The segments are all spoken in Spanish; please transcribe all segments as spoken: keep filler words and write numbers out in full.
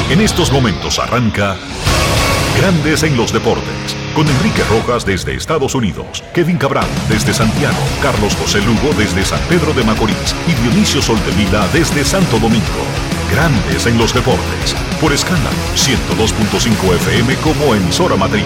En estos momentos arranca Grandes en los Deportes, con Enrique Rojas desde Estados Unidos, Kevin Cabral desde Santiago, Carlos José Lugo desde San Pedro de Macorís y Dionisio Soldevila desde Santo Domingo. Grandes en los Deportes, por Escándalo ciento dos punto cinco F M como emisora matriz.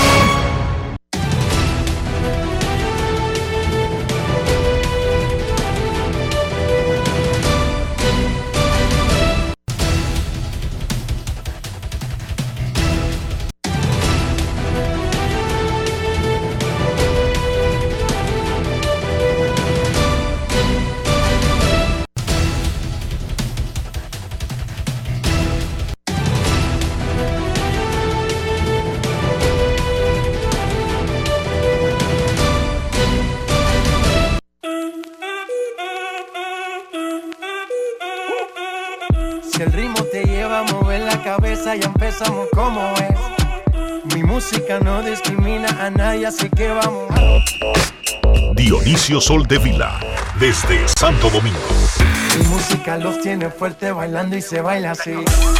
Si el ritmo te lleva a mover la cabeza, ya empezamos como es. Mi música no discrimina a nadie, así que vamos. Dionisio Soldevila, desde Santo Domingo. Mi música los tiene fuerte bailando y se baila así.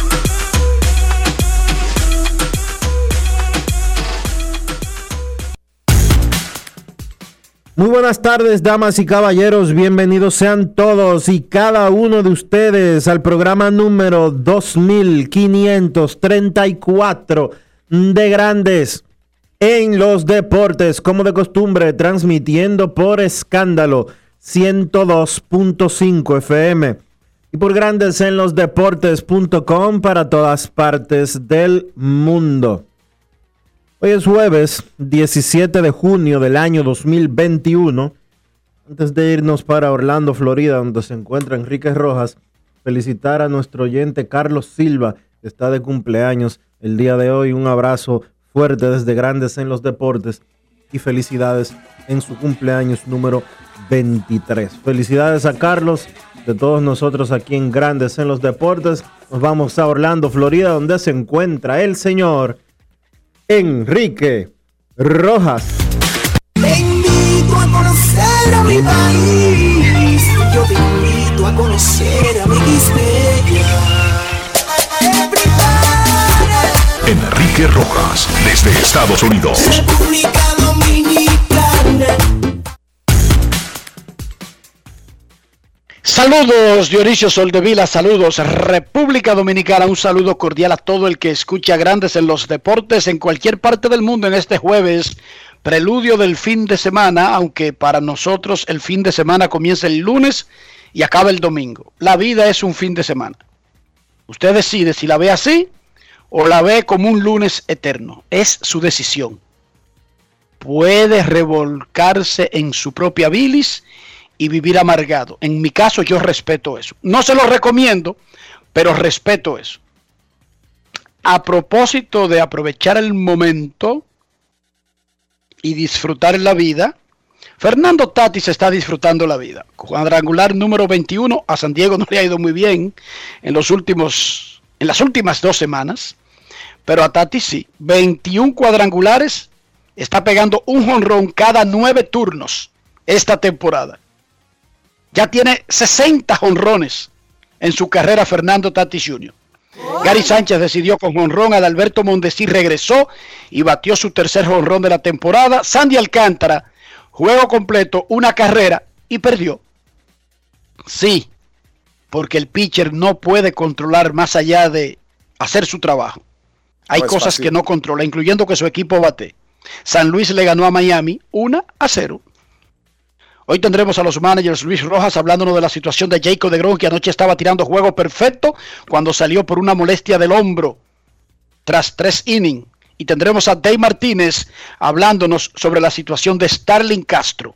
Muy buenas tardes, damas y caballeros, bienvenidos sean todos y cada uno de ustedes al programa número dos mil quinientos treinta y cuatro de Grandes en los Deportes, como de costumbre, transmitiendo por Escándalo ciento dos punto cinco F M y por grandes en los deportes punto com para todas partes del mundo. Hoy es jueves diecisiete de junio del año dos mil veintiuno. Antes de irnos para Orlando, Florida, donde se encuentra Enrique Rojas, felicitar a nuestro oyente Carlos Silva, que está de cumpleaños el día de hoy. Un abrazo fuerte desde Grandes en los Deportes y felicidades en su cumpleaños número veintitrés. Felicidades a Carlos, de todos nosotros aquí en Grandes en los Deportes. Nos vamos a Orlando, Florida, donde se encuentra el señor Enrique Rojas. Te invito a conocer a mi país. Yo te invito a conocer a mi Quispeya. Enrique Rojas, desde Estados Unidos. República Dominicana. Saludos, Dionisio Soldevila, saludos, República Dominicana, un saludo cordial a todo el que escucha Grandes en los Deportes en cualquier parte del mundo en este jueves, preludio del fin de semana, aunque para nosotros el fin de semana comienza el lunes y acaba el domingo. La vida es un fin de semana. Usted decide si la ve así o la ve como un lunes eterno. Es su decisión. Puede revolcarse en su propia bilis y vivir amargado. En mi caso, yo respeto eso. No se lo recomiendo, pero respeto eso. A propósito de aprovechar el momento y disfrutar la vida, Fernando Tatis está disfrutando la vida. Cuadrangular número veintiuno, a San Diego no le ha ido muy bien en los últimos, en las últimas dos semanas, pero a Tatis sí. veintiún cuadrangulares, está pegando un jonrón cada nueve turnos esta temporada. Ya tiene sesenta jonrones en su carrera Fernando Tatis junior Gary Sánchez decidió con jonrón, Adalberto Mondesi regresó y batió su tercer jonrón de la temporada. Sandy Alcántara, juego completo, una carrera y perdió. Sí, porque el pitcher no puede controlar más allá de hacer su trabajo. Hay no cosas fácil. que no controla, incluyendo que su equipo bate. San Luis le ganó a Miami uno a cero. Hoy tendremos a los managers Luis Rojas hablándonos de la situación de Jacob deGrom, que anoche estaba tirando juego perfecto cuando salió por una molestia del hombro tras tres innings. Y tendremos a Dave Martínez hablándonos sobre la situación de Starlin Castro.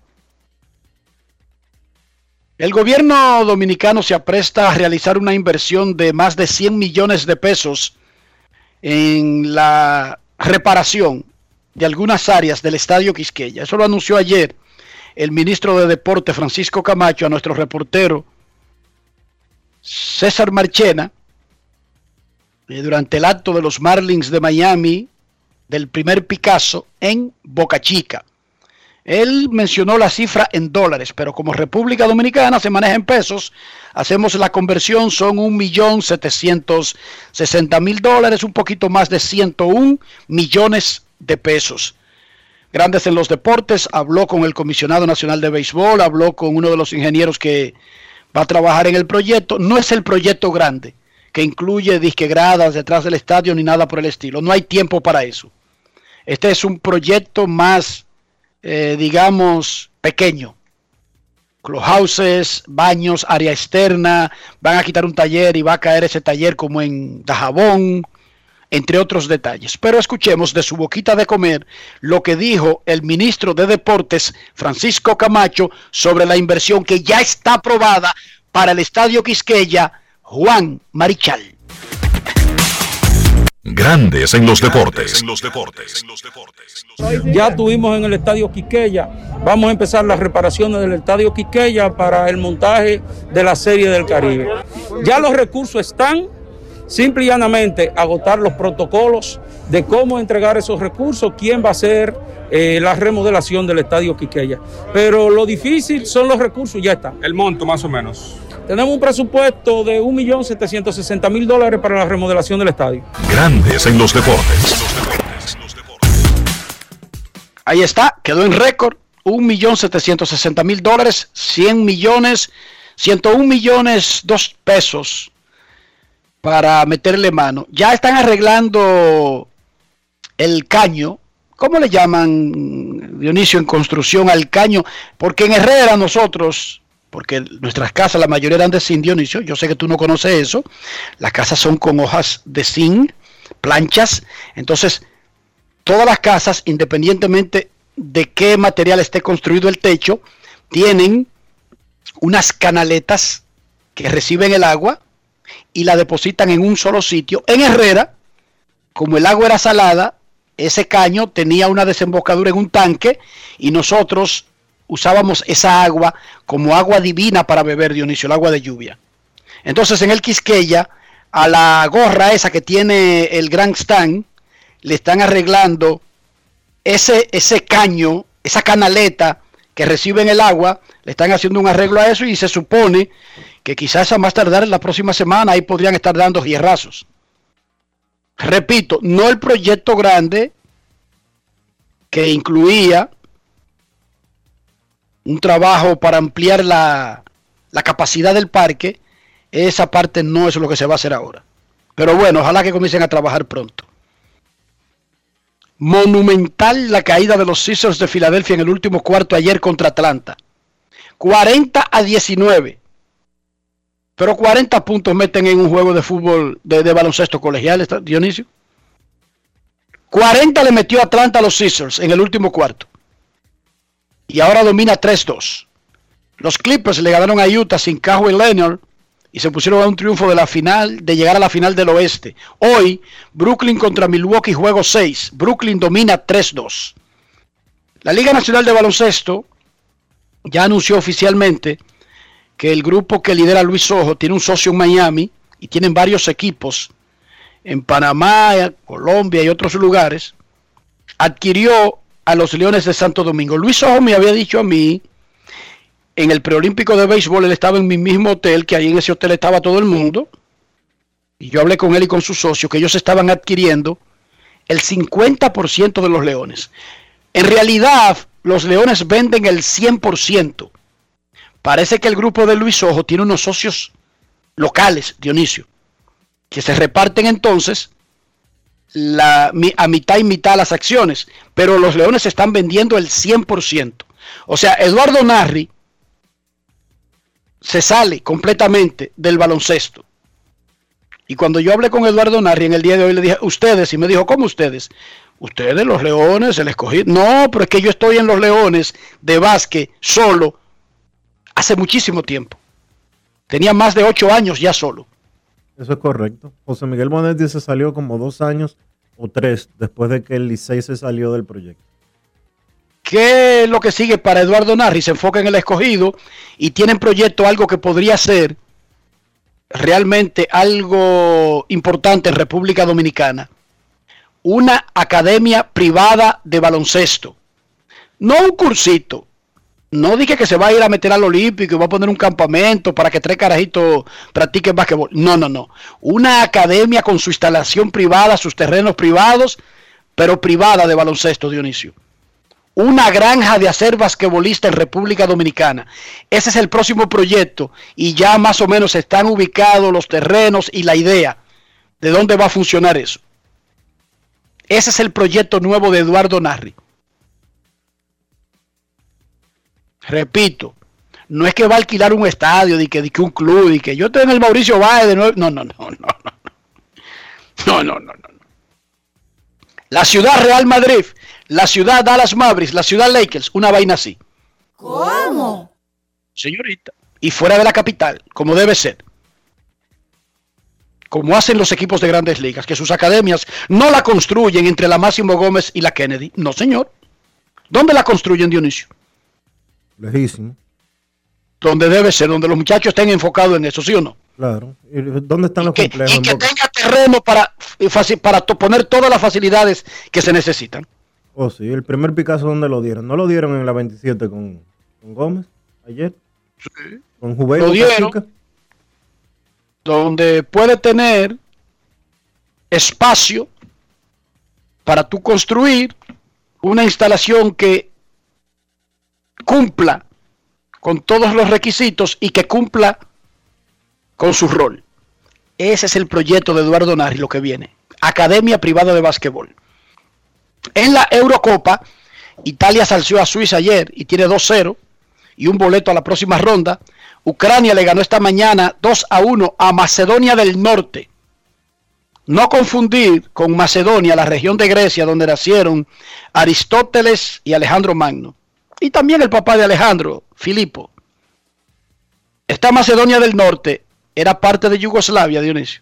El gobierno dominicano se apresta a realizar una inversión de más de cien millones de pesos en la reparación de algunas áreas del Estadio Quisqueya. Eso lo anunció ayer el ministro de Deporte Francisco Camacho a nuestro reportero César Marchena eh, durante el acto de los Marlins de Miami del primer Picasso en Boca Chica. Él mencionó la cifra en dólares, pero como República Dominicana se maneja en pesos, hacemos la conversión, son un millón setecientos sesenta mil dólares, un poquito más de ciento un millones de pesos. Grandes en los Deportes habló con el comisionado nacional de béisbol, habló con uno de los ingenieros que va a trabajar en el proyecto. No es el proyecto grande, que incluye disque gradas detrás del estadio ni nada por el estilo. No hay tiempo para eso. Este es un proyecto más... Eh, digamos, pequeño. Clubhouses, baños, área externa, van a quitar un taller y va a caer ese taller como en Dajabón, entre otros detalles. Pero escuchemos de su boquita de comer lo que dijo el ministro de Deportes, Francisco Camacho, sobre la inversión que ya está aprobada para el Estadio Quisqueya, Juan Marichal. Grandes en los deportes. En los deportes. Ya tuvimos en el Estadio Quisqueya. Vamos a empezar las reparaciones del Estadio Quisqueya para el montaje de la Serie del Caribe. Ya los recursos están, simple y llanamente agotar los protocolos de cómo entregar esos recursos, quién va a hacer eh, la remodelación del Estadio Quisqueya. Pero lo difícil son los recursos, ya están. El monto más o menos. Tenemos un presupuesto de un millón setecientos sesenta mil dólares para la remodelación del estadio. Grandes en los deportes. Ahí está, quedó en récord, un millón setecientos sesenta mil dólares, cien millones, ciento un millones, dos pesos para meterle mano. Ya están arreglando el caño. ¿Cómo le llaman, Dionisio, en construcción al caño? Porque en Herrera nosotros... porque nuestras casas, la mayoría eran de zinc, Dionisio, yo sé que tú no conoces eso, las casas son con hojas de zinc, planchas, entonces todas las casas, independientemente de qué material esté construido el techo, tienen unas canaletas que reciben el agua y la depositan en un solo sitio. En Herrera, como el agua era salada, ese caño tenía una desembocadura en un tanque y nosotros usábamos esa agua como agua divina para beber, Dionisio, el agua de lluvia. Entonces en el Quisqueya, a la gorra esa que tiene el Grandstand, le están arreglando ese, ese caño, esa canaleta que reciben el agua, le están haciendo un arreglo a eso y se supone que quizás a más tardar en la próxima semana ahí podrían estar dando hierrazos. Repito, no el proyecto grande que incluía un trabajo para ampliar la, la capacidad del parque, esa parte no es lo que se va a hacer ahora. Pero bueno, ojalá que comiencen a trabajar pronto. Monumental la caída de los Sixers de Filadelfia en el último cuarto ayer contra Atlanta. cuarenta a diecinueve. Pero cuarenta puntos meten en un juego de fútbol, de, de baloncesto colegial, Dionisio. cuarenta le metió Atlanta a los Sixers en el último cuarto. Y ahora domina tres dos. Los Clippers le ganaron a Utah sin Kawhi Leonard y se pusieron a un triunfo de la final, de llegar a la final del oeste. Hoy, Brooklyn contra Milwaukee, juego seis. Brooklyn domina tres dos. La Liga Nacional de Baloncesto ya anunció oficialmente que el grupo que lidera Luis Ojo tiene un socio en Miami y tienen varios equipos en Panamá, Colombia y otros lugares. Adquirió a los Leones de Santo Domingo. Luis Ojo me había dicho a mí, en el preolímpico de béisbol, él estaba en mi mismo hotel, que ahí en ese hotel estaba todo el mundo, y yo hablé con él y con su socio, que ellos estaban adquiriendo el cincuenta por ciento de los Leones. En realidad, los Leones venden el cien por ciento. Parece que el grupo de Luis Ojo tiene unos socios locales, Dionisio, que se reparten entonces La, a mitad y mitad las acciones, pero los Leones están vendiendo el cien por ciento. O sea, Eduardo Narri se sale completamente del baloncesto. Y cuando yo hablé con Eduardo Narri en el día de hoy, le dije, ustedes, y me dijo, ¿cómo ustedes? Ustedes, los Leones, el escogido. No, pero es que yo estoy en los Leones de básquet solo hace muchísimo tiempo. Tenía más de ocho años ya solo. Eso es correcto. José Miguel Bonetti se salió como dos años o tres después de que el Licey se salió del proyecto. ¿Qué es lo que sigue para Eduardo Narri? Se enfoca en el escogido y tiene en proyecto algo que podría ser realmente algo importante en República Dominicana. Una academia privada de baloncesto. No un cursito. No dije que se va a ir a meter al Olímpico y va a poner un campamento para que tres carajitos practiquen básquetbol. No, no, no. Una academia con su instalación privada, sus terrenos privados, pero privada de baloncesto, Dionisio. Una granja de hacer basquetbolista en República Dominicana. Ese es el próximo proyecto y ya más o menos están ubicados los terrenos y la idea de dónde va a funcionar eso. Ese es el proyecto nuevo de Eduardo Narri. Repito, no es que va a alquilar un estadio, de que, de que un club, de que yo estoy en el Mauricio Báez de nuevo. No, no, no, no, no. No, no, no, no. La ciudad Real Madrid, la ciudad Dallas Mavericks, la ciudad Lakers, una vaina así. ¿Cómo? Señorita. Y fuera de la capital, como debe ser. Como hacen los equipos de grandes ligas, que sus academias no la construyen entre la Máximo Gómez y la Kennedy. No, señor. ¿Dónde la construyen, Dionisio? Lejísimo. Donde debe ser, donde los muchachos estén enfocados en eso, ¿sí o no? Claro. ¿Y dónde están y los que, complejos? Y que tenga terreno para, para poner todas las facilidades que se necesitan. Oh, sí. El primer Picasso, ¿dónde lo dieron? ¿No lo dieron en la veintisiete con, con Gómez ayer? Sí. Con Juventus. Lo dieron. Donde puede tener espacio para tú construir una instalación que cumpla con todos los requisitos y que cumpla con su rol. Ese es el proyecto de Eduardo Narri, lo que viene. Academia privada de básquetbol. En la Eurocopa, Italia salció a Suiza ayer y tiene dos cero y un boleto a la próxima ronda. Ucrania le ganó esta mañana dos a uno a Macedonia del Norte. No confundir con Macedonia, la región de Grecia donde nacieron Aristóteles y Alejandro Magno. Y también el papá de Alejandro, Filipo. Esta Macedonia del Norte era parte de Yugoslavia, Dionisio.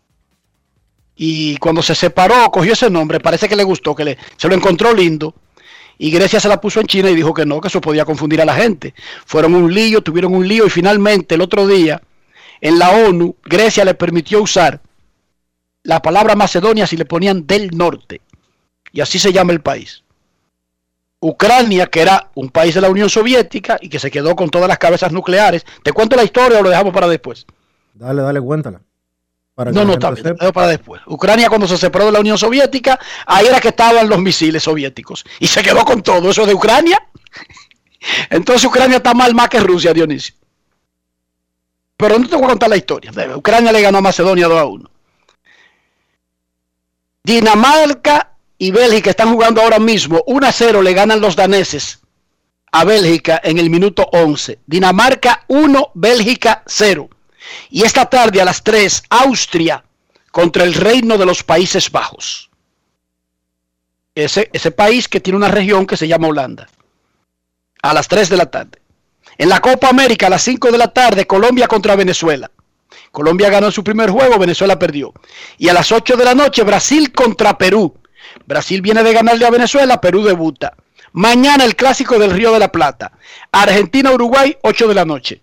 Y cuando se separó, cogió ese nombre, parece que le gustó, que le, se lo encontró lindo. Y Grecia se la puso en China y dijo que no, que eso podía confundir a la gente. Fueron un lío, tuvieron un lío y finalmente el otro día en la ONU, Grecia le permitió usar la palabra Macedonia si le ponían del norte. Y así se llama el país. Ucrania, que era un país de la Unión Soviética y que se quedó con todas las cabezas nucleares. ¿Te cuento la historia o lo dejamos para después? Dale, dale, cuéntala. Para no, no, está bien, lo para después. Ucrania, cuando se separó de la Unión Soviética, ahí era que estaban los misiles soviéticos. Y se quedó con todo eso de Ucrania. Entonces Ucrania está mal más que Rusia, Dionisio. Pero no te voy a contar la historia. Ucrania le ganó a Macedonia dos a uno. Dinamarca y Bélgica están jugando ahora mismo. uno a cero le ganan los daneses a Bélgica en el minuto once. Dinamarca uno, Bélgica cero. Y esta tarde a las tres, Austria contra el Reino de los Países Bajos. Ese, ese país que tiene una región que se llama Holanda. A las tres de la tarde. En la Copa América a las cinco de la tarde, Colombia contra Venezuela. Colombia ganó su primer juego, Venezuela perdió. Y a las ocho de la noche, Brasil contra Perú. Brasil viene de ganarle a Venezuela, Perú debuta. Mañana el clásico del Río de la Plata. Argentina-Uruguay, ocho de la noche.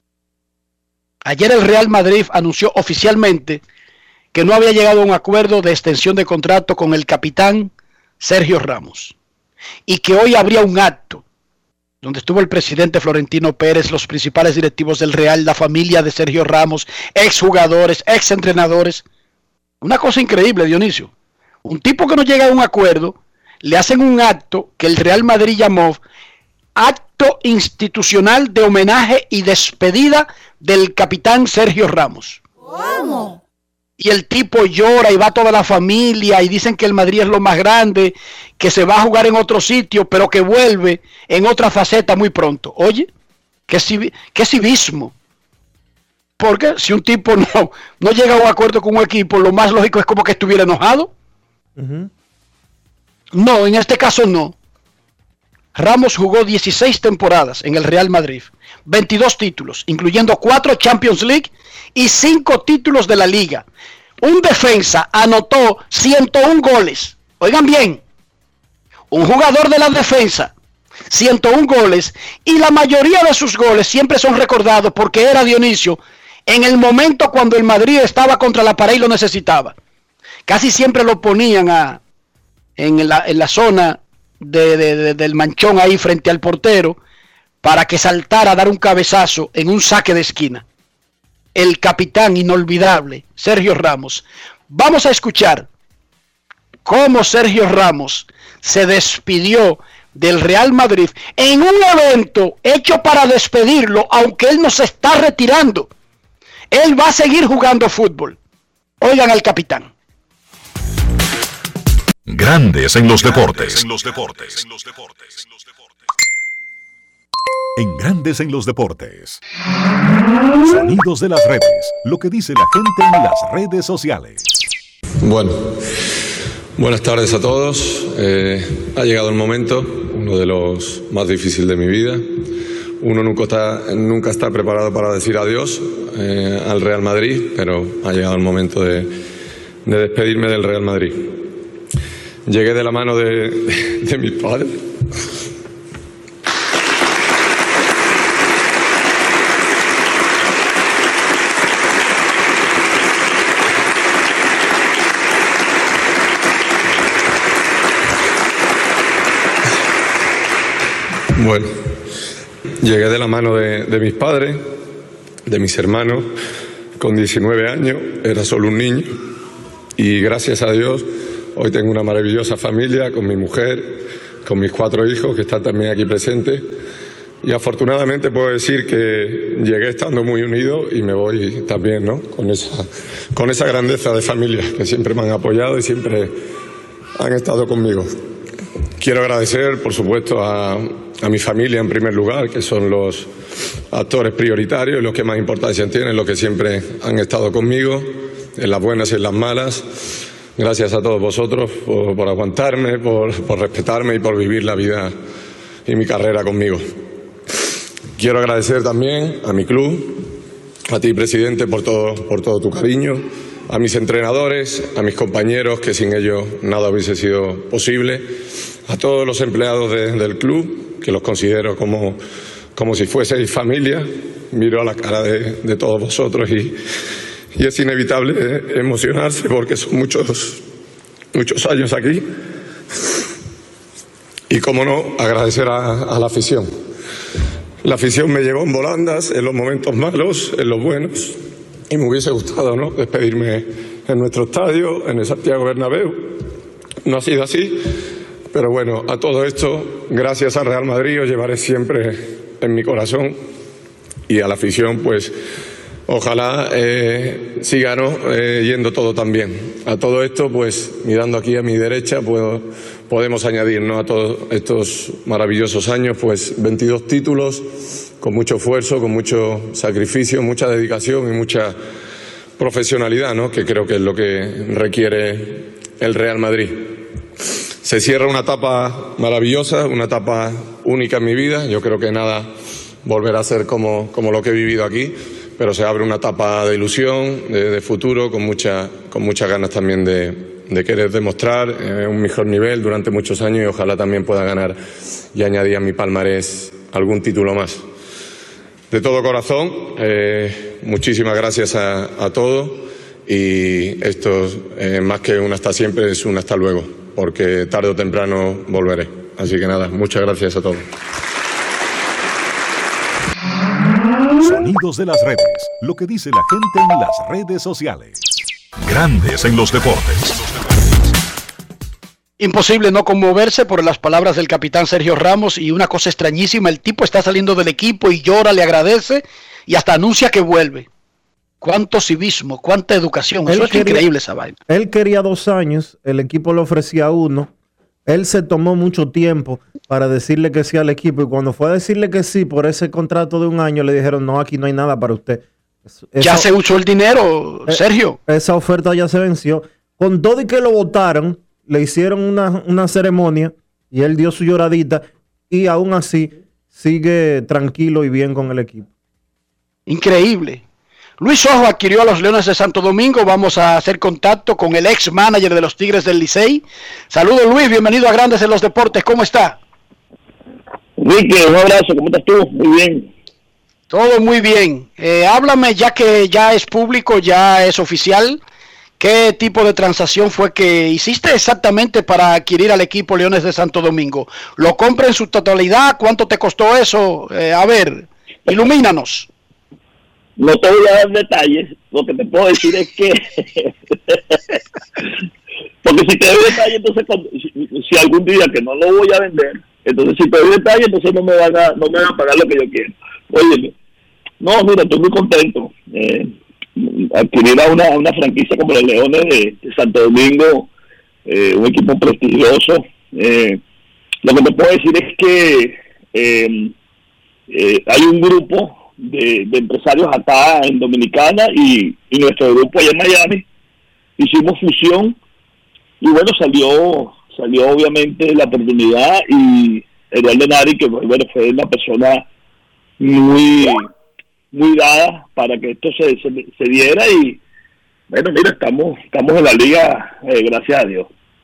Ayer el Real Madrid anunció oficialmente que no había llegado a un acuerdo de extensión de contrato con el capitán Sergio Ramos. Y que hoy habría un acto donde estuvo el presidente Florentino Pérez, los principales directivos del Real, la familia de Sergio Ramos, exjugadores, exentrenadores. Una cosa increíble, Dionisio. Un tipo que no llega a un acuerdo, le hacen un acto que el Real Madrid llamó acto institucional de homenaje y despedida del capitán Sergio Ramos. ¿Cómo? Y el tipo llora y va toda la familia y dicen que el Madrid es lo más grande, que se va a jugar en otro sitio, pero que vuelve en otra faceta muy pronto. Oye, qué, civi- qué civismo. Porque si un tipo no, no llega a un acuerdo con un equipo, lo más lógico es como que estuviera enojado. Uh-huh. No, en este caso no. Ramos jugó dieciséis temporadas en el Real Madrid, veintidós títulos, incluyendo cuatro Champions League y cinco títulos de la Liga. Un defensa anotó ciento uno goles. Oigan bien, un jugador de la defensa, ciento uno goles, y la mayoría de sus goles siempre son recordados porque era Dionisio en el momento cuando el Madrid estaba contra la pared y lo necesitaba. Casi siempre lo ponían a, en, la, en la zona de, de, de, del manchón ahí frente al portero para que saltara a dar un cabezazo en un saque de esquina. El capitán inolvidable, Sergio Ramos. Vamos a escuchar cómo Sergio Ramos se despidió del Real Madrid en un evento hecho para despedirlo, aunque él no se está retirando. Él va a seguir jugando fútbol. Oigan al capitán. Grandes en los deportes. En los deportes. En los deportes. En Grandes en los deportes. Sonidos de las redes. Lo que dice la gente en las redes sociales. Bueno, buenas tardes a todos. Eh, ha llegado el momento, uno de los más difíciles de mi vida. Uno nunca está, nunca está preparado para decir adiós eh, al Real Madrid, pero ha llegado el momento de, de despedirme del Real Madrid. Llegué de la mano de, de, de mis padres. Bueno, llegué de la mano de, de mis padres, de mis hermanos, con diecinueve años, era solo un niño, y gracias a Dios hoy tengo una maravillosa familia con mi mujer, con mis cuatro hijos que están también aquí presentes, y afortunadamente puedo decir que llegué estando muy unido y me voy también, ¿no?, con esa, con esa grandeza de familia que siempre me han apoyado y siempre han estado conmigo. Quiero agradecer, por supuesto, a, a mi familia en primer lugar, que son los actores prioritarios, los que más importancia tienen, los que siempre han estado conmigo, en las buenas y en las malas. Gracias a todos vosotros por, por aguantarme, por, por respetarme y por vivir la vida y mi carrera conmigo. Quiero agradecer también a mi club, a ti, presidente, por todo, por todo tu cariño, a mis entrenadores, a mis compañeros, que sin ellos nada hubiese sido posible, a todos los empleados de, del club, que los considero como, como si fueseis familia. Miro a la cara de, de todos vosotros y, y es inevitable emocionarse porque son muchos, muchos años aquí. Y, cómo no, agradecer a, a la afición. La afición me llevó en volandas en los momentos malos, en los buenos, y me hubiese gustado, ¿no?, despedirme en nuestro estadio, en el Santiago Bernabéu. No ha sido así. Pero bueno, a todo esto, gracias al Real Madrid, os llevaré siempre en mi corazón, y a la afición, pues ojalá eh, siga, ¿no?, eh, yendo todo tan bien. A todo esto, pues mirando aquí a mi derecha, puedo, podemos añadir, ¿no?, a todos estos maravillosos años, pues veintidós títulos, con mucho esfuerzo, con mucho sacrificio, mucha dedicación y mucha profesionalidad, ¿no?, que creo que es lo que requiere el Real Madrid. Se cierra una etapa maravillosa, una etapa única en mi vida. Yo creo que nada volverá a ser como, como lo que he vivido aquí, pero se abre una etapa de ilusión, de, de futuro, con, mucha, con muchas ganas también de, de querer demostrar eh, un mejor nivel durante muchos años, y ojalá también pueda ganar y añadir a mi palmarés algún título más. De todo corazón, eh, muchísimas gracias a, a todos, y esto, eh, más que un hasta siempre, es un hasta luego, porque tarde o temprano volveré. Así que nada, muchas gracias a todos. Sonidos de las redes. Lo que dice la gente en las redes sociales. Grandes en los deportes. Imposible no conmoverse por las palabras del capitán Sergio Ramos, y una cosa extrañísima, el tipo está saliendo del equipo y llora, le agradece y hasta anuncia que vuelve. Cuánto civismo, cuánta educación, eso es increíble, esa vaina. Él quería dos años, el equipo le ofrecía uno, él se tomó mucho tiempo para decirle que sí al equipo, y cuando fue a decirle que sí por ese contrato de un año, le dijeron, no, aquí no hay nada para usted. Esa, ya se usó el dinero, eh, Sergio. Esa oferta ya se venció. Con todo y que lo votaron, le hicieron una, una ceremonia y él dio su lloradita, y aún así sigue tranquilo y bien con el equipo. Increíble. Luis Ojo adquirió a los Leones de Santo Domingo. Vamos a hacer contacto con el ex manager de los Tigres del Licey. Saludos, Luis, bienvenido a Grandes en los Deportes. ¿Cómo está? Enrique, un abrazo, ¿cómo estás tú? Muy bien. Todo muy bien. Eh, háblame, ya que ya es público, ya es oficial, ¿Qué tipo de transacción fue que hiciste exactamente para adquirir al equipo Leones de Santo Domingo? ¿Lo compra en su totalidad? ¿Cuánto te costó eso? Eh, a ver, ilumínanos. No te voy a dar detalles, lo que te puedo decir es que, porque si te doy detalles, entonces cuando, si, si algún día que no lo voy a vender, entonces si te doy detalles, entonces no me van a, no me van a pagar lo que yo quiero. Oye, no, mira, estoy muy contento. Eh, adquirir a una, una franquicia como los Leones de, de Santo Domingo, eh, un equipo prestigioso. Eh, lo que te puedo decir es que eh, eh, hay un grupo De, de empresarios acá en Dominicana y, y nuestro grupo allá en Miami, hicimos fusión y bueno, salió salió obviamente la oportunidad y Eduardo Nari, que bueno, fue una persona muy muy dada para que esto se, se, se diera y bueno, mira, estamos estamos en la liga, eh, gracias a Dios.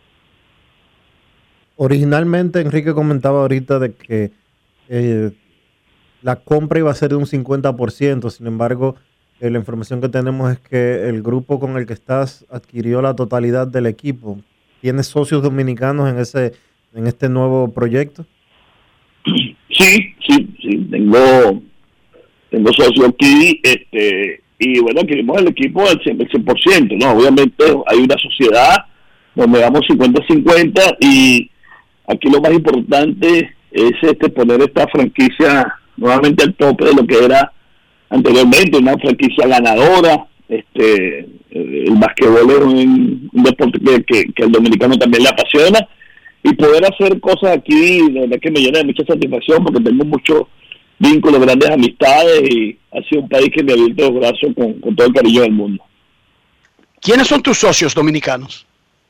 Originalmente Enrique comentaba ahorita de que eh, la compra iba a ser de un cincuenta por ciento, sin embargo, eh, la información que tenemos es que el grupo con el que estás adquirió la totalidad del equipo. ¿Tienes socios dominicanos en ese en este nuevo proyecto? Sí, sí, sí, tengo tengo socios aquí, este, y bueno, adquirimos el equipo al cien por ciento, ¿no? Obviamente hay una sociedad donde damos cincuenta cincuenta y aquí lo más importante es este poner esta franquicia nuevamente al tope de lo que era anteriormente, una franquicia ganadora. Este, el basquetbol es un, un deporte que, que, que al dominicano también le apasiona y poder hacer cosas aquí, la verdad que me llena de mucha satisfacción porque tengo muchos vínculos, grandes amistades y ha sido un país que me ha abierto los brazos con, con todo el cariño del mundo. ¿Quiénes son tus socios dominicanos?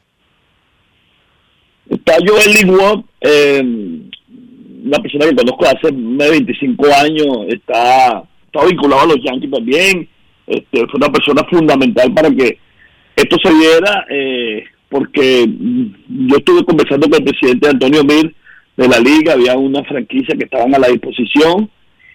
Está Joel Linwood, eh, una persona que conozco hace más de veinticinco años, está, está vinculado a los Yankees también, este, fue una persona fundamental para que esto se diera, eh, porque yo estuve conversando con el presidente Antonio Mir de la liga, había una franquicia que estaban a la disposición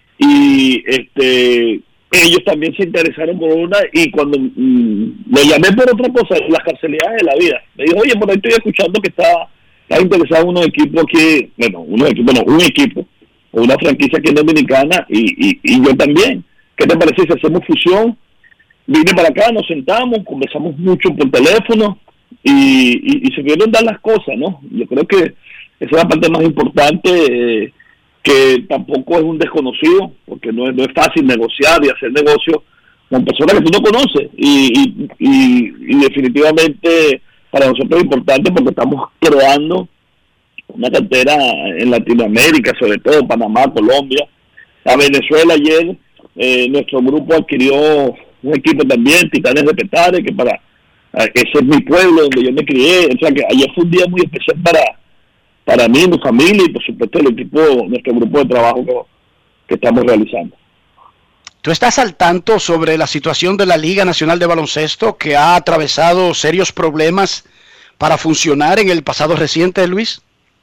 y este ellos también se interesaron por una y cuando mmm, le llamé por otra cosa, las casualidades de la vida, me dijo, oye, por ahí estoy escuchando que está está interesado en unos equipos que, bueno, unos equipos, no, un equipo, o una franquicia aquí en Dominicana, y, y, y yo también. ¿Qué te parece si hacemos fusión? Vine para acá, nos sentamos, conversamos mucho por teléfono, y, y, y se pudieron dar las cosas, ¿no? Yo creo que esa es la parte más importante, eh, que tampoco es un desconocido, porque no es, no es fácil negociar y hacer negocio con personas que tú no conoces, y, y, y, y definitivamente para nosotros es importante porque estamos creando una cantera en Latinoamérica, sobre todo Panamá, Colombia, a Venezuela. Ayer eh, nuestro grupo adquirió un equipo también, Titanes de Petare, que para eh, ese es mi pueblo donde yo me crié, o sea que ayer fue un día muy especial para para mí, mi familia y por supuesto el equipo, nuestro grupo de trabajo que, que estamos realizando. ¿Tú estás al tanto sobre la situación de la Liga Nacional de Baloncesto que ha atravesado serios problemas para funcionar en el pasado reciente, Luis?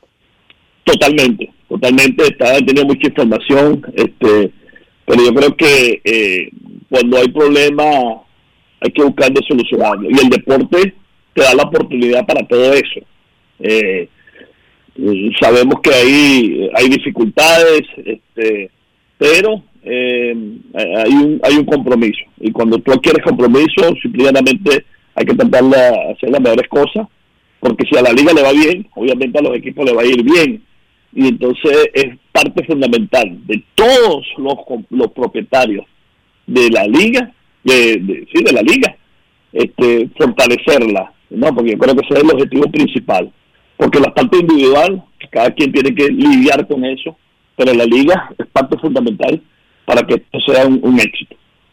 Totalmente, totalmente. Está teniendo mucha información, este, pero yo creo que eh, cuando hay problemas hay que buscar de solucionarlo. Y el deporte te da la oportunidad para todo eso. Eh, sabemos que hay, hay dificultades, este, pero eh, hay un hay un compromiso y cuando tú adquieres compromiso simplemente hay que tratar de hacer las mejores cosas, porque si a la liga le va bien, obviamente a los equipos le va a ir bien, y entonces es parte fundamental de todos los los propietarios de la liga, de, de sí de la liga, este fortalecerla, no, porque yo creo que ese es el objetivo principal, porque la parte individual cada quien tiene que lidiar con eso, pero la liga es parte fundamental para que esto sea un, un éxito.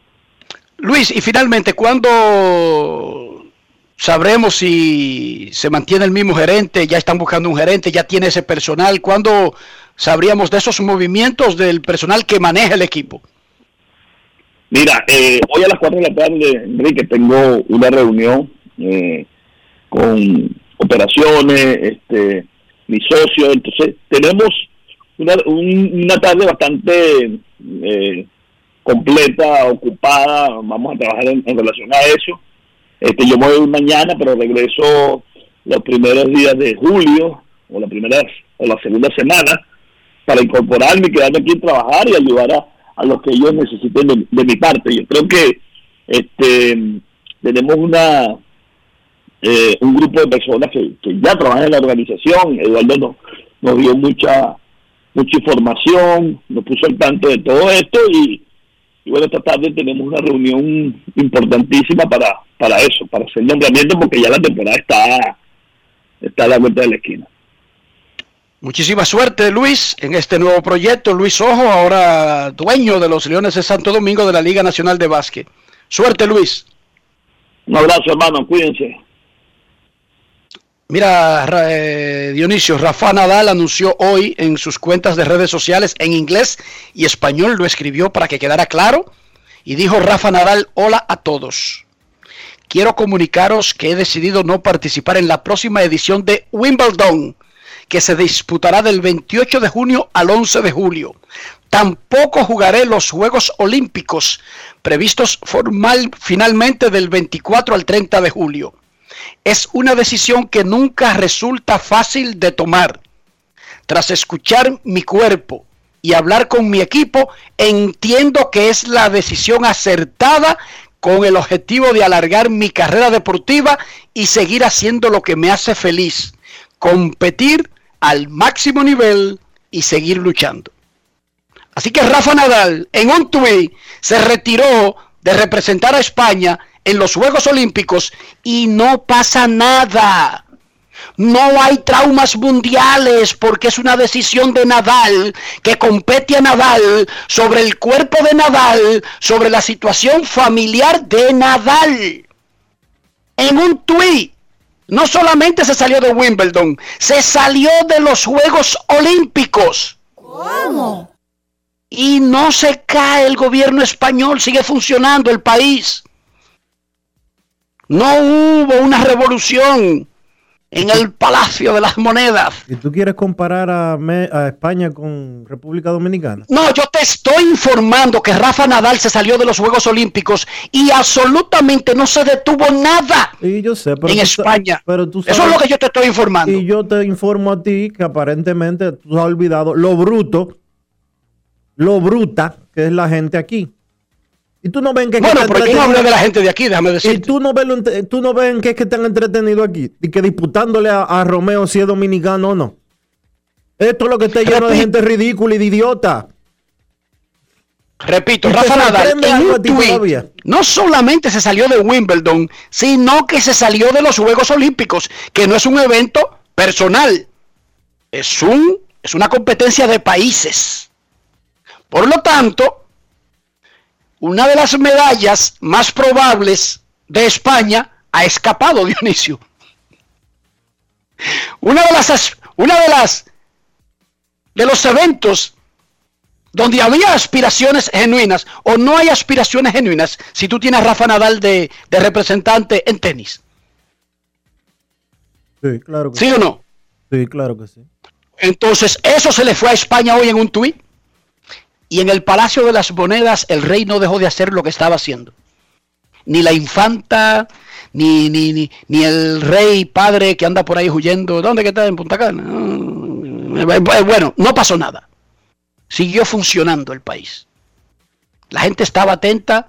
Luis, y finalmente, ¿cuándo sabremos si se mantiene el mismo gerente? ¿Ya están buscando un gerente? ¿Ya tiene ese personal? ¿Cuándo sabríamos de esos movimientos del personal que maneja el equipo? Mira, eh, hoy a las cuatro de la tarde, Enrique, tengo una reunión eh, con operaciones, este, mi socio, entonces tenemos una, un, una tarde bastante eh, completa, ocupada, vamos a trabajar en, en relación a eso, Este, yo me voy mañana, pero regreso los primeros días de julio, o la primera o la segunda semana, para incorporarme y quedarme aquí a trabajar y ayudar a, a los que ellos necesiten de, de mi parte. Yo creo que este tenemos una eh, un grupo de personas que, que ya trabajan en la organización. Eduardo nos, nos dio mucha mucha información, nos puso al tanto de todo esto y, y bueno, esta tarde tenemos una reunión importantísima para, para eso, para hacer nombramiento, porque ya la temporada está, está a la vuelta de la esquina. Muchísima suerte, Luis, en este nuevo proyecto. Luis Ojo, ahora dueño de los Leones de Santo Domingo de la Liga Nacional de Básquet. Suerte, Luis. Un abrazo, hermano, cuídense. Mira, eh, Dionisio, Rafa Nadal anunció hoy en sus cuentas de redes sociales en inglés y español, lo escribió para que quedara claro, y dijo Rafa Nadal: hola a todos. Quiero comunicaros que he decidido no participar en la próxima edición de Wimbledon, que se disputará del veintiocho de junio al once de julio. Tampoco jugaré los Juegos Olímpicos, previstos formal, finalmente del veinticuatro al treinta de julio. Es una decisión que nunca resulta fácil de tomar. Tras escuchar mi cuerpo y hablar con mi equipo, entiendo que es la decisión acertada con el objetivo de alargar mi carrera deportiva y seguir haciendo lo que me hace feliz, competir al máximo nivel y seguir luchando. Así que Rafa Nadal, en un tuit, se retiró de representar a España en los Juegos Olímpicos y no pasa nada. No hay traumas mundiales porque es una decisión de Nadal, que compete a Nadal, sobre el cuerpo de Nadal, sobre la situación familiar de Nadal. En un tuit, no solamente se salió de Wimbledon, se salió de los Juegos Olímpicos. ¿Cómo? Y no se cae el gobierno español, sigue funcionando el país. No hubo una revolución en el Palacio de las Monedas. ¿Y tú quieres comparar a, Me- a España con República Dominicana? No, yo te estoy informando que Rafa Nadal se salió de los Juegos Olímpicos y absolutamente no se detuvo nada Y yo sé, pero en tú España. sa- pero tú sabes- Eso es lo que yo te estoy informando. Y yo te informo a ti que aparentemente tú has olvidado lo bruto, lo bruta que es la gente aquí. Y tú no ven que... Bueno, que pero yo no hablé de la gente de aquí, déjame Y decirte. tú no ves, lo ent- tú no ven que es que están entretenidos aquí y que disputándole a, a Romeo si es dominicano o no. Esto es lo que está lleno de Repito. gente ridícula y de idiota. Repito, ¿Y te Rafa Nadal sorprende en algo a un ti tuit todavía? no solamente se salió de Wimbledon, sino que se salió de los Juegos Olímpicos, que no es un evento personal, es un es una competencia de países. Por lo tanto, una de las medallas más probables de España ha escapado, Dionisio. Una de las una de las de los eventos donde había aspiraciones genuinas, o no hay aspiraciones genuinas si tú tienes a Rafa Nadal de, de representante en tenis. Sí, claro que ¿Sí o no? Sí, claro que sí. Entonces, eso se le fue a España hoy en un tuit. Y en el Palacio de las Monedas el rey no dejó de hacer lo que estaba haciendo. Ni la infanta, ni, ni, ni, ni el rey padre que anda por ahí huyendo. ¿Dónde que está? En Punta Cana. Bueno, no pasó nada. Siguió funcionando el país. La gente estaba atenta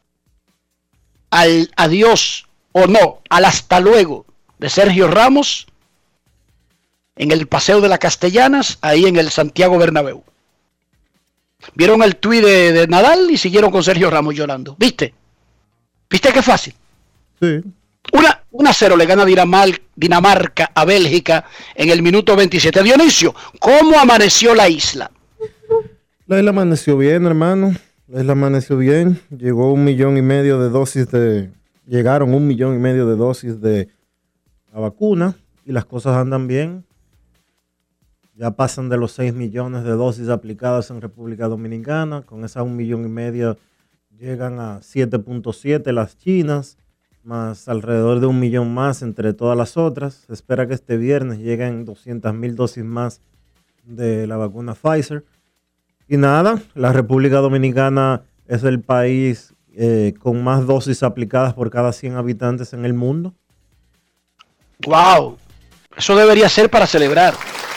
al adiós o no, al hasta luego de Sergio Ramos en el Paseo de las Castellanas, ahí en el Santiago Bernabéu. Vieron el tuit de, de Nadal y siguieron con Sergio Ramos llorando. ¿Viste? ¿Viste qué fácil? Sí. Una, una cero le gana Dinamar, Dinamarca a Bélgica en el minuto veintisiete. Dionisio, ¿cómo amaneció la isla? La isla amaneció bien, hermano. La isla amaneció bien. Llegó un millón y medio de dosis de... Llegaron un millón y medio de dosis de la vacuna y las cosas andan bien. Ya pasan de los seis millones de dosis aplicadas en República Dominicana. Con esa un millón y medio llegan a siete punto siete las chinas, más alrededor de un millón más entre todas las otras. Se espera que este viernes lleguen doscientas mil dosis más de la vacuna Pfizer. Y nada, la República Dominicana es el país eh, con más dosis aplicadas por cada cien habitantes en el mundo. ¡Wow! Eso debería ser para celebrar.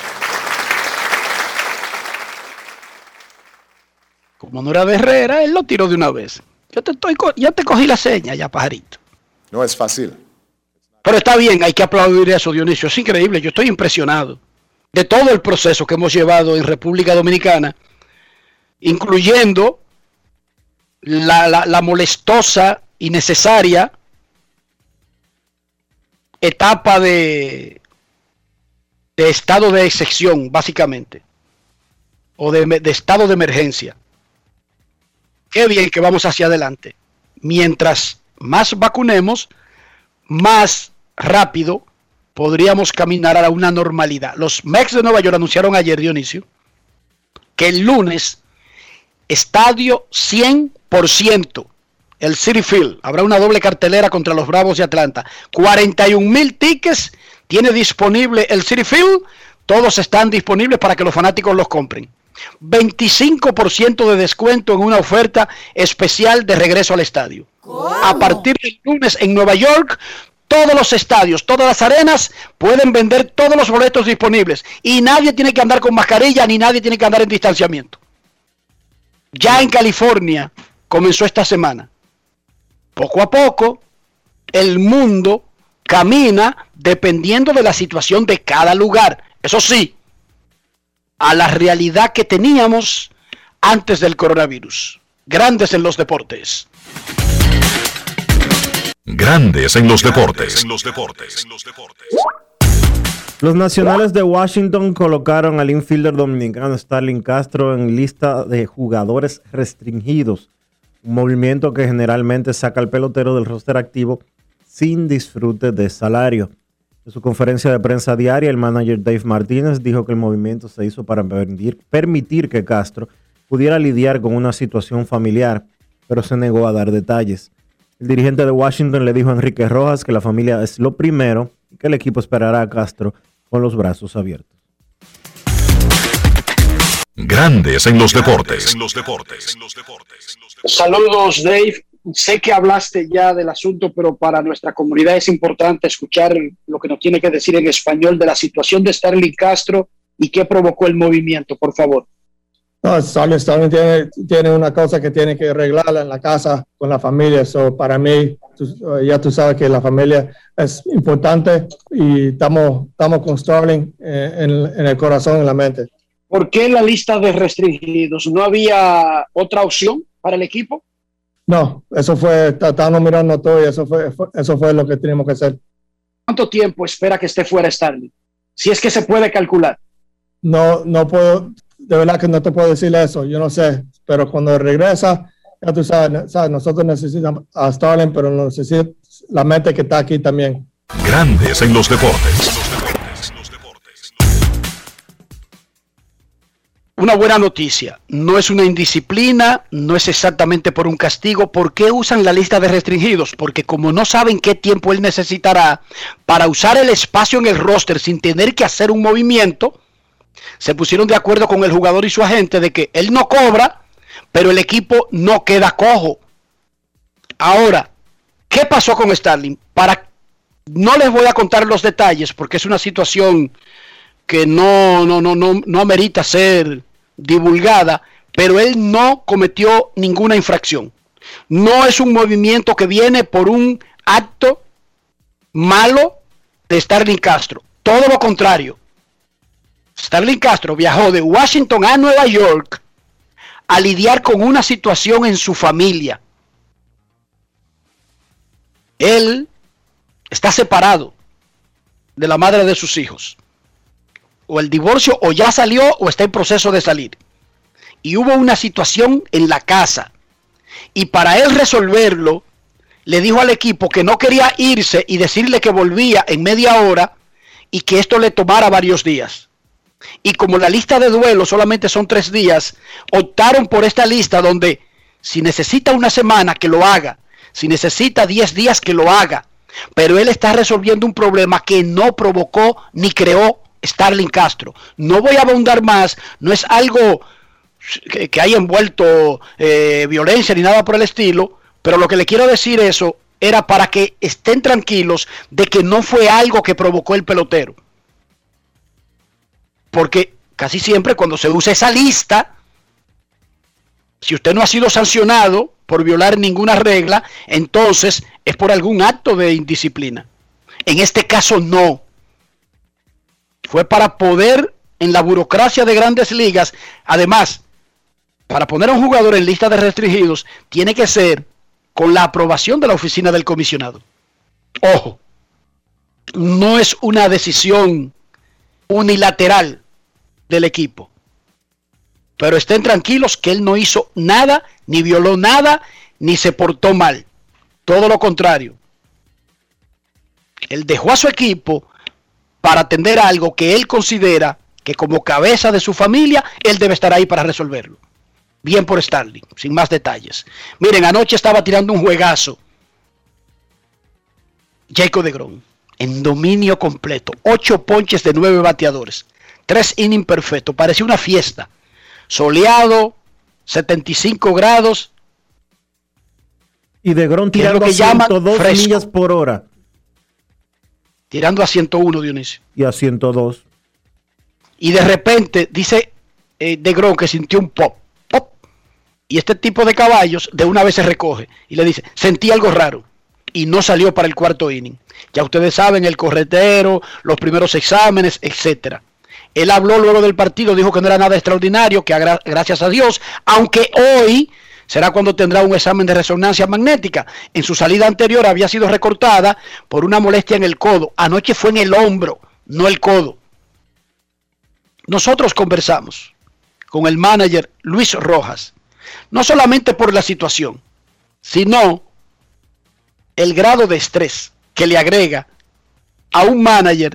Como no era de Herrera, él lo tiró de una vez. Yo te estoy, ya te cogí la seña, ya, pajarito. No es fácil. Pero está bien, hay que aplaudir eso, Dionisio. Es increíble, yo estoy impresionado de todo el proceso que hemos llevado en República Dominicana, incluyendo la, la, la molestosa y necesaria etapa de, de estado de excepción, básicamente, o de, de estado de emergencia. Qué bien que vamos hacia adelante. Mientras más vacunemos, más rápido podríamos caminar a una normalidad. Los Mets de Nueva York anunciaron ayer, Dionisio, que el lunes, estadio cien por ciento, el Citi Field, habrá una doble cartelera contra los Bravos de Atlanta. cuarenta y un mil tickets tiene disponible el Citi Field, todos están disponibles para que los fanáticos los compren. veinticinco por ciento de descuento en una oferta especial de regreso al estadio. ¿Cómo? A partir del lunes en Nueva York, todos los estadios, todas las arenas pueden vender todos los boletos disponibles y nadie tiene que andar con mascarilla ni nadie tiene que andar en distanciamiento. Ya en California comenzó esta semana. Poco a poco, el mundo camina dependiendo de la situación de cada lugar. Eso sí, a la realidad que teníamos antes del coronavirus. Grandes en los deportes. Grandes en los deportes. Los Nacionales de Washington colocaron al infielder dominicano Starlin Castro en lista de jugadores restringidos, un movimiento que generalmente saca al pelotero del roster activo sin disfrute de salario. En su conferencia de prensa diaria, el manager Dave Martínez dijo que el movimiento se hizo para permitir, permitir que Castro pudiera lidiar con una situación familiar, pero se negó a dar detalles. El dirigente de Washington le dijo a Enrique Rojas que la familia es lo primero y que el equipo esperará a Castro con los brazos abiertos. Grandes en los deportes. Saludos, Dave. Sé que hablaste ya del asunto, pero para nuestra comunidad es importante escuchar lo que nos tiene que decir en español de la situación de Starlin Castro y qué provocó el movimiento, por favor. No, Starlin, Starlin tiene, tiene una cosa que tiene que arreglarla en la casa con la familia. So, para mí, tú, ya tú sabes que la familia es importante y estamos, estamos con Starlin eh, en, en el corazón y en la mente. ¿Por qué en la lista de restringidos no había otra opción para el equipo? No, eso fue, estábamos mirando todo y eso fue, fue, eso fue lo que teníamos que hacer. ¿Cuánto tiempo espera que esté fuera Starlin? Si es que se puede calcular. No, no puedo, de verdad que no te puedo decir eso, yo no sé, pero cuando regresa, ya tú sabes, sabes nosotros necesitamos a Starlin, pero necesitamos la mente que está aquí también. Grandes en los deportes. Una buena noticia, no es una indisciplina, no es exactamente por un castigo. ¿Por qué usan la lista de restringidos? Porque como no saben qué tiempo él necesitará para usar el espacio en el roster sin tener que hacer un movimiento, se pusieron de acuerdo con el jugador y su agente de que él no cobra, pero el equipo no queda cojo. Ahora, ¿qué pasó con Starlin? Para, no les voy a contar los detalles porque es una situación que no, no, no, no, no amerita ser divulgada, pero él no cometió ninguna infracción. No es un movimiento que viene por un acto malo de Starlin Castro. Todo lo contrario. Starlin Castro viajó de Washington a Nueva York a lidiar con una situación en su familia. Él está separado de la madre de sus hijos. O el divorcio o ya salió o está en proceso de salir. Y hubo una situación en la casa. Y para él resolverlo, le dijo al equipo que no quería irse y decirle que volvía en media hora y que esto le tomara varios días. Y como la lista de duelo solamente son tres días, optaron por esta lista donde si necesita una semana que lo haga, si necesita diez días que lo haga, pero él está resolviendo un problema que no provocó ni creó Starlin Castro. No voy a abundar más, no es algo que, que haya envuelto eh, violencia ni nada por el estilo, Pero lo que le quiero decir eso era para que estén tranquilos de que no fue algo que provocó el pelotero. Porque casi siempre cuando se usa esa lista, si usted no ha sido sancionado por violar ninguna regla, entonces es por algún acto de indisciplina. En este caso no. Fue para poder, en la burocracia de Grandes Ligas, además, para poner a un jugador en lista de restringidos, tiene que ser con la aprobación de la oficina del comisionado. Ojo, no es una decisión unilateral del equipo. Pero estén tranquilos que él no hizo nada, ni violó nada, ni se portó mal. Todo lo contrario. Él dejó a su equipo para atender a algo que él considera que como cabeza de su familia, él debe estar ahí para resolverlo. Bien por Stanley, sin más detalles. Miren, anoche estaba tirando un juegazo Jacob deGrom, en dominio completo. Ocho ponches de nueve bateadores. Tres innings perfectos. Parecía una fiesta. Soleado, setenta y cinco grados. Y deGrom tirando a ciento dos millas por hora. Tirando a ciento uno, Dionisio. Y a ciento dos. Y de repente dice eh, deGrom que sintió un pop. Pop. Y este tipo de caballos de una vez se recoge. Y le dice, sentí algo raro. Y no salió para el cuarto inning. Ya ustedes saben, el corretero, los primeros exámenes, etcétera. Él habló luego del partido, dijo que no era nada extraordinario, que agra- gracias a Dios, aunque hoy será cuando tendrá un examen de resonancia magnética. En su salida anterior había sido recortada por una molestia en el codo. Anoche fue en el hombro, no el codo. Nosotros conversamos con el manager Luis Rojas, no solamente por la situación, sino el grado de estrés que le agrega a un manager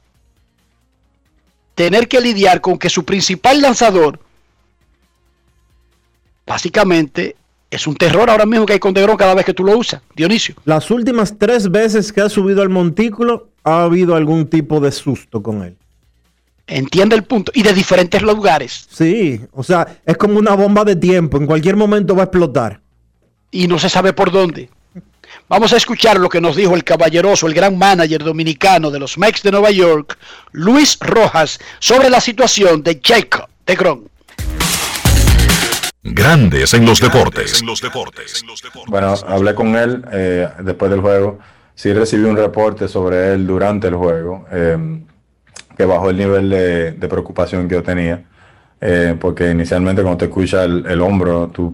tener que lidiar con que su principal lanzador básicamente es un terror ahora mismo que hay con deGrom cada vez que tú lo usas, Dionisio. Las últimas tres veces que ha subido al montículo ha habido algún tipo de susto con él. Entiende el punto. Y de diferentes lugares. Sí, o sea, es como una bomba de tiempo. En cualquier momento va a explotar. Y no se sabe por dónde. Vamos a escuchar lo que nos dijo el caballeroso, el gran manager dominicano de los Mets de Nueva York, Luis Rojas, sobre la situación de Jacob deGrom. Grandes en los deportes. Bueno, hablé con él eh, después del juego. Sí recibí un reporte sobre él durante el juego, eh, que bajó el nivel de, de preocupación que yo tenía, eh, porque inicialmente cuando te escucha el, el hombro, tú,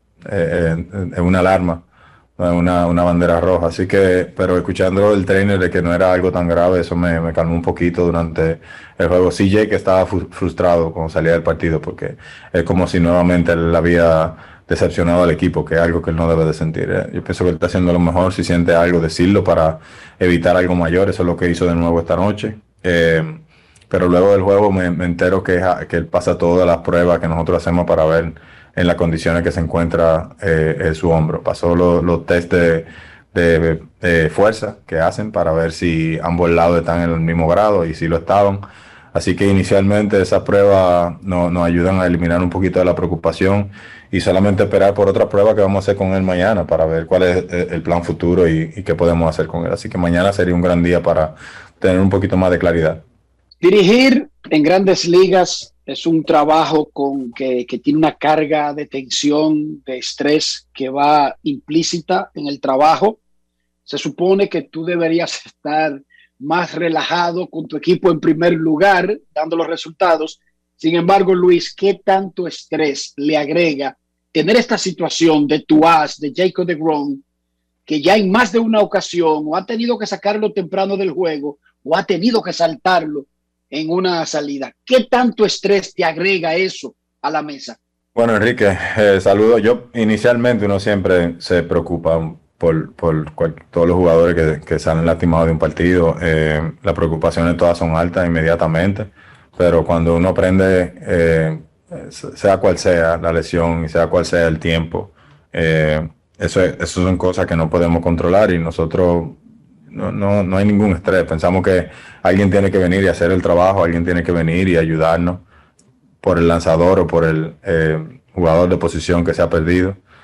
eh, es una alarma, una, una bandera roja. Así que, pero escuchando el trainer de que no era algo tan grave, eso me, me calmó un poquito durante el juego. C J que estaba frustrado cuando salía del partido, porque es como si nuevamente él había decepcionado al equipo, que es algo que él no debe de sentir. Yo pienso que él está haciendo lo mejor. Si siente algo, decirlo para evitar algo mayor. Eso es lo que hizo de nuevo esta noche. Eh, pero luego del juego me, me entero que, que él pasa todas las pruebas que nosotros hacemos para ver en las condiciones que se encuentra eh, en su hombro. Pasó los lo test de, de, de fuerza que hacen para ver si ambos lados están en el mismo grado, y si lo estaban. Así que inicialmente esas pruebas no, nos ayudan a eliminar un poquito de la preocupación y solamente esperar por otra prueba que vamos a hacer con él mañana para ver cuál es el plan futuro y, y qué podemos hacer con él. Así que mañana sería un gran día para tener un poquito más de claridad. Dirigir en Grandes Ligas es un trabajo con que, que tiene una carga de tensión, de estrés que va implícita en el trabajo. Se supone que tú deberías estar más relajado con tu equipo en primer lugar, dando los resultados. Sin embargo, Luis, ¿qué tanto estrés le agrega tener esta situación de tu as, de Jacob deGrom, que ya en más de una ocasión o ha tenido que sacarlo temprano del juego o ha tenido que saltarlo en una salida? ¿Qué tanto estrés te agrega eso a la mesa? Bueno, Enrique, eh, saludo. Yo inicialmente uno siempre se preocupa por, por cual, todos los jugadores que, que salen lastimados de un partido. Eh, las preocupaciones todas son altas inmediatamente, pero cuando uno aprende, eh, sea cual sea la lesión y sea cual sea el tiempo, eh, eso, eso son cosas que no podemos controlar, y nosotros no, no, no hay ningún estrés. Pensamos que alguien tiene que venir y hacer el trabajo, alguien tiene que venir y ayudarnos por el lanzador o por el eh, jugador de posición que se ha perdido.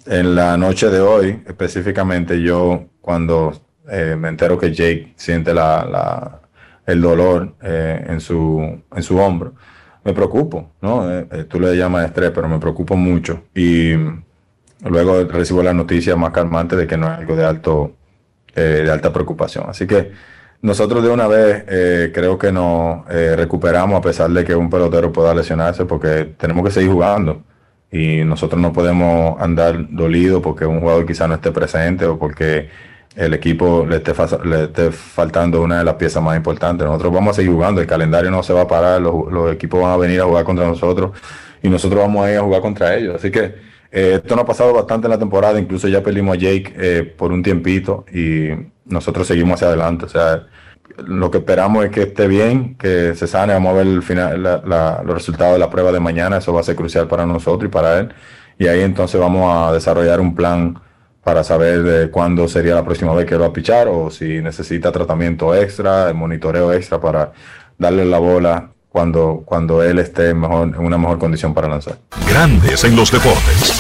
en la noche de hoy, específicamente, yo cuando eh, me entero que Jake siente la, la, el dolor eh, en, su, en su hombro, me preocupo, ¿no? Eh, eh, tú le llamas estrés, pero me preocupo mucho. Y luego recibo la noticia más calmante de que no es algo de, alto, eh, de alta preocupación. Así que nosotros de una vez eh, creo que nos eh, recuperamos a pesar de que un pelotero pueda lesionarse, porque tenemos que seguir jugando. Y nosotros no podemos andar dolidos porque un jugador quizá no esté presente o porque el equipo le esté, fa- le esté faltando una de las piezas más importantes. Nosotros vamos a seguir jugando, el calendario no se va a parar, los, los equipos van a venir a jugar contra nosotros y nosotros vamos a ir a jugar contra ellos. Así que eh, esto nos ha pasado bastante en la temporada, incluso ya perdimos a Jake eh, por un tiempito y nosotros seguimos hacia adelante. O sea, lo que esperamos es que esté bien, que se sane. Vamos a ver el final, la, la, los resultados de la prueba de mañana. Eso va a ser crucial para nosotros y para él. Y ahí entonces vamos a desarrollar un plan para saber de cuándo sería la próxima vez que él va a pichar o si necesita tratamiento extra, monitoreo extra para darle la bola cuando, cuando él esté mejor, en una mejor condición para lanzar. Grandes en los deportes.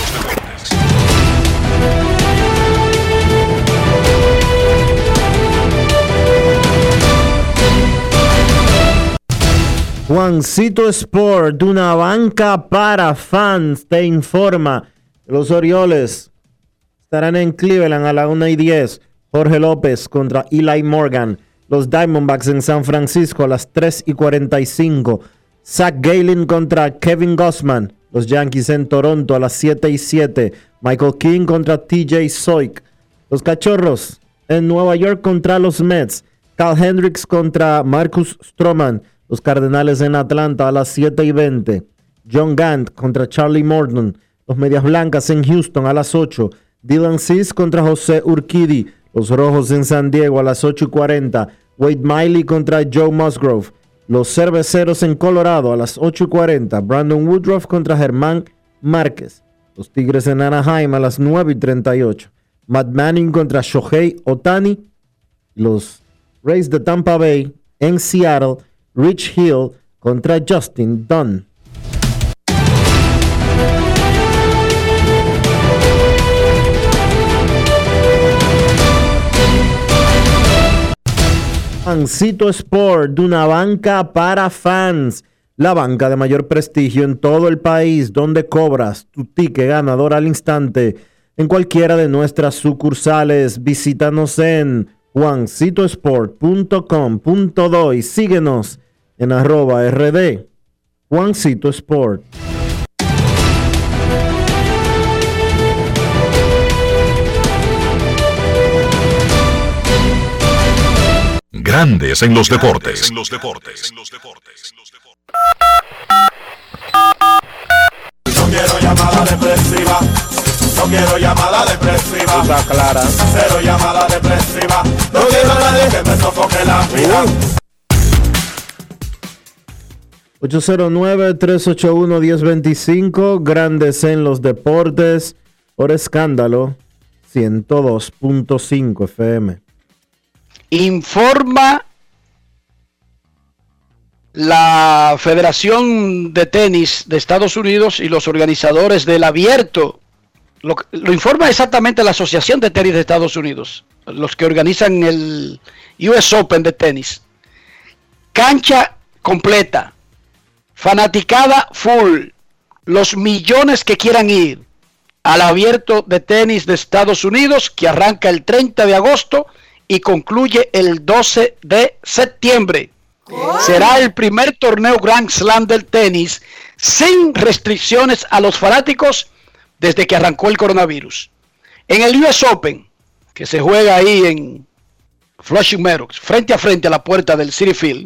Juancito Sport, una banca para fans, te informa que los Orioles estarán en Cleveland a la una y diez. Jorge López contra Eli Morgan. Los Diamondbacks en San Francisco a las tres y cuarenta y cinco. Zach Gallen contra Kevin Gausman. Los Yankees en Toronto a las siete y siete. Michael King contra T J Soik. Los Cachorros en Nueva York contra los Mets. Cal Hendricks contra Marcus Stroman. Los Cardenales en Atlanta a las siete y veinte. John Gant contra Charlie Morton. Los Medias Blancas en Houston a las ocho. Dylan Cease contra José Urquidy. Los Rojos en San Diego a las ocho y cuarenta. Wade Miley contra Joe Musgrove. Los Cerveceros en Colorado a las ocho y cuarenta. Brandon Woodruff contra Germán Márquez. Los Tigres en Anaheim a las nueve y treinta y ocho. Matt Manning contra Shohei Ohtani. Los Rays de Tampa Bay en Seattle. Rich Hill contra Justin Dunn. Juancito Sport, una banca para fans. La banca de mayor prestigio en todo el país, donde cobras tu ticket ganador al instante en cualquiera de nuestras sucursales. Visítanos en juancito sport punto com punto do y síguenos en arroba rd Juancito Sport. Grandes en los deportes. En los deportes. No quiero llamada depresiva. No quiero llamada depresiva. Está clara. Cero llamada depresiva. No quiero a nadie que me sofoque la vida. ocho cero nueve, tres ocho uno, uno cero dos cinco. Grandes en los deportes. Por Escándalo ciento dos punto cinco F M. Informa la Federación de Tenis de Estados Unidos y los organizadores del Abierto. Lo, lo informa exactamente la Asociación de Tenis de Estados Unidos, los que organizan el U S Open de tenis. Cancha completa, fanaticada full, los millones que quieran ir al Abierto de Tenis de Estados Unidos, que arranca el treinta de agosto y concluye el doce de septiembre. ¿Cómo? Será el primer torneo Grand Slam del tenis sin restricciones a los fanáticos desde que arrancó el coronavirus. En el U S Open, que se juega ahí en Flushing Meadows, frente a frente a la puerta del Citi Field,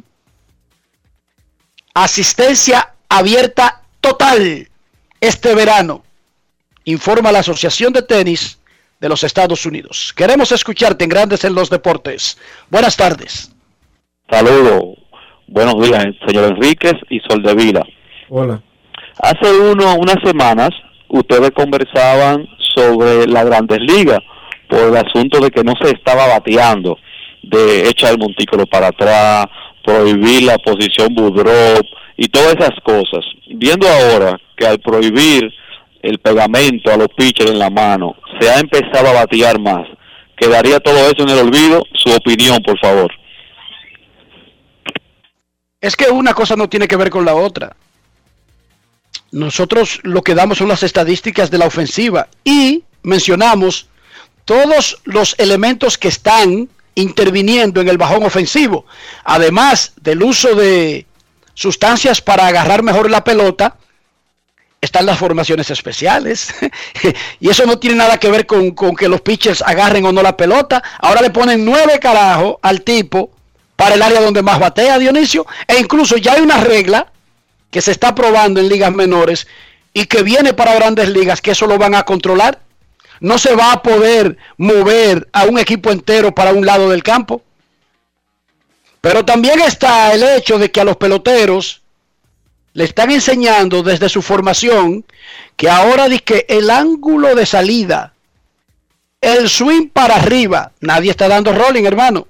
asistencia abierta total este verano, informa la Asociación de Tenis de los Estados Unidos. Queremos escucharte en Grandes en los Deportes. Buenas tardes. Saludos. Buenos días, señor Enríquez y Soldevila. Hola. Hace uno, unas semanas, ustedes conversaban sobre las Grandes Ligas por el asunto de que no se estaba bateando, de echar el montículo para atrás, prohibir la posición Woodruff y todas esas cosas. Viendo ahora que al prohibir el pegamento a los pitchers en la mano, se ha empezado a batear más. ¿Quedaría todo eso en el olvido? Su opinión, por favor. Es que una cosa no tiene que ver con la otra. Nosotros lo que damos son las estadísticas de la ofensiva y mencionamos todos los elementos que están interviniendo en el bajón ofensivo. Además del uso de sustancias para agarrar mejor la pelota, están las formaciones especiales. Y eso no tiene nada que ver con, con que los pitchers agarren o no la pelota. Ahora le ponen nueve carajos al tipo para el área donde más batea, Dionisio. E incluso ya hay una regla que se está probando en ligas menores y que viene para grandes ligas, que eso lo van a controlar. No se va a poder mover a un equipo entero para un lado del campo. Pero también está el hecho de que a los peloteros le están enseñando desde su formación que ahora dice que el ángulo de salida, el swing para arriba, nadie está dando rolling, hermano.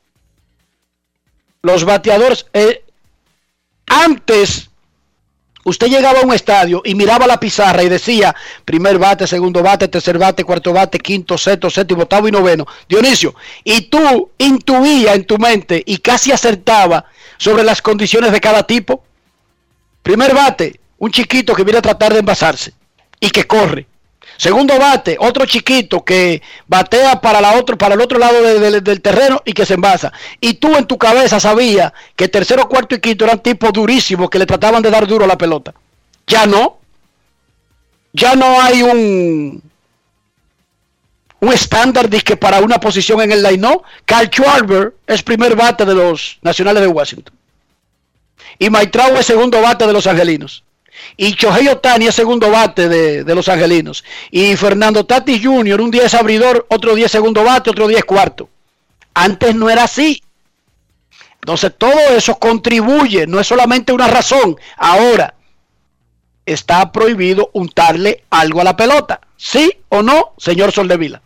Los bateadores, eh, antes usted llegaba a un estadio y miraba la pizarra y decía primer bate, segundo bate, tercer bate, cuarto bate, quinto, sexto, séptimo, octavo y noveno. Dionisio, y tú intuías en tu mente y casi acertaba sobre las condiciones de cada tipo. Primer bate, un chiquito que viene a tratar de envasarse y que corre. Segundo bate, otro chiquito que batea para, la otro, para el otro lado de, de, del terreno y que se envasa. Y tú en tu cabeza sabías que tercero, cuarto y quinto eran tipos durísimos que le trataban de dar duro a la pelota. Ya no. Ya no hay un un estándar de que para una posición en el line-up. Kyle Schwarber es primer bate de los Nacionales de Washington. Y Mike Trout es segundo bate de los Angelinos. Y Shohei Ohtani es segundo bate de, de los Angelinos. Y Fernando Tatis junior un día es abridor, otro día es segundo bate, otro día es cuarto. Antes no era así. Entonces todo eso contribuye, no es solamente una razón. Ahora, está prohibido untarle algo a la pelota. ¿Sí o no, señor Soldevila?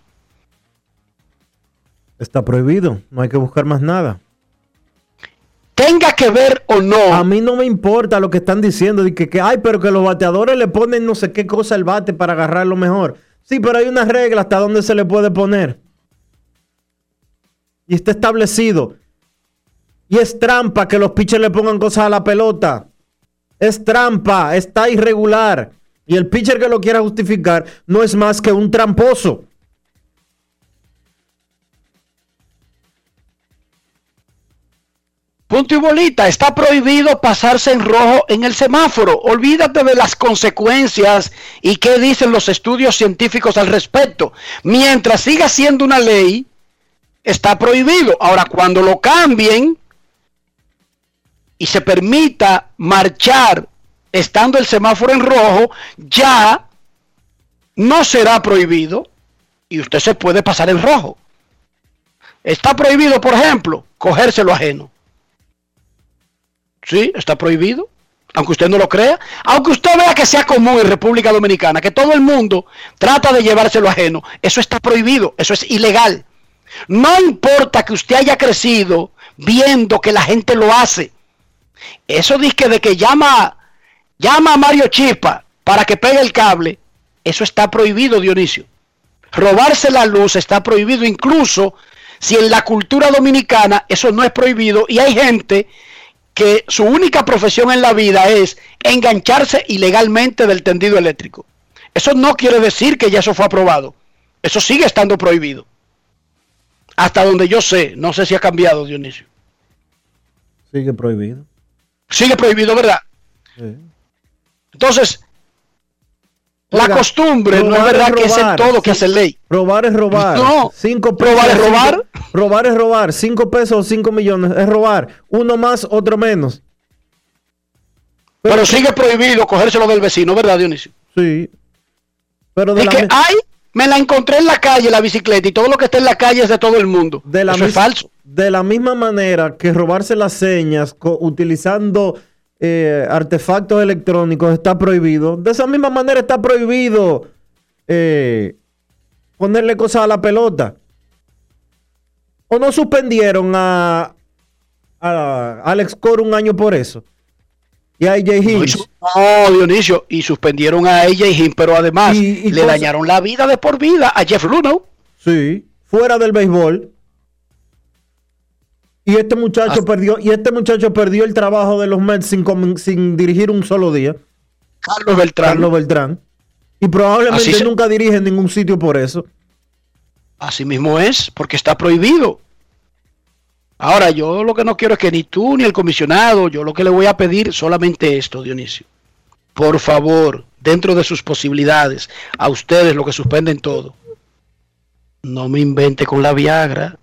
Está prohibido, no hay que buscar más nada. Tenga que ver o no. A mí no me importa lo que están diciendo, de que, que ay, pero que los bateadores le ponen no sé qué cosa al bate para agarrarlo mejor. Sí, pero hay una regla hasta donde se le puede poner. Y está establecido. Y es trampa que los pitchers le pongan cosas a la pelota. Es trampa, está irregular. Y el pitcher que lo quiera justificar no es más que un tramposo. Punto y bolita, está prohibido pasarse en rojo en el semáforo. Olvídate de las consecuencias y qué dicen los estudios científicos al respecto. Mientras siga siendo una ley, está prohibido. Ahora, cuando lo cambien y se permita marchar estando el semáforo en rojo, ya no será prohibido y usted se puede pasar en rojo. Está prohibido, por ejemplo, cogerse lo ajeno. Sí, está prohibido, aunque usted no lo crea, aunque usted vea que sea común en República Dominicana, que todo el mundo trata de llevárselo ajeno, eso está prohibido, eso es ilegal. No importa que usted haya crecido viendo que la gente lo hace. Eso dice de que llama, llama a Mario Chispa para que pegue el cable, eso está prohibido, Dionisio. Robarse la luz está prohibido, incluso si en la cultura dominicana eso no es prohibido y hay gente que su única profesión en la vida es engancharse ilegalmente del tendido eléctrico. Eso no quiere decir que ya eso fue aprobado. Eso sigue estando prohibido. Hasta donde yo sé, no sé si ha cambiado, Dionisio. Sigue prohibido. Sigue prohibido, ¿verdad? Sí. Entonces, Oiga, la costumbre no es verdad es que es el todo sí. que hace ley. Robar es robar. No, cinco pesos, robar es robar. Cinco, robar es robar. Cinco pesos o cinco millones es robar. Uno más, otro menos. Pero, Pero sigue prohibido cogérselo del vecino, ¿verdad, Dionisio? Sí. Pero de es la que me... hay, me la encontré en la calle, la bicicleta, y todo lo que está en la calle es de todo el mundo. De la Eso mis... es falso. De la misma manera que robarse las señas co- utilizando eh, artefactos electrónicos está prohibido. De esa misma manera está prohibido eh, ponerle cosas a la pelota. ¿O no suspendieron a, a Alex Cora un año por eso? Y ¿Y a A J Hinch? No, Dionisio, y suspendieron a A J Hinch, pero además ¿Y, y le cosa? dañaron la vida de por vida a Jeff Luhnow. Sí, fuera del béisbol. Y este muchacho Hasta... perdió, y este muchacho perdió el trabajo de los Mets sin, sin dirigir un solo día. Carlos Beltrán. Carlos Beltrán. Y probablemente se... nunca dirige en ningún sitio por eso. Así mismo es, porque está prohibido. Ahora, yo lo que no quiero es que ni tú ni el comisionado, yo lo que le voy a pedir solamente esto, Dionisio. Por favor, dentro de sus posibilidades, a ustedes lo que suspenden todo, no me invente con la Viagra.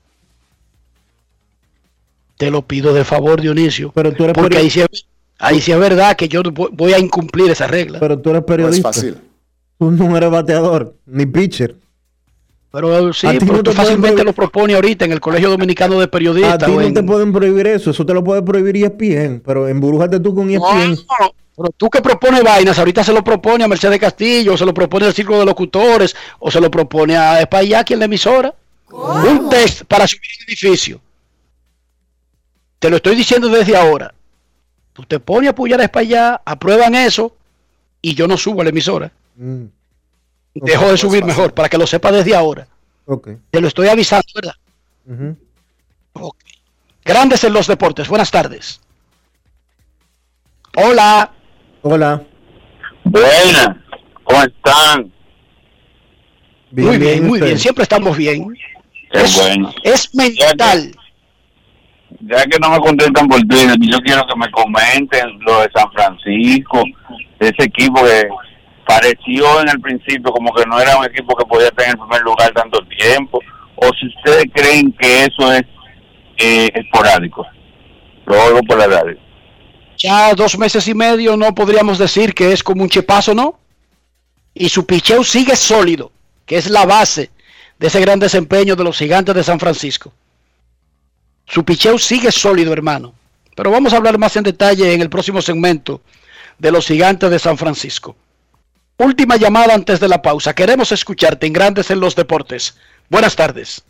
Te lo pido de favor, Dionisio. Pero tú eres porque ahí sí, es, ahí sí es verdad que yo voy a incumplir esa regla. Pero tú eres periodista. No es fácil. Tú no eres bateador, ni pitcher. Pero sí, pero no tú fácilmente lo propone ahorita en el Colegio Dominicano de Periodistas. A ti no en... te pueden prohibir eso, eso te lo puede prohibir E S P N, pero embrújate tú con E S P N. No, no, pero tú que propones vainas, ahorita se lo propone a Mercedes Castillo, o se lo propone al Círculo de Locutores, o se lo propone a Espaillaki en la emisora. ¿Cómo? Un test para subir el edificio. Te lo estoy diciendo desde ahora. Tú te pones a apoyar a Espaillá, aprueban eso, y yo no subo a la emisora. Mm. Okay, Dejo de subir mejor, para que lo sepa desde ahora. Okay. Te lo estoy avisando, ¿verdad? Uh-huh. Okay. Grandes en los deportes, buenas tardes. Hola. Hola. Buenas, ¿cómo están? Bien, muy bien, muy usted. bien, siempre estamos bien. Qué es, bueno. Es mental. Ya que, ya que no me contestan por Twitter, yo quiero que me comenten lo de San Francisco, de ese equipo que pareció en el principio como que no era un equipo que podía estar en el primer lugar tanto tiempo, o si ustedes creen que eso es eh, esporádico. Lo oigo por la radio. Ya dos meses y medio no podríamos decir que es como un chepazo, ¿no? Y su picheo sigue sólido, que es la base de ese gran desempeño de los Gigantes de San Francisco. Su picheo sigue sólido, hermano. Pero vamos a hablar más en detalle en el próximo segmento de los Gigantes de San Francisco. Última llamada antes de la pausa. Queremos escucharte en Grandes en los Deportes. Buenas tardes.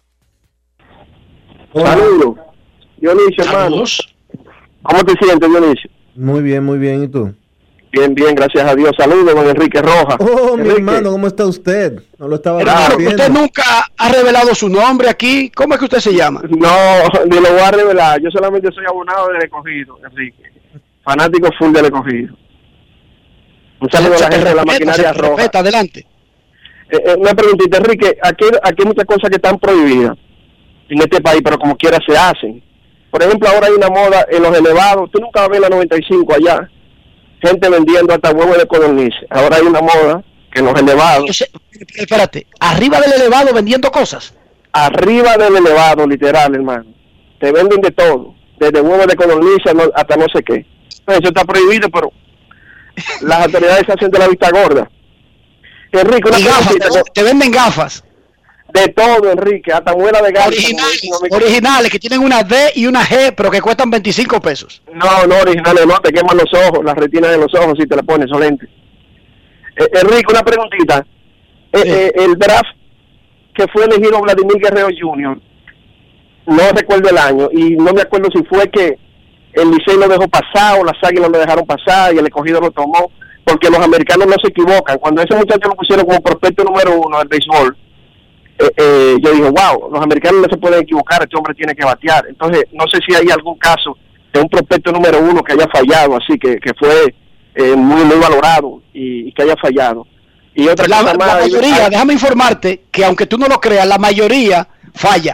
Saludos. Dionisio, hermano. ¿Cómo te sientes, Dionisio? Muy bien, muy bien. ¿Y tú? Bien, bien, gracias a Dios. Saludos, don Enrique Rojas. Oh, Enrique. Mi hermano, ¿cómo está usted? No lo estaba Hermano, usted nunca ha revelado su nombre aquí. ¿Cómo es que usted se llama? No, ni lo voy a revelar. Yo solamente soy abonado del Escogido, Enrique. Fanático full del Escogido. Un saludo a la gente de la maquinaria roja. Respeta, adelante. Eh, eh, una preguntita, Enrique. Aquí, aquí hay muchas cosas que están prohibidas en este país, pero como quiera se hacen. Por ejemplo, ahora hay una moda en los elevados. Tú nunca ves la noventa y cinco allá. Gente vendiendo hasta huevos de codornices. Ahora hay una moda que en los elevados... Entonces, espérate, ¿arriba del elevado vendiendo cosas? Arriba del elevado, literal, hermano. Te venden de todo. Desde huevos de codornices hasta no sé qué. Eso está prohibido, pero las autoridades se hacen de la vista gorda. Enrique, una gafas, te, te venden gafas. De todo, Enrique, hasta muela de gafas. Originales, originales, que tienen una D y una G, pero que cuestan veinticinco pesos. No, no, originales no, te queman los ojos, las retinas de los ojos si te la pones, son lentes. Eh, Enrique, una preguntita. Eh, sí. eh, el draft que fue elegido Vladimir Guerrero junior, no recuerdo el año, y no me acuerdo si fue que el Licey lo dejó pasar o las Águilas lo dejaron pasar y el Escogido lo tomó, porque los americanos no se equivocan. Cuando ese muchacho lo pusieron como prospecto número uno del béisbol, eh, eh, yo digo, wow, los americanos no se pueden equivocar, este hombre tiene que batear. Entonces, no sé si hay algún caso de un prospecto número uno que haya fallado, así que, que fue eh, muy muy valorado y, y que haya fallado. Y otra la, cosa la más, mayoría, hay, déjame informarte que aunque tú no lo creas, la mayoría falla.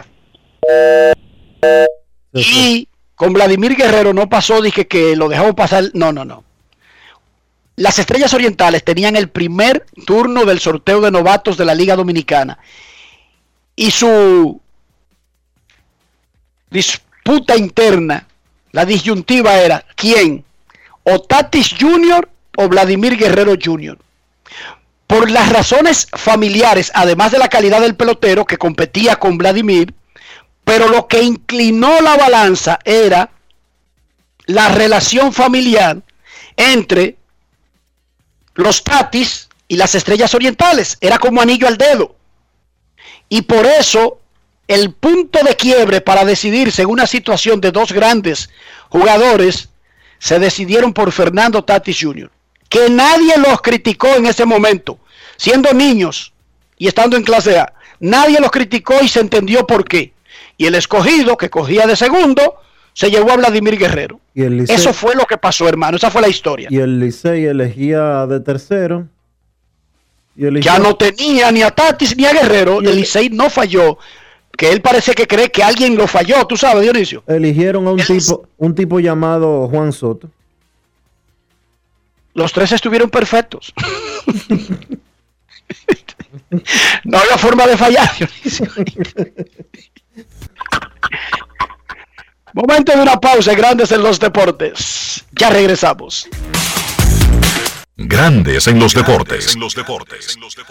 Y con Vladimir Guerrero no pasó, dije que lo dejamos pasar, no, no, no. Las Estrellas Orientales tenían el primer turno del sorteo de novatos de la Liga Dominicana. Y su disputa interna, la disyuntiva era, ¿quién? ¿O Tatis junior o Vladimir Guerrero junior? Por las razones familiares, además de la calidad del pelotero que competía con Vladimir, pero lo que inclinó la balanza era la relación familiar entre los Tatis y las Estrellas Orientales. Era como anillo al dedo. Y por eso el punto de quiebre para decidirse en una situación de dos grandes jugadores se decidieron por Fernando Tatis junior, que nadie los criticó en ese momento, siendo niños y estando en clase A. Nadie los criticó y se entendió por qué. Y el Escogido, que cogía de segundo, se llevó a Vladimir Guerrero. Y el Licey, eso fue lo que pasó, hermano. Esa fue la historia. Y el Licey elegía de tercero. Y eligió... Ya no tenía ni a Tatis ni a Guerrero. El Licey no falló. Que él parece que cree que alguien lo falló. ¿Tú sabes, Dionisio? Eligieron a un, el... tipo, un tipo llamado Juan Soto. Los tres estuvieron perfectos. No había forma de fallar, Dionisio. Momento de una pausa. Grandes en los deportes. Ya regresamos. Grandes en los deportes. En los deportes.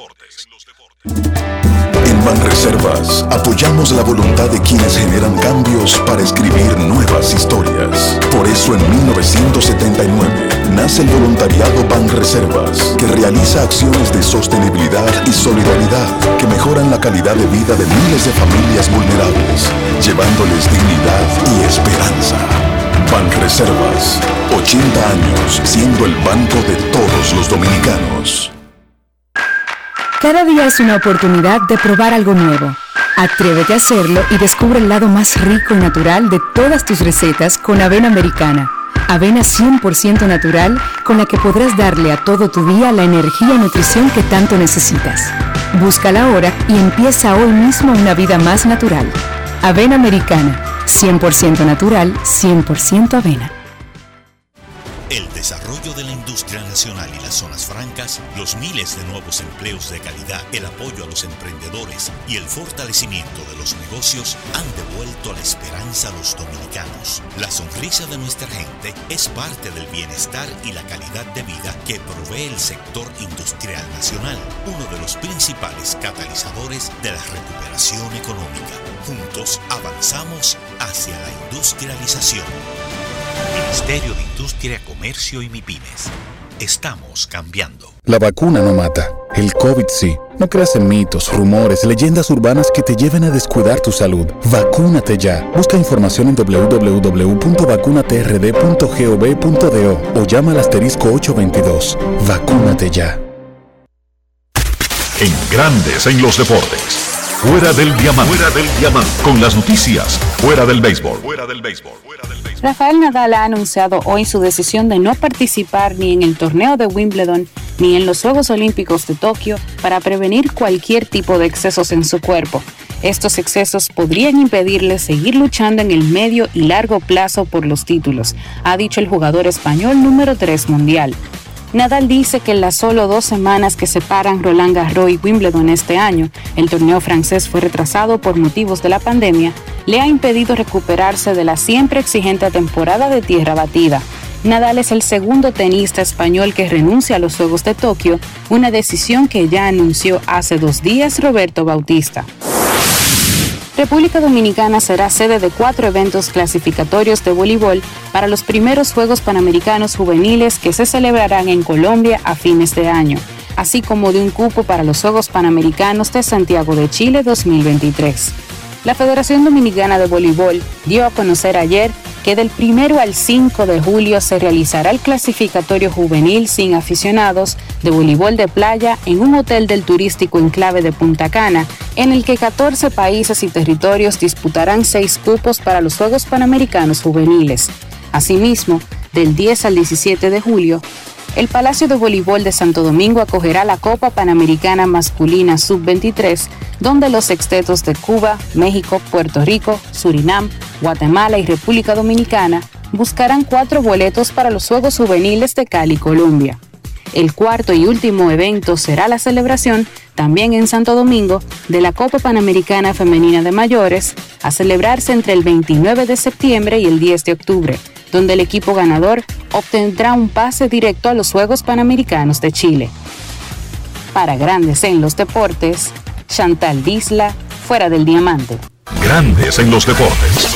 En Banreservas apoyamos la voluntad de quienes generan cambios para escribir nuevas historias. Por eso en mil novecientos setenta y nueve nace el voluntariado Banreservas, que realiza acciones de sostenibilidad y solidaridad que mejoran la calidad de vida de miles de familias vulnerables, llevándoles dignidad y esperanza. Banreservas, ochenta años siendo el banco de todos los dominicanos. Cada día es una oportunidad de probar algo nuevo. Atrévete a hacerlo y descubre el lado más rico y natural de todas tus recetas con avena americana. Avena cien por ciento natural con la que podrás darle a todo tu día la energía y nutrición que tanto necesitas. Búscala ahora y empieza hoy mismo una vida más natural. Avena americana, cien por ciento natural, cien por ciento avena. El desarrollo de la industria nacional y las zonas francas, los miles de nuevos empleos de calidad, el apoyo a los emprendedores y el fortalecimiento de los negocios han devuelto la esperanza a los dominicanos. La sonrisa de nuestra gente es parte del bienestar y la calidad de vida que provee el sector industrial nacional, uno de los principales catalizadores de la recuperación económica. Juntos avanzamos hacia la industrialización. Ministerio de Industria, Comercio y MIPYMES. Estamos cambiando. La vacuna no mata. El COVID sí. No creas en mitos, rumores, leyendas urbanas que te lleven a descuidar tu salud. Vacúnate ya. Busca información en doble u doble u doble u punto vacunate r d punto gov punto do o llama al asterisco ocho veintidós. Vacúnate ya. En Grandes en los deportes. Fuera del diamante. Fuera del diamante. Con las noticias. Fuera del béisbol. Fuera del béisbol. Rafael Nadal ha anunciado hoy su decisión de no participar ni en el torneo de Wimbledon ni en los Juegos Olímpicos de Tokio para prevenir cualquier tipo de excesos en su cuerpo. Estos excesos podrían impedirle seguir luchando en el medio y largo plazo por los títulos, ha dicho el jugador español número tres mundial. Nadal dice que en las solo dos semanas que separan Roland Garros y Wimbledon este año, el torneo francés fue retrasado por motivos de la pandemia, le ha impedido recuperarse de la siempre exigente temporada de tierra batida. Nadal es el segundo tenista español que renuncia a los Juegos de Tokio, una decisión que ya anunció hace dos días Roberto Bautista. República Dominicana será sede de cuatro eventos clasificatorios de voleibol para los primeros Juegos Panamericanos Juveniles que se celebrarán en Colombia a fines de año, así como de un cupo para los Juegos Panamericanos de Santiago de Chile dos mil veintitrés. La Federación Dominicana de Voleibol dio a conocer ayer que del primero al cinco de julio se realizará el clasificatorio juvenil sin aficionados de voleibol de playa en un hotel del turístico enclave de Punta Cana, en el que catorce países y territorios disputarán seis cupos para los Juegos Panamericanos Juveniles. Asimismo, del diez al diecisiete de julio, el Palacio de Voleibol de Santo Domingo acogerá la Copa Panamericana Masculina sub veintitrés, donde los sextetos de Cuba, México, Puerto Rico, Surinam, Guatemala y República Dominicana buscarán cuatro boletos para los Juegos Juveniles de Cali, Colombia. El cuarto y último evento será la celebración, también en Santo Domingo, de la Copa Panamericana Femenina de Mayores, a celebrarse entre el veintinueve de septiembre y el diez de octubre, donde el equipo ganador obtendrá un pase directo a los Juegos Panamericanos de Chile. Para Grandes en los Deportes, Chantal Disla, Fuera del Diamante. Grandes en los deportes.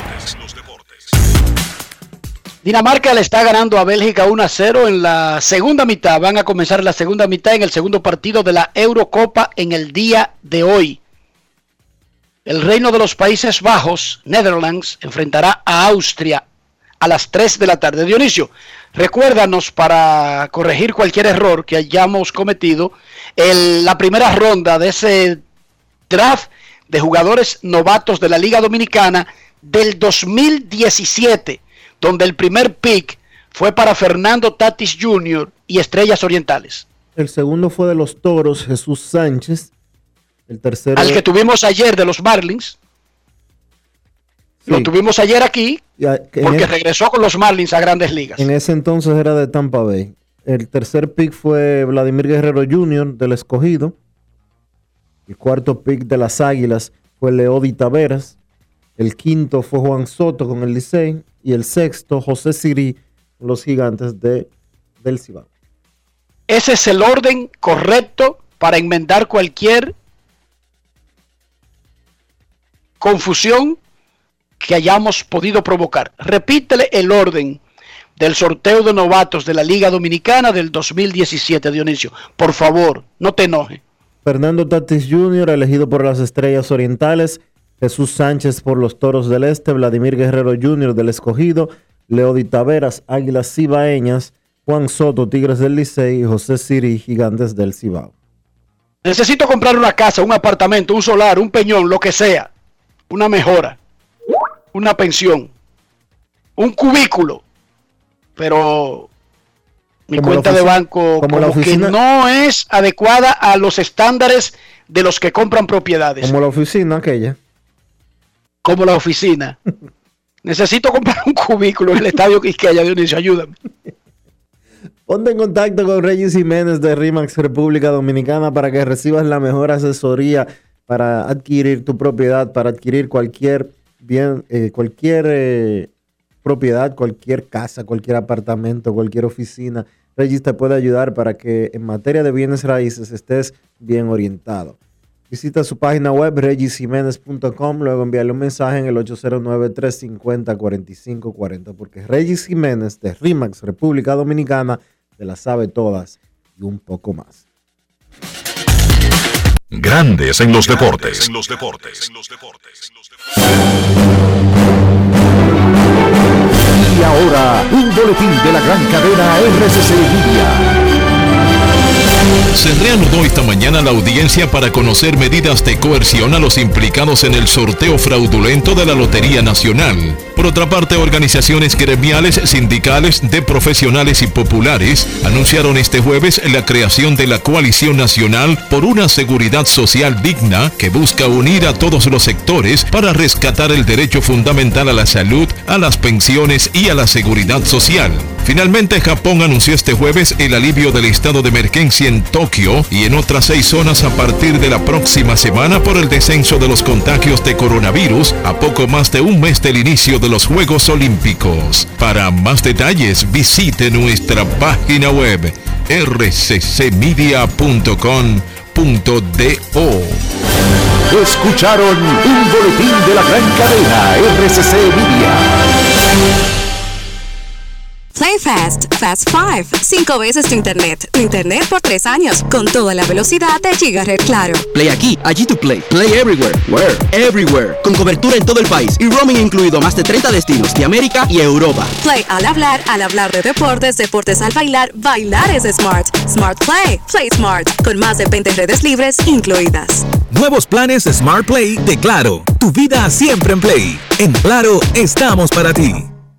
Dinamarca le está ganando a Bélgica uno a cero en la segunda mitad. Van a comenzar la segunda mitad en el segundo partido de la Eurocopa en el día de hoy. El Reino de los Países Bajos, Netherlands, enfrentará a Austria a las tres de la tarde. Dionisio, recuérdanos para corregir cualquier error que hayamos cometido el, la primera ronda de ese draft de jugadores novatos de la Liga Dominicana del dos mil diecisiete, donde el primer pick fue para Fernando Tatis junior y Estrellas Orientales. El segundo fue de los Toros, Jesús Sánchez. El tercero... Al que tuvimos ayer de los Marlins. Sí. Lo tuvimos ayer aquí ya, porque el... regresó con los Marlins a Grandes Ligas. En ese entonces era de Tampa Bay. El tercer pick fue Vladimir Guerrero junior del Escogido. El cuarto pick de las Águilas fue Leody Taveras. El quinto fue Juan Soto con el Licey. Y el sexto, José Siri, los Gigantes de, del Cibao. Ese es el orden correcto para enmendar cualquier confusión que hayamos podido provocar. Repítele el orden del sorteo de novatos de la Liga Dominicana del dos mil diecisiete, Dionisio. Por favor, no te enojes. Fernando Tatis junior, elegido por las Estrellas Orientales. Jesús Sánchez por los Toros del Este. Vladimir Guerrero junior del Escogido. Leody Taveras, Águilas Cibaeñas. Juan Soto, Tigres del Licey. Y José Siri, Gigantes del Cibao. Necesito comprar una casa, un apartamento, un solar, un peñón, lo que sea. Una mejora. Una pensión. Un cubículo. Pero mi como cuenta de banco como, como que no es adecuada a los estándares de los que compran propiedades. Como la oficina aquella. Como la oficina. Necesito comprar un cubículo en el Estadio Quisqueya, Dionisio, ayúdame. Ponte en contacto con Regis Jiménez de RIMAX República Dominicana para que recibas la mejor asesoría para adquirir tu propiedad, para adquirir cualquier bien, eh, cualquier eh, propiedad, cualquier casa, cualquier apartamento, cualquier oficina. Regis te puede ayudar para que en materia de bienes raíces estés bien orientado. Visita su página web regis jiménez punto com, luego envíale un mensaje en el ocho cero nueve, tres cinco cero, cuatro cinco cuatro cero, porque Regis Jiménez de RIMAX República Dominicana te las sabe todas y un poco más. Grandes en los deportes. En los deportes. Y ahora, un boletín de la gran cadena R C C Media. Se reanudó esta mañana la audiencia para conocer medidas de coerción a los implicados en el sorteo fraudulento de la Lotería Nacional. Por otra parte, organizaciones gremiales, sindicales, de profesionales y populares anunciaron este jueves la creación de la Coalición Nacional por una Seguridad Social Digna que busca unir a todos los sectores para rescatar el derecho fundamental a la salud, a las pensiones y a la seguridad social. Finalmente, Japón anunció este jueves el alivio del estado de emergencia en Tokio y en otras seis zonas a partir de la próxima semana por el descenso de los contagios de coronavirus a poco más de un mes del inicio de los Juegos Olímpicos. Para más detalles, visite nuestra página web r c c media punto com punto do. Escucharon un boletín de la gran cadena R C C Media. Play Fast, Fast Five. Cinco veces tu internet. Tu internet por tres años. Con toda la velocidad de Gigaret Claro. Play aquí, allí tu play. Play everywhere. Where? Everywhere. Con cobertura en todo el país. Y roaming incluido más de treinta destinos de América y Europa. Play al hablar, al hablar de deportes, deportes al bailar. Bailar es Smart. Smart Play. Play Smart. Con más de veinte redes libres incluidas. Nuevos planes Smart Play de Claro. Tu vida siempre en Play. En Claro estamos para ti.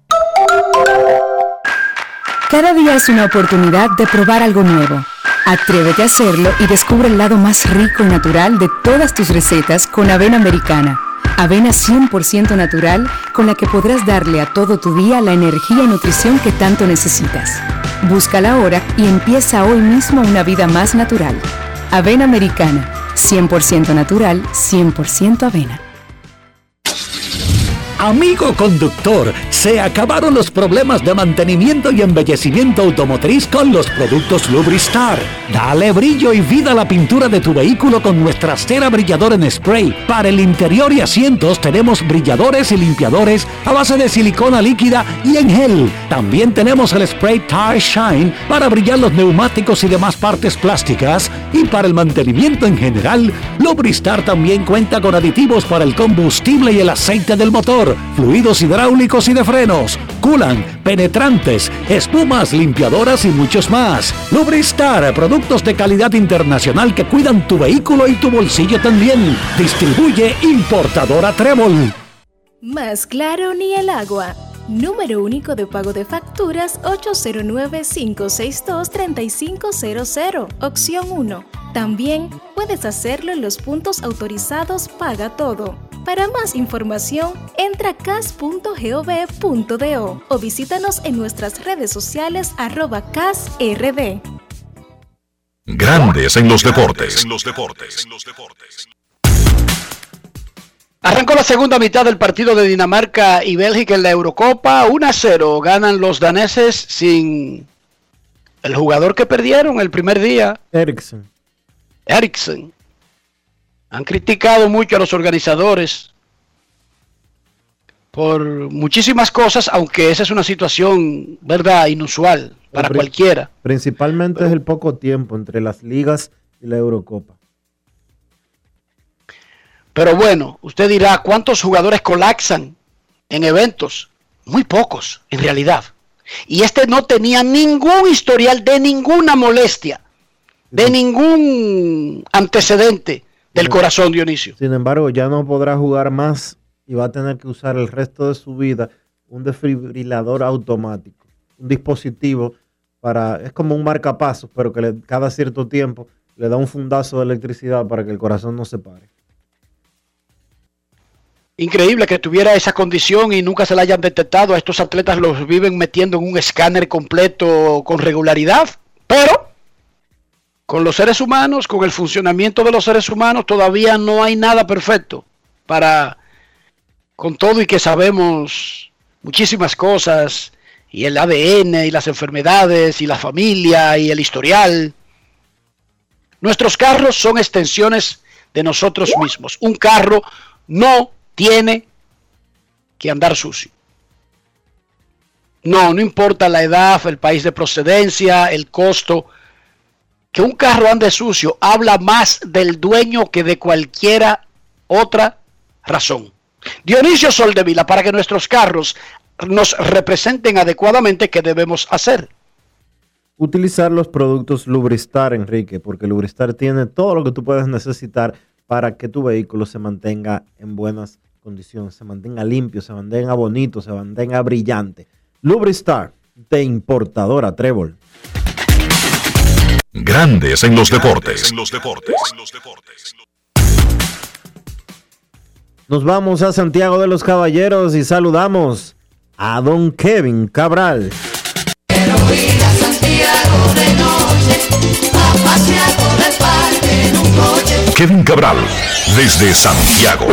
Cada día es una oportunidad de probar algo nuevo. Atrévete a hacerlo y descubre el lado más rico y natural de todas tus recetas con avena americana. Avena cien por ciento natural con la que podrás darle a todo tu día la energía y nutrición que tanto necesitas. Búscala ahora y empieza hoy mismo una vida más natural. Avena americana, cien por ciento natural, cien por ciento avena. Amigo conductor, se acabaron los problemas de mantenimiento y embellecimiento automotriz con los productos Lubristar. Dale brillo y vida a la pintura de tu vehículo con nuestra cera brilladora en spray. Para el interior y asientos tenemos brilladores y limpiadores a base de silicona líquida y en gel. También tenemos el spray Tire Shine para brillar los neumáticos y demás partes plásticas. Y para el mantenimiento en general, Lubristar también cuenta con aditivos para el combustible y el aceite del motor, fluidos hidráulicos y de frenos, culan, penetrantes, espumas, limpiadoras y muchos más. Lubristar, productos de calidad internacional que cuidan tu vehículo y tu bolsillo también. Distribuye importadora Trébol. Más claro ni el agua. Número único de pago de facturas ocho cero nueve, cinco seis dos, tres cinco cero cero, opción uno. También puedes hacerlo en los puntos autorizados Paga Todo. Para más información, entra a cas punto gov punto do o visítanos en nuestras redes sociales arroba casrd. Grandes en los deportes. Arrancó la segunda mitad del partido de Dinamarca y Bélgica en la Eurocopa. uno a cero ganan los daneses sin el jugador que perdieron el primer día. Eriksen. Eriksen. Han criticado mucho a los organizadores por muchísimas cosas, aunque esa es una situación, verdad, inusual para Pri- cualquiera. Principalmente Pero, es el poco tiempo entre las ligas y la Eurocopa. Pero bueno, usted dirá, ¿cuántos jugadores colapsan en eventos? Muy pocos, en realidad. Y este no tenía ningún historial de ninguna molestia, de ningún antecedente del corazón, Dionisio. Sin embargo, ya no podrá jugar más y va a tener que usar el resto de su vida un desfibrilador automático, un dispositivo para, es como un marcapasos, pero que le, cada cierto tiempo le da un fundazo de electricidad para que el corazón no se pare. Increíble que tuviera esa condición y nunca se la hayan detectado. A estos atletas los viven metiendo en un escáner completo con regularidad, pero con los seres humanos, con el funcionamiento de los seres humanos, todavía no hay nada perfecto para, con todo y que sabemos muchísimas cosas, y el A D N, y las enfermedades, y la familia, y el historial. Nuestros carros son extensiones de nosotros mismos. Un carro no tiene que andar sucio. No, no importa la edad, el país de procedencia, el costo. Que un carro ande sucio habla más del dueño que de cualquiera otra razón. Dionisio Soldevila, para que nuestros carros nos representen adecuadamente, ¿qué debemos hacer? Utilizar los productos Lubristar, Enrique, porque Lubristar tiene todo lo que tú puedes necesitar para que tu vehículo se mantenga en buenas condiciones, se mantenga limpio, se mantenga bonito, se mantenga brillante. Lubristar, de importadora Trébol. Grandes en los deportes. Nos vamos a Santiago de los Caballeros y saludamos a don Kevin Cabral. Quiero ir a Santiago de noche, a pasear por el parque en un coche. Kevin Cabral, desde Santiago.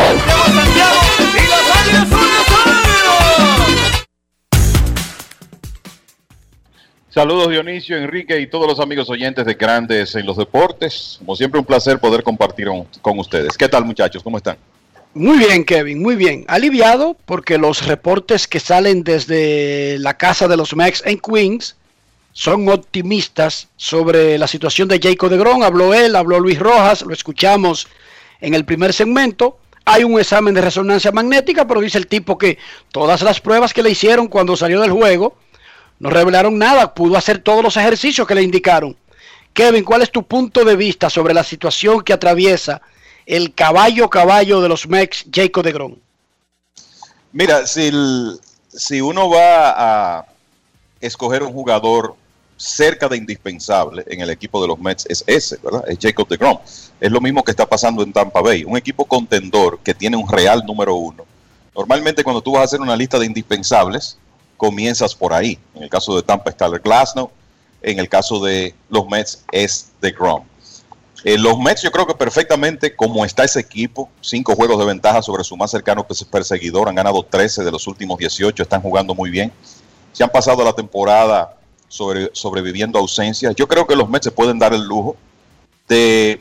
Saludos Dionisio, Enrique y todos los amigos oyentes de Grandes en los Deportes. Como siempre, un placer poder compartir con ustedes. ¿Qué tal, muchachos? ¿Cómo están? Muy bien, Kevin, muy bien. Aliviado porque los reportes que salen desde la casa de los Mets en Queens son optimistas sobre la situación de Jacob deGrom. Habló él, habló Luis Rojas, lo escuchamos en el primer segmento. Hay un examen de resonancia magnética, pero dice el tipo que todas las pruebas que le hicieron cuando salió del juego no revelaron nada, pudo hacer todos los ejercicios que le indicaron. Kevin, ¿cuál es tu punto de vista sobre la situación que atraviesa el caballo caballo de los Mets, Jacob deGrom? Mira, si, el, si uno va a escoger un jugador cerca de indispensable en el equipo de los Mets, es ese, ¿verdad? Es Jacob deGrom. Es lo mismo que está pasando en Tampa Bay, un equipo contendor que tiene un real número uno. Normalmente cuando tú vas a hacer una lista de indispensables, comienzas por ahí. En el caso de Tampa está Glasnow, en el caso de los Mets es deGrom. Eh, los Mets, yo creo que perfectamente como está ese equipo, cinco juegos de ventaja sobre su más cercano perseguidor, han ganado trece de los últimos dieciocho, están jugando muy bien. Se han pasado la temporada sobre, sobreviviendo a ausencias. Yo creo que los Mets se pueden dar el lujo de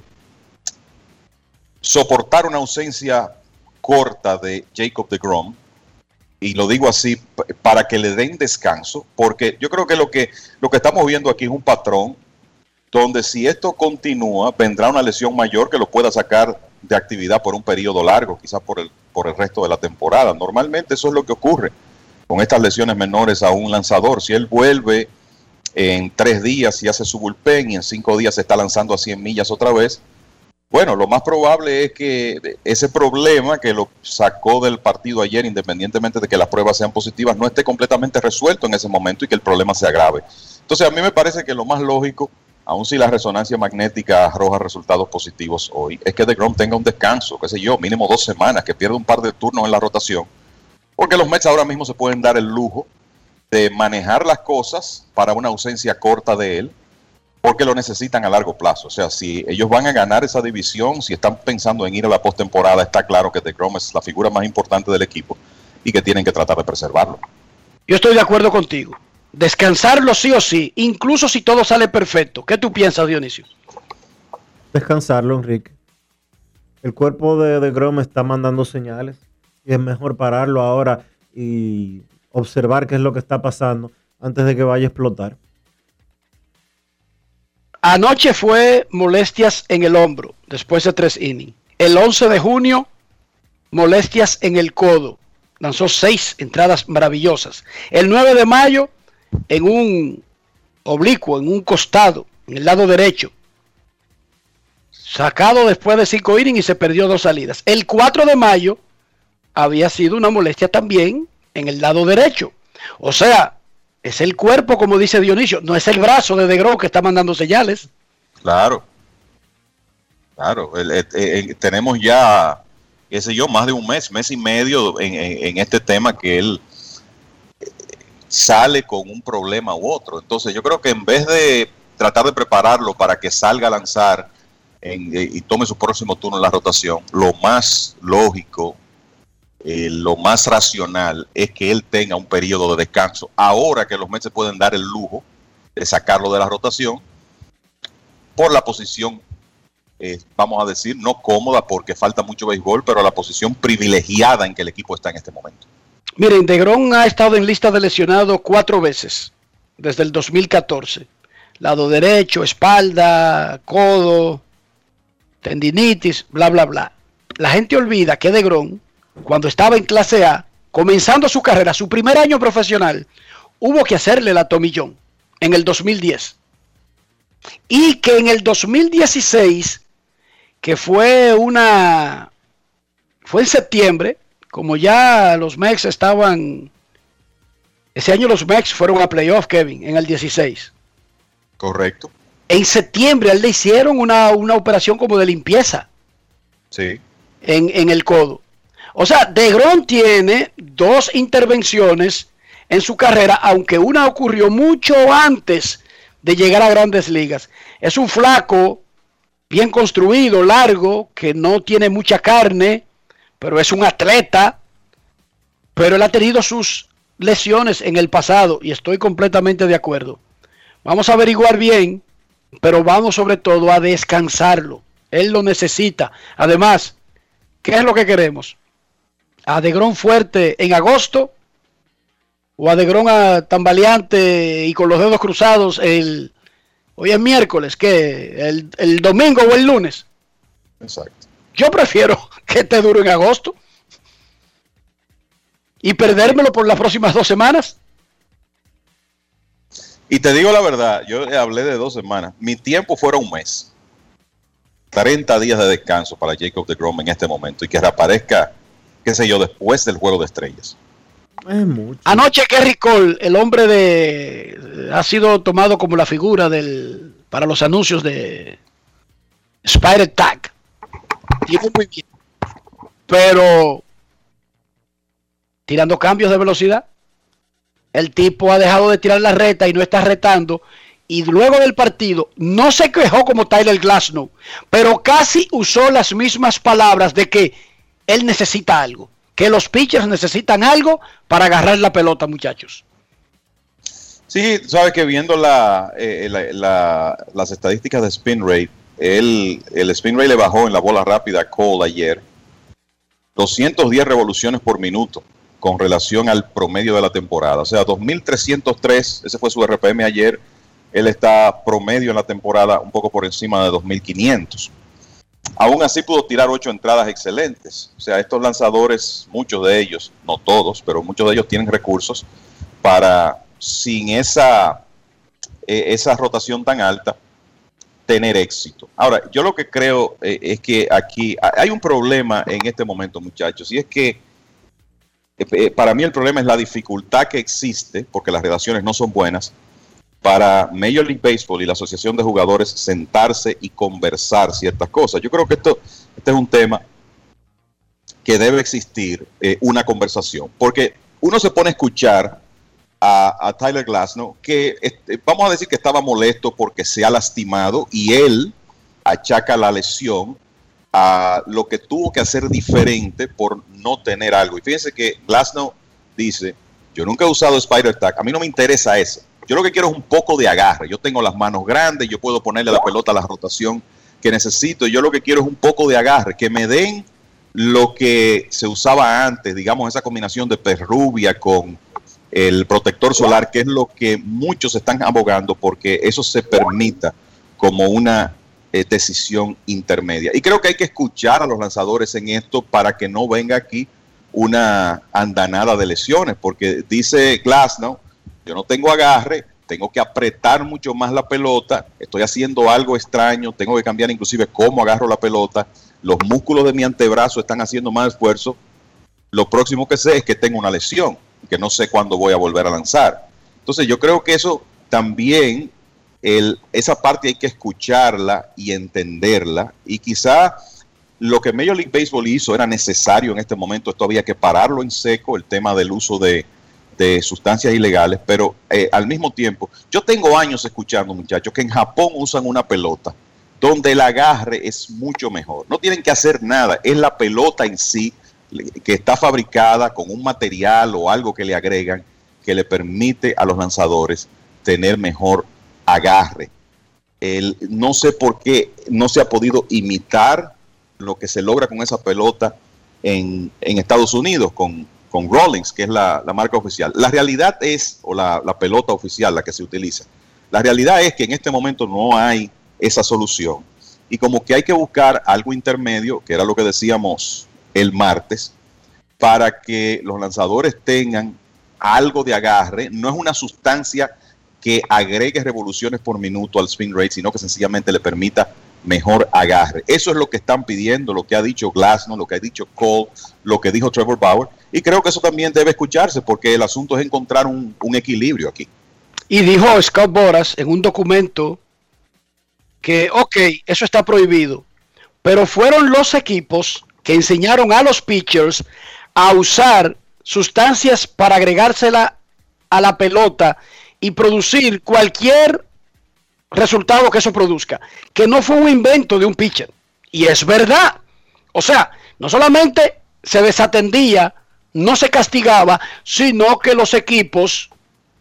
soportar una ausencia corta de Jacob deGrom, y lo digo así para que le den descanso, porque yo creo que lo que, lo que estamos viendo aquí es un patrón donde si esto continúa, vendrá una lesión mayor que lo pueda sacar de actividad por un periodo largo, quizás por el, por el resto de la temporada. Normalmente eso es lo que ocurre con estas lesiones menores a un lanzador. Si él vuelve en tres días y hace su bullpen y en cinco días se está lanzando a cien millas otra vez, bueno, lo más probable es que ese problema que lo sacó del partido ayer, independientemente de que las pruebas sean positivas, no esté completamente resuelto en ese momento y que el problema se agrave. Entonces a mí me parece que lo más lógico, aun si la resonancia magnética arroja resultados positivos hoy, es que DeGrom tenga un descanso, qué sé yo, mínimo dos semanas, que pierda un par de turnos en la rotación, porque los Mets ahora mismo se pueden dar el lujo de manejar las cosas para una ausencia corta de él, porque lo necesitan a largo plazo. O sea, si ellos van a ganar esa división, si están pensando en ir a la postemporada, está claro que DeGrom es la figura más importante del equipo y que tienen que tratar de preservarlo. Yo estoy de acuerdo contigo. Descansarlo sí o sí, incluso si todo sale perfecto. ¿Qué tú piensas, Dionisio? Descansarlo, Enrique. El cuerpo de DeGrom está mandando señales y es mejor pararlo ahora y observar qué es lo que está pasando antes de que vaya a explotar. Anoche fue molestias en el hombro, después de tres innings. El once de junio, molestias en el codo. Lanzó seis entradas maravillosas. El nueve de mayo, en un oblicuo, en un costado, en el lado derecho. Sacado después de cinco innings y se perdió dos salidas. El cuatro de mayo, había sido una molestia también en el lado derecho. O sea, es el cuerpo, como dice Dionisio, no es el brazo de DeGrom que está mandando señales. Claro, claro. El, el, el, tenemos ya, qué sé yo, más de un mes, mes y medio en, en, en este tema que él sale con un problema u otro. Entonces yo creo que en vez de tratar de prepararlo para que salga a lanzar en, y tome su próximo turno en la rotación, lo más lógico, Eh, lo más racional es que él tenga un periodo de descanso. Ahora que los Mets se pueden dar el lujo de sacarlo de la rotación por la posición, eh, vamos a decir, no cómoda porque falta mucho béisbol, pero la posición privilegiada en que el equipo está en este momento. Miren, DeGrom ha estado en lista de lesionados cuatro veces desde el dos mil catorce. Lado derecho, espalda, codo, tendinitis, bla, bla, bla. La gente olvida que DeGrom, cuando estaba en clase A, comenzando su carrera, su primer año profesional, hubo que hacerle la tomillón en el dos mil diez. Y que en el dos mil dieciséis, que fue una... fue en septiembre, como ya los Mets estaban... Ese año los Mets fueron a playoff, Kevin, en el dieciséis. Correcto. En septiembre a él le hicieron una, una operación como de limpieza. Sí. En, en el codo. O sea, DeGrom tiene dos intervenciones en su carrera, aunque una ocurrió mucho antes de llegar a Grandes Ligas. Es un flaco bien construido, largo, que no tiene mucha carne, pero es un atleta. Pero él ha tenido sus lesiones en el pasado y estoy completamente de acuerdo. Vamos a averiguar bien, pero vamos sobre todo a descansarlo. Él lo necesita. Además, ¿qué es lo que queremos? ¿A DeGrom fuerte en agosto? ¿O a DeGrom a tambaleante y con los dedos cruzados el... hoy es miércoles, ¿qué? ¿El, el domingo o el lunes? Exacto. Yo prefiero que esté duro en agosto y perdérmelo por las próximas dos semanas. Y te digo la verdad, yo hablé de dos semanas. Mi tiempo fuera un mes. treinta días de descanso para Jacob DeGrom en este momento y que reaparezca, qué sé yo, después del Juego de Estrellas. Es mucho. Anoche Kerry Cole, el hombre de... ha sido tomado como la figura del para los anuncios de Spider Tag. Tiró muy bien. Pero tirando cambios de velocidad. El tipo ha dejado de tirar la reta y no está retando. Y luego del partido no se quejó como Tyler Glasnow, pero casi usó las mismas palabras de que él necesita algo, que los pitchers necesitan algo para agarrar la pelota, muchachos. Sí, sabes que viendo la, eh, la, la, las estadísticas de spin rate, el, el spin rate le bajó en la bola rápida a Cole ayer doscientas diez revoluciones por minuto con relación al promedio de la temporada. O sea, dos mil trescientos tres, ese fue su R P M ayer. Él está promedio en la temporada un poco por encima de dos mil quinientos. aún así pudo tirar ocho entradas excelentes. O sea, estos lanzadores, muchos de ellos, no todos, pero muchos de ellos tienen recursos para, sin esa, eh, esa rotación tan alta, tener éxito. Ahora, yo lo que creo eh, es que aquí hay un problema en este momento, muchachos, y es que eh, para mí el problema es la dificultad que existe, porque las relaciones no son buenas, para Major League Baseball y la Asociación de Jugadores sentarse y conversar ciertas cosas. Yo creo que esto este es un tema que debe existir eh, una conversación, porque uno se pone a escuchar a, a Tyler Glasnow, que este, vamos a decir que estaba molesto porque se ha lastimado y él achaca la lesión a lo que tuvo que hacer diferente por no tener algo. Y fíjense que Glasnow dice, yo nunca he usado Spider Tag, a mí no me interesa eso. Yo lo que quiero es un poco de agarre. Yo tengo las manos grandes, yo puedo ponerle a la pelota la rotación que necesito. Yo lo que quiero es un poco de agarre, que me den lo que se usaba antes, digamos esa combinación de perrubia con el protector solar, que es lo que muchos están abogando porque eso se permita como una eh, decisión intermedia. Y creo que hay que escuchar a los lanzadores en esto para que no venga aquí una andanada de lesiones, porque dice Glasnow, yo no tengo agarre, tengo que apretar mucho más la pelota, estoy haciendo algo extraño, tengo que cambiar inclusive cómo agarro la pelota, los músculos de mi antebrazo están haciendo más esfuerzo, lo próximo que sé es que tengo una lesión, que no sé cuándo voy a volver a lanzar. Entonces yo creo que eso también, el, esa parte hay que escucharla y entenderla, y quizá lo que Major League Baseball hizo era necesario en este momento, esto había que pararlo en seco, el tema del uso de de sustancias ilegales, pero eh, al mismo tiempo, yo tengo años escuchando, muchachos, que en Japón usan una pelota donde el agarre es mucho mejor. No tienen que hacer nada, es la pelota en sí que está fabricada con un material o algo que le agregan que le permite a los lanzadores tener mejor agarre. El, no sé por qué no se ha podido imitar lo que se logra con esa pelota en, en Estados Unidos, con con Rawlings, que es la, la marca oficial. La realidad es, o la, la pelota oficial, la que se utiliza, la realidad es que en este momento no hay esa solución. Y como que hay que buscar algo intermedio, que era lo que decíamos el martes, para que los lanzadores tengan algo de agarre. No es una sustancia que agregue revoluciones por minuto al spin rate, sino que sencillamente le permita mejor agarre. Eso es lo que están pidiendo, lo que ha dicho Glasnow, lo que ha dicho Cole, lo que dijo Trevor Bauer, y creo que eso también debe escucharse porque el asunto es encontrar un, un equilibrio aquí. Y dijo Scott Boras en un documento que, ok, eso está prohibido, pero fueron los equipos que enseñaron a los pitchers a usar sustancias para agregársela a la pelota y producir cualquier resultado que eso produzca, que no fue un invento de un pitcher. Y es verdad. O sea, no solamente se desatendía, no se castigaba, sino que los equipos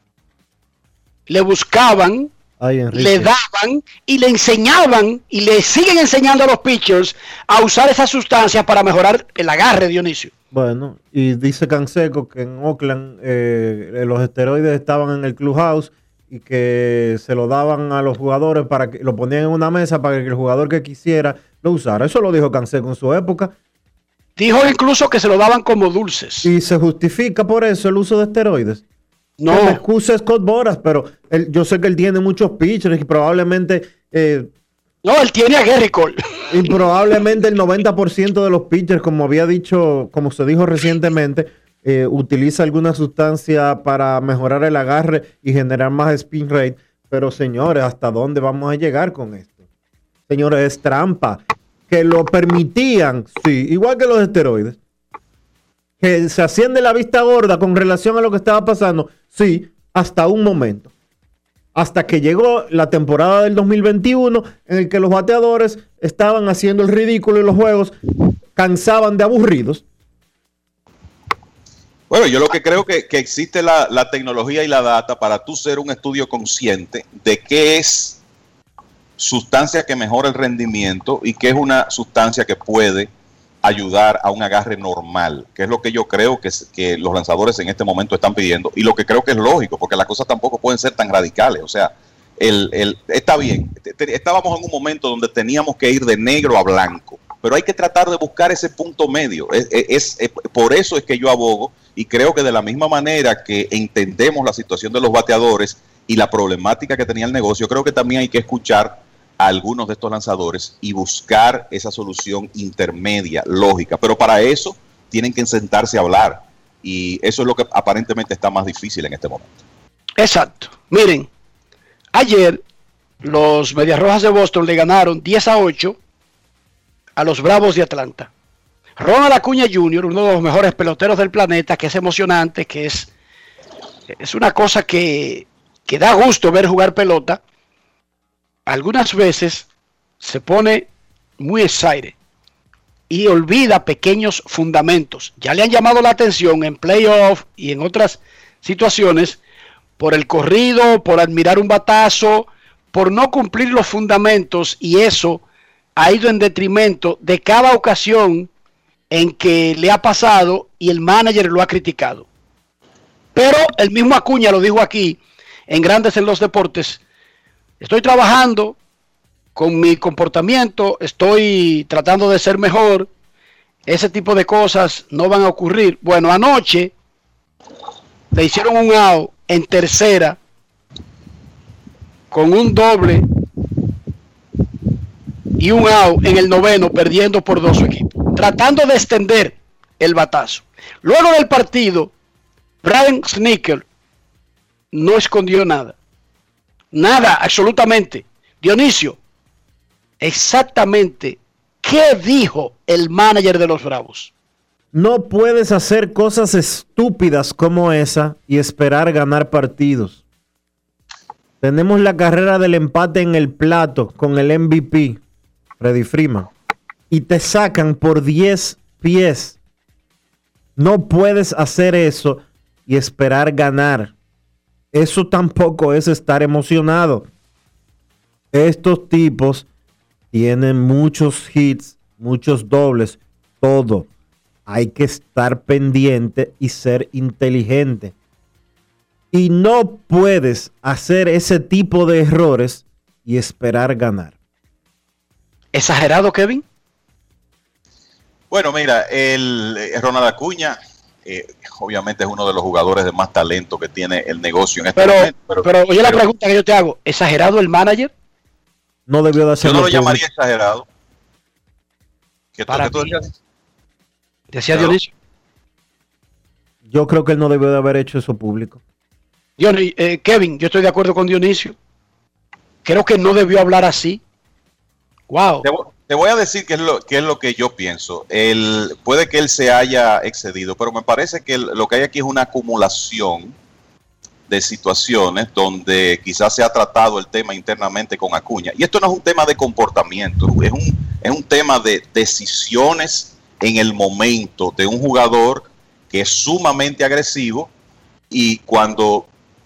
le buscaban, Ay, le daban y le enseñaban y le siguen enseñando a los pitchers a usar esas sustancias para mejorar el agarre, Dionisio. Bueno, y dice Canseco que en Oakland eh, los esteroides estaban en el clubhouse y que se lo daban a los jugadores para que lo ponían en una mesa para que el jugador que quisiera lo usara. Eso lo dijo Canseco en su época. Dijo incluso que se lo daban como dulces. ¿Y se justifica por eso el uso de esteroides? No. Me excusa Scott Boras, pero él, yo sé que él tiene muchos pitchers y probablemente... Eh, no, él tiene a Gary Cole. Y probablemente el noventa por ciento de los pitchers, como había dicho, como se dijo recientemente, eh, utiliza alguna sustancia para mejorar el agarre y generar más spin rate. Pero señores, ¿hasta dónde vamos a llegar con esto? Señores, es trampa. Que lo permitían, sí, igual que los esteroides. Que se hacían de la vista gorda con relación a lo que estaba pasando, sí, hasta un momento. Hasta que llegó la temporada del dos mil veintiuno, en el que los bateadores estaban haciendo el ridículo y los juegos cansaban de aburridos. Bueno, yo lo que creo que, que existe la, la tecnología y la data para tú ser un estudio consciente de qué es sustancia que mejora el rendimiento y qué es una sustancia que puede ayudar a un agarre normal, que es lo que yo creo que, que los lanzadores en este momento están pidiendo y lo que creo que es lógico, porque las cosas tampoco pueden ser tan radicales. O sea, el, el, está bien, estábamos en un momento donde teníamos que ir de negro a blanco, pero hay que tratar de buscar ese punto medio. Es, es, es, por eso es que yo abogo, y creo que de la misma manera que entendemos la situación de los bateadores y la problemática que tenía el negocio, creo que también hay que escuchar a algunos de estos lanzadores y buscar esa solución intermedia, lógica. Pero para eso tienen que sentarse a hablar, y eso es lo que aparentemente está más difícil en este momento. Exacto. Miren, ayer los Medias Rojas de Boston le ganaron diez a ocho a los Bravos de Atlanta. Ronald Acuña junior, uno de los mejores peloteros del planeta, que es emocionante, que es, es una cosa que, que da gusto ver jugar pelota. Algunas veces se pone muy excited y olvida pequeños fundamentos. Ya le han llamado la atención en playoff y en otras situaciones por el corrido, por admirar un batazo, por no cumplir los fundamentos, y eso ha ido en detrimento de cada ocasión en que le ha pasado y el manager lo ha criticado. Pero el mismo Acuña lo dijo aquí en Grandes en los Deportes: estoy trabajando con mi comportamiento, estoy tratando de ser mejor, ese tipo de cosas no van a ocurrir. Bueno, anoche le hicieron un out en tercera con un doble y un out en el noveno, perdiendo por dos su equipo, tratando de extender el batazo. Luego del partido, Brian Snitker no escondió nada. Nada, absolutamente. Dionisio, exactamente, ¿qué dijo el manager de los Bravos? No puedes hacer cosas estúpidas como esa y esperar ganar partidos. Tenemos la carrera del empate en el plato con el M V P, Freddie Freeman, y te sacan por diez pies. No puedes hacer eso y esperar ganar. Eso tampoco es estar emocionado. Estos tipos tienen muchos hits, muchos dobles, todo. Hay que estar pendiente y ser inteligente. Y no puedes hacer ese tipo de errores y esperar ganar. ¿Exagerado, Kevin? Bueno, mira, el, el Ronald Acuña eh, obviamente es uno de los jugadores de más talento que tiene el negocio en este pero, momento. Pero, pero oye, la pregunta que yo te hago: ¿exagerado el manager? No debió de hacerlo. Yo no lo llamaría exagerado. ¿Qué Para tú, ti. ¿qué tú decías? Decía Claro. Dionisio. Yo creo que él no debió de haber hecho eso público. Dionisio eh, Kevin, yo estoy de acuerdo con Dionisio. Creo que no debió hablar así. Wow. Te, te voy a decir qué es lo, qué es lo que yo pienso. El, puede que él se haya excedido, pero me parece que el, lo que hay aquí es una acumulación de situaciones donde quizás se ha tratado el tema internamente con Acuña. Y esto no es un tema de comportamiento, es un, es un tema de decisiones en el momento de un jugador que es sumamente agresivo, y cuando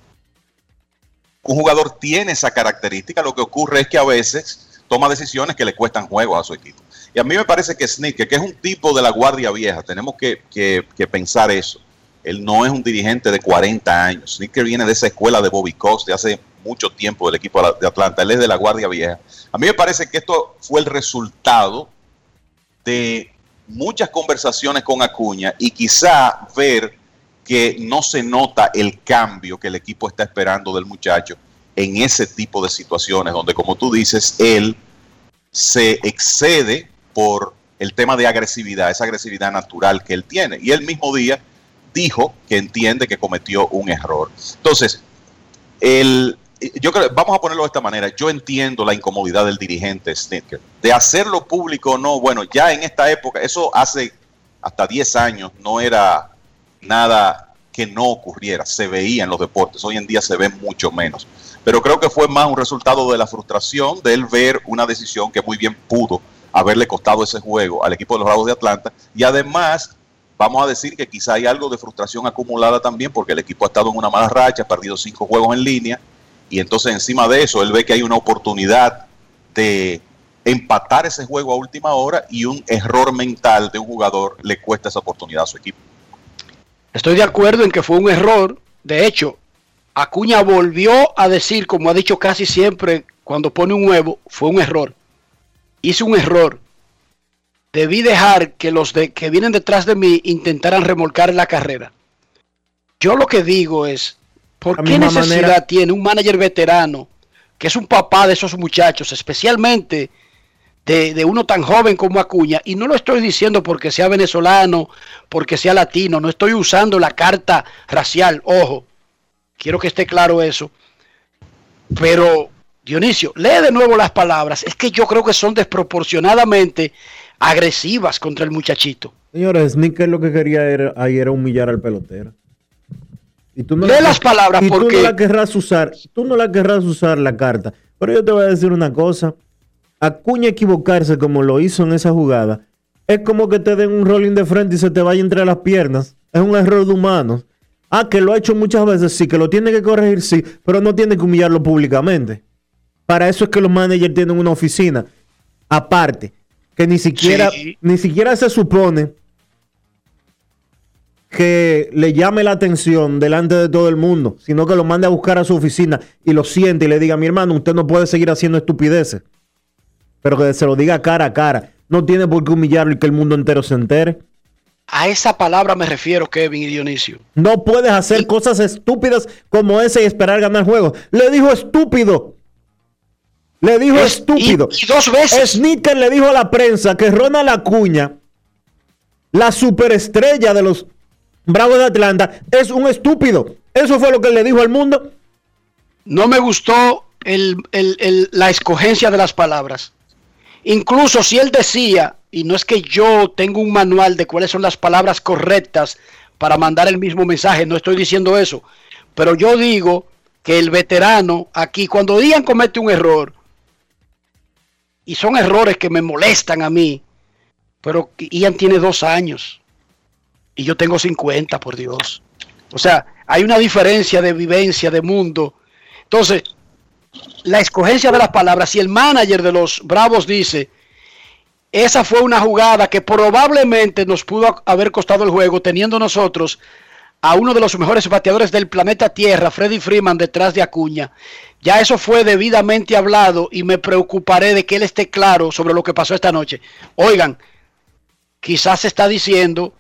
un jugador tiene esa característica, lo que ocurre es que a veces toma decisiones que le cuestan juegos a su equipo. Y a mí me parece que Snitker, que es un tipo de la guardia vieja, tenemos que, que, que pensar eso. Él no es un dirigente de cuarenta años. Snitker viene de esa escuela de Bobby Cox de hace mucho tiempo del equipo de Atlanta. Él es de la guardia vieja. A mí me parece que esto fue el resultado de muchas conversaciones con Acuña y quizá ver que no se nota el cambio que el equipo está esperando del muchacho en ese tipo de situaciones donde, como tú dices, él se excede por el tema de agresividad, esa agresividad natural que él tiene. Y él mismo día dijo que entiende que cometió un error. Entonces, el, yo creo, vamos a ponerlo de esta manera, yo entiendo la incomodidad del dirigente Snitker. De hacerlo público o no, bueno, ya en esta época, eso hace hasta diez años no era nada que no ocurriera, se veía en los deportes, hoy en día se ve mucho menos. Pero creo que fue más un resultado de la frustración de él ver una decisión que muy bien pudo haberle costado ese juego al equipo de los Bravos de Atlanta, y además vamos a decir que quizá hay algo de frustración acumulada también porque el equipo ha estado en una mala racha, ha perdido cinco juegos en línea, y entonces encima de eso él ve que hay una oportunidad de empatar ese juego a última hora y un error mental de un jugador le cuesta esa oportunidad a su equipo. Estoy de acuerdo en que fue un error. De hecho, Acuña volvió a decir, como ha dicho casi siempre cuando pone un huevo, fue un error. Hice un error. Debí dejar que los de, que vienen detrás de mí intentaran remolcar la carrera. Yo lo que digo es, ¿por qué necesidad manera... tiene un manager veterano, que es un papá de esos muchachos, especialmente de, de uno tan joven como Acuña? Y no lo estoy diciendo porque sea venezolano, porque sea latino, no estoy usando la carta racial, ojo. Quiero que esté claro eso. Pero, Dionisio, lee de nuevo las palabras. Es que yo creo que son desproporcionadamente agresivas contra el muchachito. Señores, Sneaker lo que quería era, ahí era humillar al pelotero. Y tú no lee la, las palabras y porque... tú no la querrás usar. Tú no la querrás usar la carta. Pero yo te voy a decir una cosa. Acuña equivocarse como lo hizo en esa jugada es como que te den un rolling de frente y se te vaya entre las piernas. Es un error de humanos. Ah, que lo ha hecho muchas veces, sí, que lo tiene que corregir, sí, pero no tiene que humillarlo públicamente. Para eso es que los managers tienen una oficina aparte, que ni siquiera, sí. ni siquiera se supone que le llame la atención delante de todo el mundo, sino que lo mande a buscar a su oficina y lo siente y le diga, mi hermano, usted no puede seguir haciendo estupideces. Pero que se lo diga cara a cara. No tiene por qué humillarlo y que el mundo entero se entere. A esa palabra me refiero, Kevin y Dionisio. No puedes hacer y... cosas estúpidas como esa y esperar ganar juegos. Le dijo estúpido. Le dijo es, estúpido. Y, y dos veces. Sneaker le dijo a la prensa que Ronald Acuña, la superestrella de los Bravos de Atlanta, es un estúpido. Eso fue lo que le dijo al mundo. No me gustó el, el, el, la escogencia de las palabras. Incluso si él decía, y no es que yo tengo un manual de cuáles son las palabras correctas para mandar el mismo mensaje, no estoy diciendo eso, pero yo digo que el veterano aquí, cuando Ian comete un error, y son errores que me molestan a mí, pero Ian tiene dos años, y yo tengo cincuenta, por Dios. O sea, hay una diferencia de vivencia, de mundo. Entonces, la escogencia de las palabras, si el manager de los Bravos dice, esa fue una jugada que probablemente nos pudo haber costado el juego, teniendo nosotros a uno de los mejores bateadores del planeta Tierra, Freddie Freeman, detrás de Acuña. Ya eso fue debidamente hablado y me preocuparé de que él esté claro sobre lo que pasó esta noche. Oigan, quizás se está diciendo,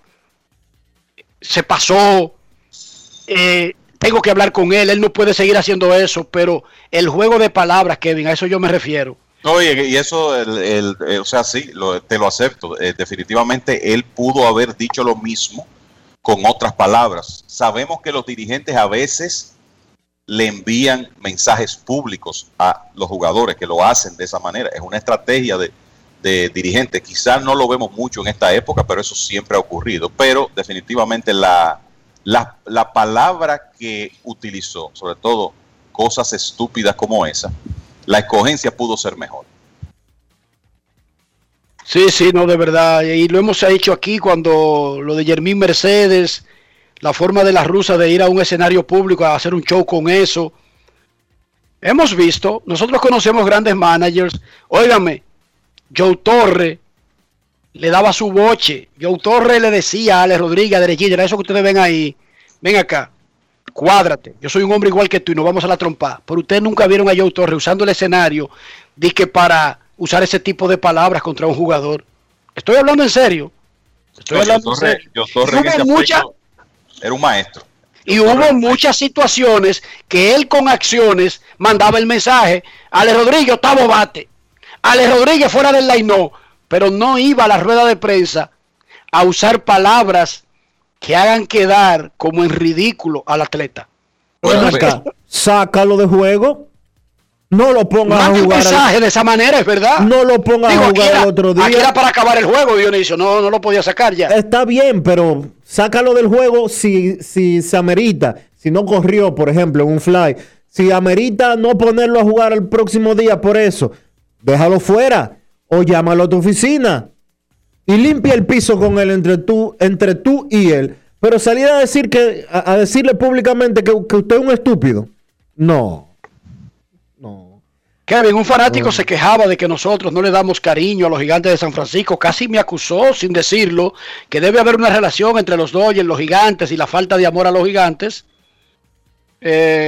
se pasó, eh, tengo que hablar con él, él no puede seguir haciendo eso, pero el juego de palabras, Kevin, a eso yo me refiero. Oye, y eso, el, el, el, o sea, sí, lo, te lo acepto. Eh, definitivamente él pudo haber dicho lo mismo con otras palabras. Sabemos que los dirigentes a veces le envían mensajes públicos a los jugadores que lo hacen de esa manera. Es una estrategia de, de dirigentes. Quizás no lo vemos mucho en esta época, pero eso siempre ha ocurrido. Pero definitivamente la, la, la palabra que utilizó, sobre todo cosas estúpidas como esa, la escogencia pudo ser mejor. Sí, sí, no, de verdad. Y lo hemos hecho aquí cuando lo de Yermín Mercedes, la forma de la rusa de ir a un escenario público a hacer un show con eso. Hemos visto, nosotros conocemos grandes managers. Óigame, Joe Torre le daba su boche. Joe Torre le decía a Alex Rodríguez, a Derechilla, era eso que ustedes ven ahí. Ven acá. Cuádrate, yo soy un hombre igual que tú y nos vamos a la trompa. Pero ustedes nunca vieron a Joe Torre usando el escenario dizque para usar ese tipo de palabras contra un jugador. Estoy hablando en serio. Estoy no, hablando Joe Torre, en serio. Joe Torre en ese mucha, era un maestro. Y Joe hubo Torre. muchas situaciones que él con acciones mandaba el mensaje. Ale Rodríguez, octavo bate. Ale Rodríguez fuera del line-no. Pero no iba a la rueda de prensa a usar palabras que hagan quedar como en ridículo al atleta. Bueno, acá, sácalo de juego. No lo pongas a jugar. Un mensaje al... de esa manera, es verdad. No lo pongas Digo, a jugar era, el otro día. Aquí era para acabar el juego, Dionisio. No, no lo podía sacar ya. Está bien, pero sácalo del juego si, si se amerita. Si no corrió, por ejemplo, en un fly. Si amerita no ponerlo a jugar el próximo día por eso, déjalo fuera. O llámalo a tu oficina. Y limpia el piso con él entre tú, entre tú y él. Pero salir a decir que, a, a decirle públicamente que, que usted es un estúpido. No. No. Kevin, un fanático no. se quejaba de que nosotros no le damos cariño a los Gigantes de San Francisco. Casi me acusó, sin decirlo, que debe haber una relación entre los Dodgers, los Gigantes y la falta de amor a los Gigantes. Eh,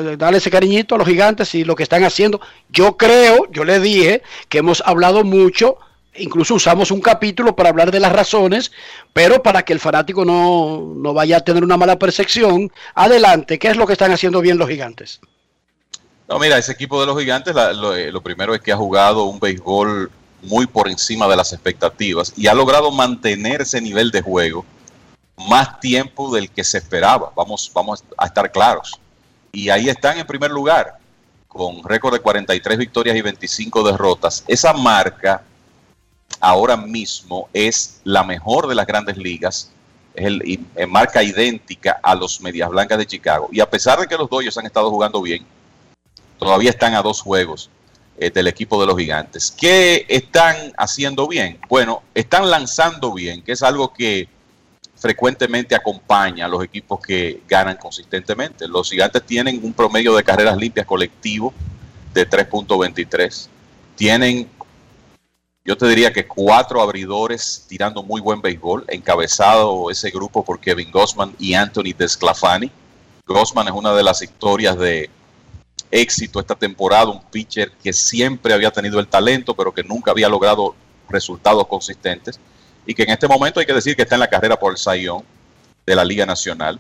darle ese cariñito a los Gigantes y lo que están haciendo. Yo creo, yo le dije que hemos hablado mucho, incluso usamos un capítulo para hablar de las razones, pero para que el fanático no, no vaya a tener una mala percepción. Adelante, ¿qué es lo que están haciendo bien los Gigantes? No, mira, ese equipo de los Gigantes, la, lo, lo primero es que ha jugado un béisbol muy por encima de las expectativas y ha logrado mantener ese nivel de juego más tiempo del que se esperaba, vamos, vamos a estar claros. Y ahí están en primer lugar, con récord de cuarenta y tres victorias y veinticinco derrotas. Esa marca ahora mismo es la mejor de las grandes ligas, es el, y, en marca idéntica a los Medias Blancas de Chicago. Y a pesar de que los Dodgers han estado jugando bien, todavía están a dos juegos eh, del equipo de los Gigantes. ¿Qué están haciendo bien? Bueno, están lanzando bien, que es algo que frecuentemente acompaña a los equipos que ganan consistentemente. Los Gigantes tienen un promedio de carreras limpias colectivo de tres punto veintitrés. Tienen, yo te diría que cuatro abridores tirando muy buen béisbol, encabezado ese grupo por Kevin Gausman y Anthony Desclafani. Gausman es una de las historias de éxito esta temporada, un pitcher que siempre había tenido el talento, pero que nunca había logrado resultados consistentes. Y que en este momento hay que decir que está en la carrera por el Cy Young de la Liga Nacional.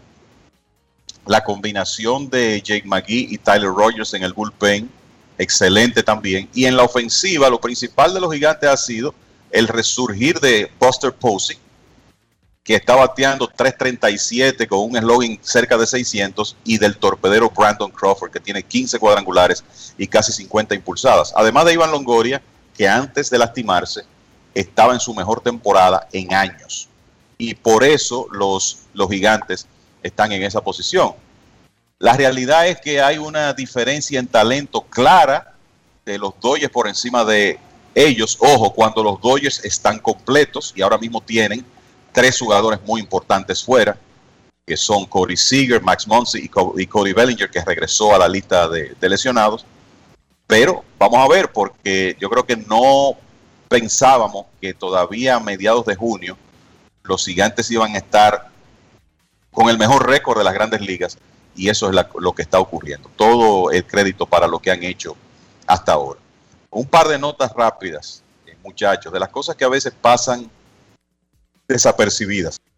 La combinación de Jake McGee y Tyler Rogers en el bullpen, excelente también. Y en la ofensiva, lo principal de los Gigantes ha sido el resurgir de Buster Posey, que está bateando tres treinta y siete con un slogan cerca de seiscientos, y del torpedero Brandon Crawford, que tiene quince cuadrangulares y casi cincuenta impulsadas. Además de Iván Longoria, que antes de lastimarse, estaba en su mejor temporada en años. Y por eso los, los Gigantes están en esa posición. La realidad es que hay una diferencia en talento clara de los Dodgers por encima de ellos. Ojo, cuando los Dodgers están completos, y ahora mismo tienen tres jugadores muy importantes fuera, que son Corey Seager, Max Muncy y, y Cody Bellinger, que regresó a la lista de, de lesionados. Pero vamos a ver, porque yo creo que no pensábamos que todavía a mediados de junio los Gigantes iban a estar con el mejor récord de las grandes ligas, y eso es la, lo que está ocurriendo. Todo el crédito para lo que han hecho hasta ahora. Un par de notas rápidas, eh, muchachos, de las cosas que a veces pasan desapercibidas.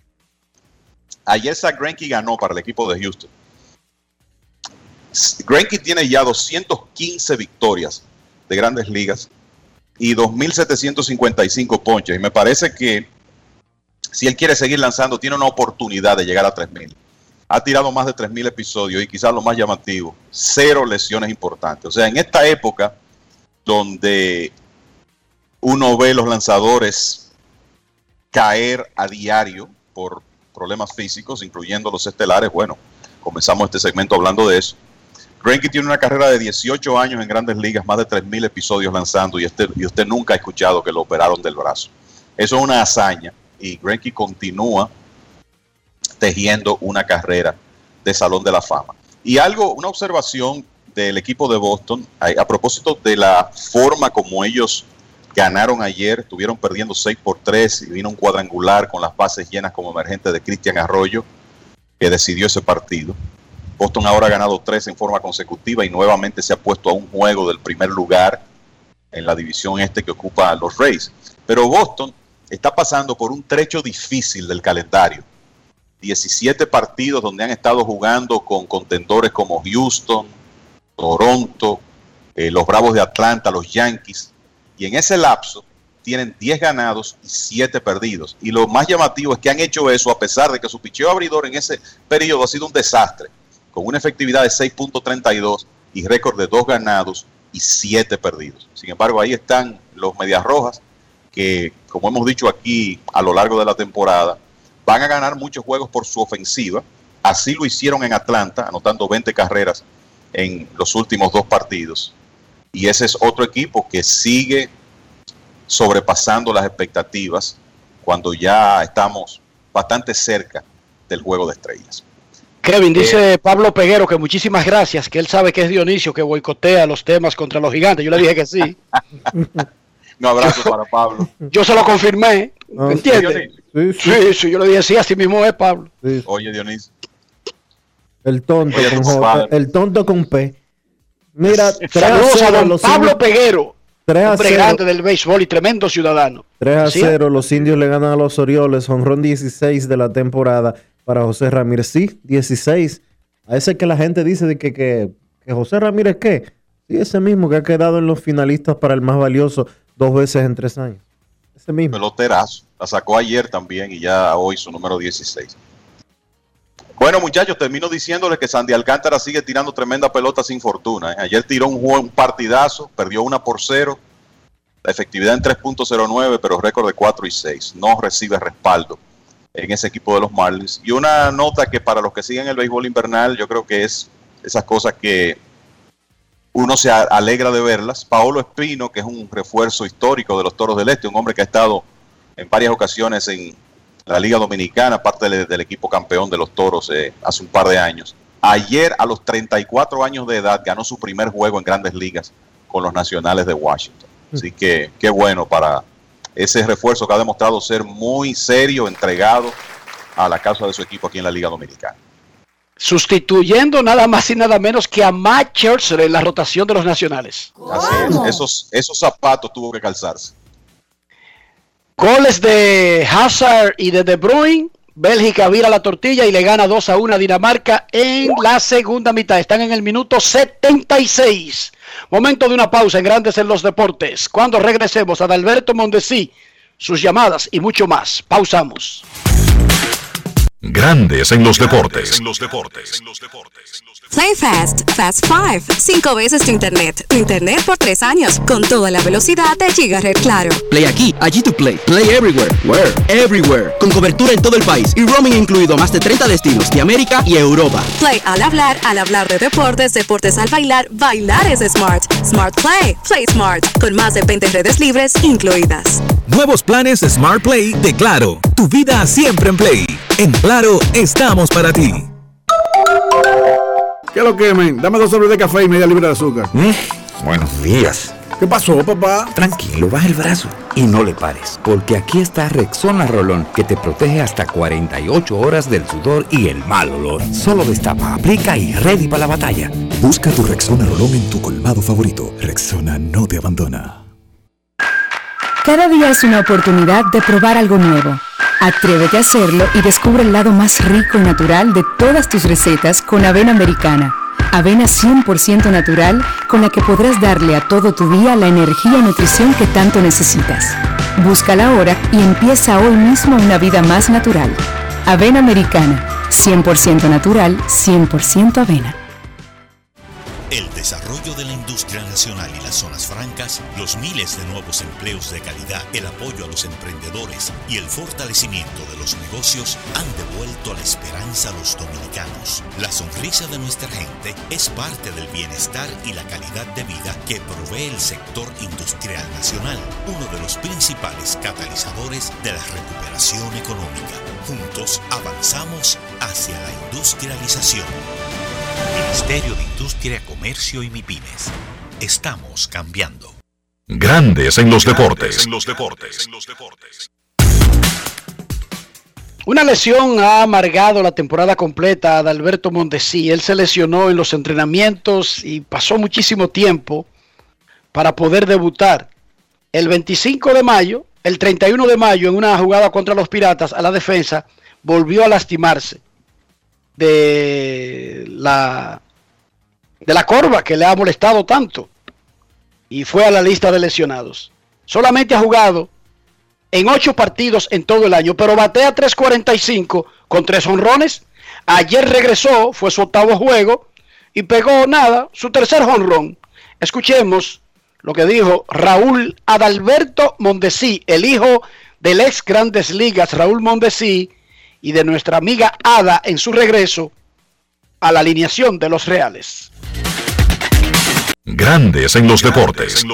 Ayer Zach Greinke ganó para el equipo de Houston. Greinke tiene ya doscientas quince victorias de grandes ligas y dos mil setecientos cincuenta y cinco ponches. Y me parece que si él quiere seguir lanzando, tiene una oportunidad de llegar a tres mil. Ha tirado más de tres mil episodios y quizás lo más llamativo, cero lesiones importantes. O sea, en esta época donde uno ve los lanzadores caer a diario por problemas físicos, incluyendo los estelares, bueno, comenzamos este segmento hablando de eso. Greinke tiene una carrera de dieciocho años en grandes ligas, más de tres mil episodios lanzando, y, este, y usted nunca ha escuchado que lo operaron del brazo. Eso es una hazaña, y Greinke continúa tejiendo una carrera de Salón de la Fama. Y algo, una observación del equipo de Boston, a, a propósito de la forma como ellos ganaron ayer, estuvieron perdiendo seis por tres, y vino un cuadrangular con las bases llenas como emergente de Cristian Arroyo, que decidió ese partido. Boston ahora ha ganado tres en forma consecutiva y nuevamente se ha puesto a un juego del primer lugar en la división este que ocupa los Rays. Pero Boston está pasando por un trecho difícil del calendario. diecisiete partidos donde han estado jugando con contendores como Houston, Toronto, eh, los Bravos de Atlanta, los Yankees. Y en ese lapso tienen diez ganados y siete perdidos. Y lo más llamativo es que han hecho eso a pesar de que su picheo abridor en ese periodo ha sido un desastre, con una efectividad de seis punto treinta y dos y récord de dos ganados y siete perdidos. Sin embargo, ahí están los Medias Rojas, que, como hemos dicho aquí a lo largo de la temporada, van a ganar muchos juegos por su ofensiva. Así lo hicieron en Atlanta, anotando veinte carreras en los últimos dos partidos. Y ese es otro equipo que sigue sobrepasando las expectativas cuando ya estamos bastante cerca del juego de estrellas. Kevin, dice eh, Pablo Peguero que muchísimas gracias, que él sabe que es Dionisio que boicotea los temas contra los Gigantes. Yo le dije que sí. Un abrazo yo, para Pablo. Yo se lo confirmé, ¿me ah, entiendes? Sí sí. sí, sí, yo le dije sí, así mismo es, Pablo. Sí. Oye, Dionisio, El tonto Oye, con tu J, padre. el tonto con P. Mira, Saludos a don Pablo indios, Peguero, tres a hombre cero. grande del béisbol y tremendo ciudadano. tres a ¿Sí? cero, los indios le ganan a los Orioles, honrón dieciséis de la temporada para José Ramírez. Sí, dieciséis. A ese que la gente dice de que, que, que José Ramírez, ¿qué? Sí, ese mismo que ha quedado en los finalistas para el más valioso dos veces en tres años. Ese mismo. Peloterazo. La sacó ayer también y ya hoy su número dieciséis. Bueno, muchachos, termino diciéndoles que Sandy Alcántara sigue tirando tremenda pelota sin fortuna. ¿eh? Ayer tiró un, juego, un partidazo, perdió una por cero. La efectividad en tres punto cero nueve, pero récord de cuatro y seis. No recibe respaldo en ese equipo de los Marlins. Y una nota que para los que siguen el béisbol invernal, yo creo que es esas cosas que uno se alegra de verlas. Paolo Espino, que es un refuerzo histórico de los Toros del Este, un hombre que ha estado en varias ocasiones en la Liga Dominicana, parte del, del equipo campeón de los Toros eh, hace un par de años. Ayer, a los treinta y cuatro años de edad, ganó su primer juego en Grandes Ligas con los Nacionales de Washington. Así que qué bueno para ese refuerzo que ha demostrado ser muy serio, entregado a la causa de su equipo aquí en la Liga Dominicana. Sustituyendo nada más y nada menos que a Matt Scherzer en la rotación de los Nacionales. Así es, esos, esos zapatos tuvo que calzarse. Goles de Hazard y de De Bruyne. Bélgica vira la tortilla y le gana dos a uno a Dinamarca en la segunda mitad. Están en el minuto setenta y seis. Momento de una pausa en Grandes en los Deportes. Cuando regresemos, Adalberto Mondesí, sus llamadas y mucho más. Pausamos. Grandes en los deportes. Play Fast, Fast Five, cinco veces tu internet. Tu internet por tres años, con toda la velocidad de Gigaret Claro. Play aquí, allí tu play. Play everywhere. Where? Everywhere. Con cobertura en todo el país y roaming incluido más de treinta destinos de América y Europa. Play al hablar, al hablar de deportes, deportes al bailar, bailar es Smart. Smart Play, Play Smart, con más de veinte redes libres incluidas. Nuevos planes Smart Play de Claro. Tu vida siempre en Play. En Claro estamos para ti. ¿Qué lo que, men? Dame dos sobres de café y media libra de azúcar. Mm, buenos días. ¿Qué pasó, papá? Tranquilo, baja el brazo y no le pares, porque aquí está Rexona Rolón, que te protege hasta cuarenta y ocho horas del sudor y el mal olor. Solo destapa, aplica y ready para la batalla. Busca tu Rexona Rolón en tu colmado favorito. Rexona no te abandona. Cada día es una oportunidad de probar algo nuevo. Atrévete a hacerlo y descubre el lado más rico y natural de todas tus recetas con avena americana. Avena cien por ciento natural con la que podrás darle a todo tu día la energía y nutrición que tanto necesitas. Búscala ahora y empieza hoy mismo una vida más natural. Avena americana, cien por ciento natural, cien por ciento avena. El desarrollo de la industria nacional y las zonas francas, los miles de nuevos empleos de calidad, el apoyo a los emprendedores y el fortalecimiento de los negocios han devuelto la esperanza a los dominicanos. La sonrisa de nuestra gente es parte del bienestar y la calidad de vida que provee el sector industrial nacional, uno de los principales catalizadores de la recuperación económica. Juntos avanzamos hacia la industrialización. Ministerio de Industria, Comercio y MIPYMES. Estamos cambiando. Grandes en los deportes. Una lesión ha amargado la temporada completa a Adalberto Mondesí. Él se lesionó en los entrenamientos y pasó muchísimo tiempo para poder debutar. El veinticinco de mayo, el treinta y uno de mayo, en una jugada contra los Piratas a la defensa, volvió a lastimarse de la de la corva que le ha molestado tanto y fue a la lista de lesionados. Solamente ha jugado en ocho partidos en todo el año, pero batea tres cuarenta y cinco con tres jonrones. Ayer regresó, fue su octavo juego y pegó nada, su tercer jonrón. Escuchemos lo que dijo Raúl Adalberto Mondesí, el hijo del ex Grandes Ligas Raúl Mondesí, y de nuestra amiga Ada en su regreso a la alineación de los Reales. Grandes en los deportes.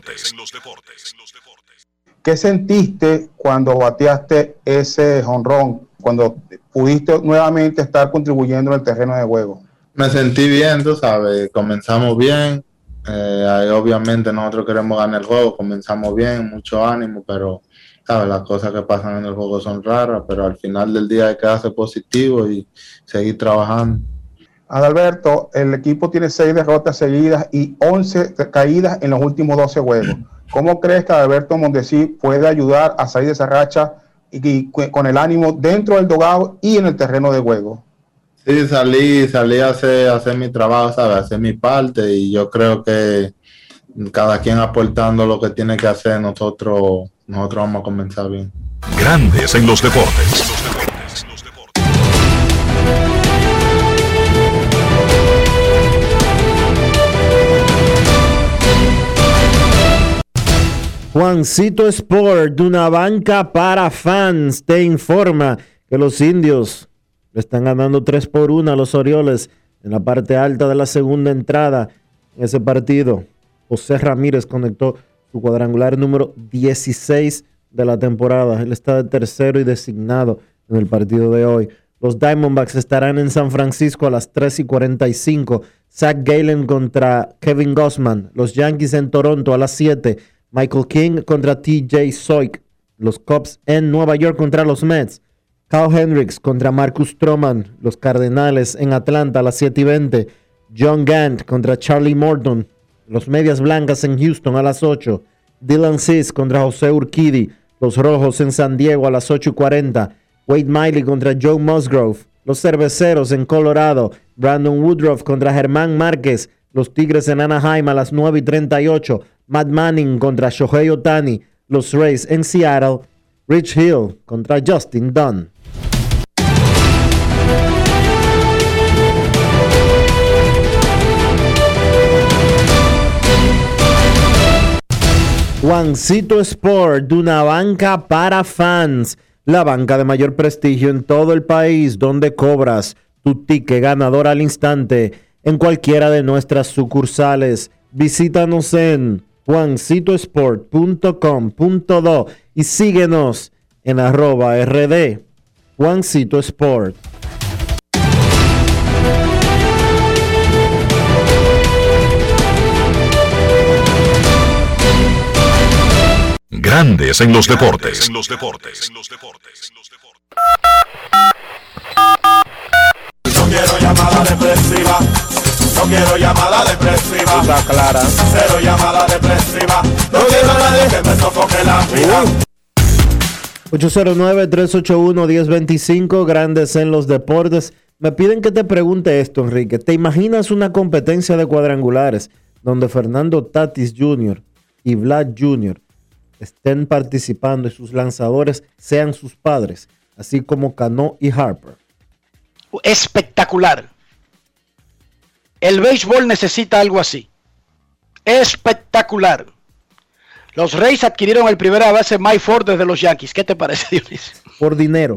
¿Qué sentiste cuando bateaste ese jonrón, cuando pudiste nuevamente estar contribuyendo en el terreno de juego? Me sentí bien, tú sabes, comenzamos bien, eh, ahí obviamente nosotros queremos ganar el juego, comenzamos bien, mucho ánimo, pero sabes, las cosas que pasan en el juego son raras, pero al final del día hay que quedarse positivo y seguir trabajando. Adalberto, el equipo tiene seis derrotas seguidas y once caídas en los últimos doce juegos. ¿Cómo crees que Adalberto Mondesi puede ayudar a salir de esa racha y, y con el ánimo dentro del dogado y en el terreno de juego? Sí, salí, salí a hacer, a hacer mi trabajo, ¿sabes? A hacer mi parte, y yo creo que cada quien aportando lo que tiene que hacer, nosotros, nosotros vamos a comenzar bien. Grandes en los deportes. Juancito Sport, de una banca para fans, te informa que los indios le están ganando tres por uno a los Orioles en la parte alta de la segunda entrada. En ese partido, José Ramírez conectó su cuadrangular número dieciséis de la temporada. Él está de tercero y designado en el partido de hoy. Los Diamondbacks estarán en San Francisco a las tres y cuarenta y cinco. Zach Gallen contra Kevin Gausman. Los Yankees en Toronto a las siete. Michael King contra T J Soik. Los Cubs en Nueva York contra los Mets. Kyle Hendricks contra Marcus Stroman. Los Cardenales en Atlanta a las siete y veinte. John Gant contra Charlie Morton. Los Medias Blancas en Houston a las ocho. Dylan Cease contra José Urquidy. Los Rojos en San Diego a las ocho y cuarenta. Wade Miley contra Joe Musgrove. Los Cerveceros en Colorado. Brandon Woodruff contra Germán Márquez. Los Tigres en Anaheim a las nueve y treinta y ocho. Matt Manning contra Shohei Ohtani. Los Rays en Seattle. Rich Hill contra Justin Dunn. Juancito Sport, de una banca para fans. La banca de mayor prestigio en todo el país, donde cobras tu ticket ganador al instante en cualquiera de nuestras sucursales. Visítanos en juancito sport punto com punto do y síguenos en arroba rd Juancito Sport. Grandes en los deportes. En los deportes. No quiero llamada depresiva. No quiero llamada depresiva. Está clara. Cero llamada depresiva. No quiero a nadie que me sofoque la vida. ocho cero nueve, tres ocho uno, uno cero dos cinco, Grandes en los deportes. Me piden que te pregunte esto, Enrique. ¿Te imaginas una competencia de cuadrangulares donde Fernando Tatis junior y Vlad junior estén participando y sus lanzadores sean sus padres, así como Cano y Harper? Espectacular. El béisbol necesita algo así. Espectacular. Los Rays adquirieron el primera base Mike Ford desde los Yankees. ¿Qué te parece, Dionisio? Por dinero.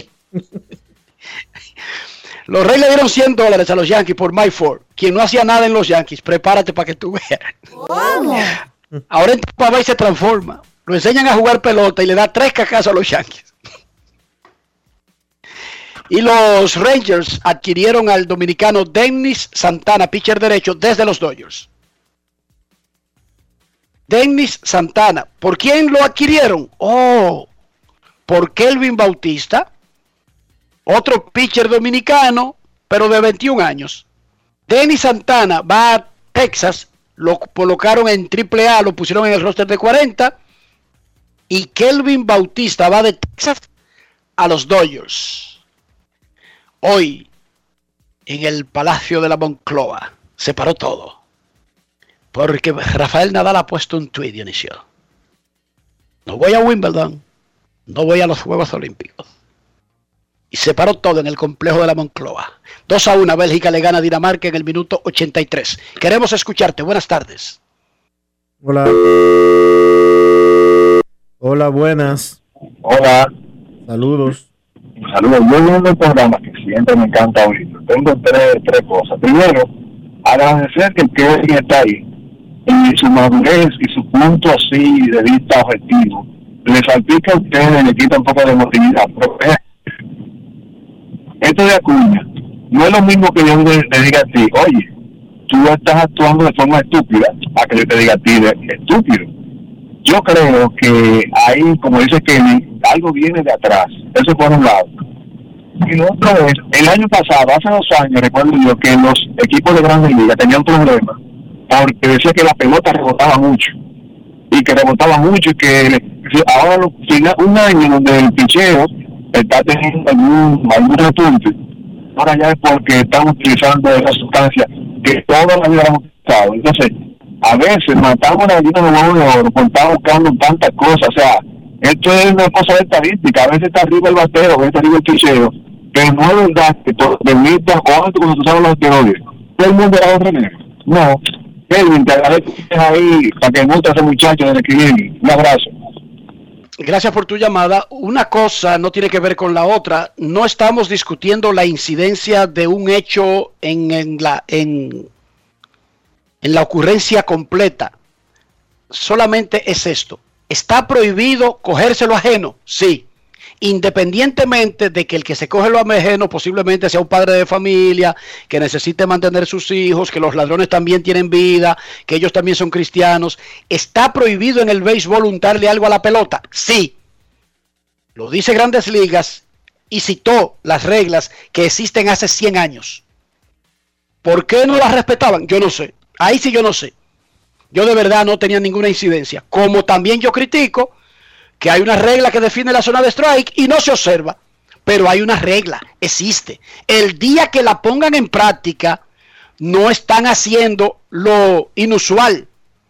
Los Rays le dieron cien dólares a los Yankees por Mike Ford, quien no hacía nada en los Yankees. Prepárate para que tú veas. ¿Cómo? Ahora en Tampa Bay se transforma. Lo enseñan a jugar pelota y le da tres cacazos a los Yankees. Y los Rangers adquirieron al dominicano Dennis Santana, pitcher derecho, desde los Dodgers. Dennis Santana. ¿Por quién lo adquirieron? Oh, por Kelvin Bautista, otro pitcher dominicano, pero de veintiún años. Dennis Santana va a Texas, lo colocaron en triple A, lo pusieron en el roster de cuarenta. Y Kelvin Bautista va de Texas a los Dodgers. Hoy, en el Palacio de la Moncloa, se paró todo. Porque Rafael Nadal ha puesto un tuit, Dionisio. No voy a Wimbledon, no voy a los Juegos Olímpicos. Y se paró todo en el complejo de la Moncloa. dos a uno, Bélgica le gana a Dinamarca en el minuto ochenta y tres. Queremos escucharte. Buenas tardes. Hola. Hola, buenas. Hola. Saludos. Saludos. Yo viendo el programa que siempre me encanta oír. Tengo tres, tres cosas. Primero, agradecer que el Kevin está ahí. Y su madurez y su punto así de vista objetivo. Le salpica a ustedes, le quita un poco de emotividad. Pero, eh, esto de Acuña, no es lo mismo que yo le, le diga a ti, oye, tú estás actuando de forma estúpida, a que yo te diga a ti de estúpido. Yo creo que ahí, como dice Kelly, algo viene de atrás. Eso por un lado. Y lo otro es, el año pasado, hace dos años, recuerdo yo que los equipos de Grandes Ligas tenían un problema porque decía que la pelota rebotaba mucho y que rebotaba mucho y que ahora lo, un año donde el picheo está teniendo algún, algún repunte, ahora ya es porque están utilizando esa sustancia que toda la vida hemos usado. Entonces, a veces matamos a la gallina de huevo de oro por estar buscando tantas cosas. O sea, esto es una cosa de estadística. A veces está arriba el batero, a veces está arriba el picheo, pero no es verdad que permitas, o cuando tú sabes los esteroides, todo el mundo era otro negro. No. Kelvin, te agradezco que estés ahí para que muestre a ese muchacho de escribir. Un abrazo. Gracias por tu llamada. Una cosa no tiene que ver con la otra. No estamos discutiendo la incidencia de un hecho en, en, la, en, en la ocurrencia completa. Solamente es esto. ¿Está prohibido cogérselo ajeno? Sí. Independientemente de que el que se coge lo ajeno posiblemente sea un padre de familia, que necesite mantener sus hijos, que los ladrones también tienen vida, que ellos también son cristianos. ¿Está prohibido en el béisbol untarle algo a la pelota? Sí. Lo dice Grandes Ligas y citó las reglas que existen hace cien años. ¿Por qué no las respetaban? Yo no sé. Ahí sí yo no sé. Yo de verdad no tenía ninguna incidencia. Como también yo critico que hay una regla que define la zona de strike y no se observa, pero hay una regla, existe. El día que la pongan en práctica, no están haciendo lo inusual.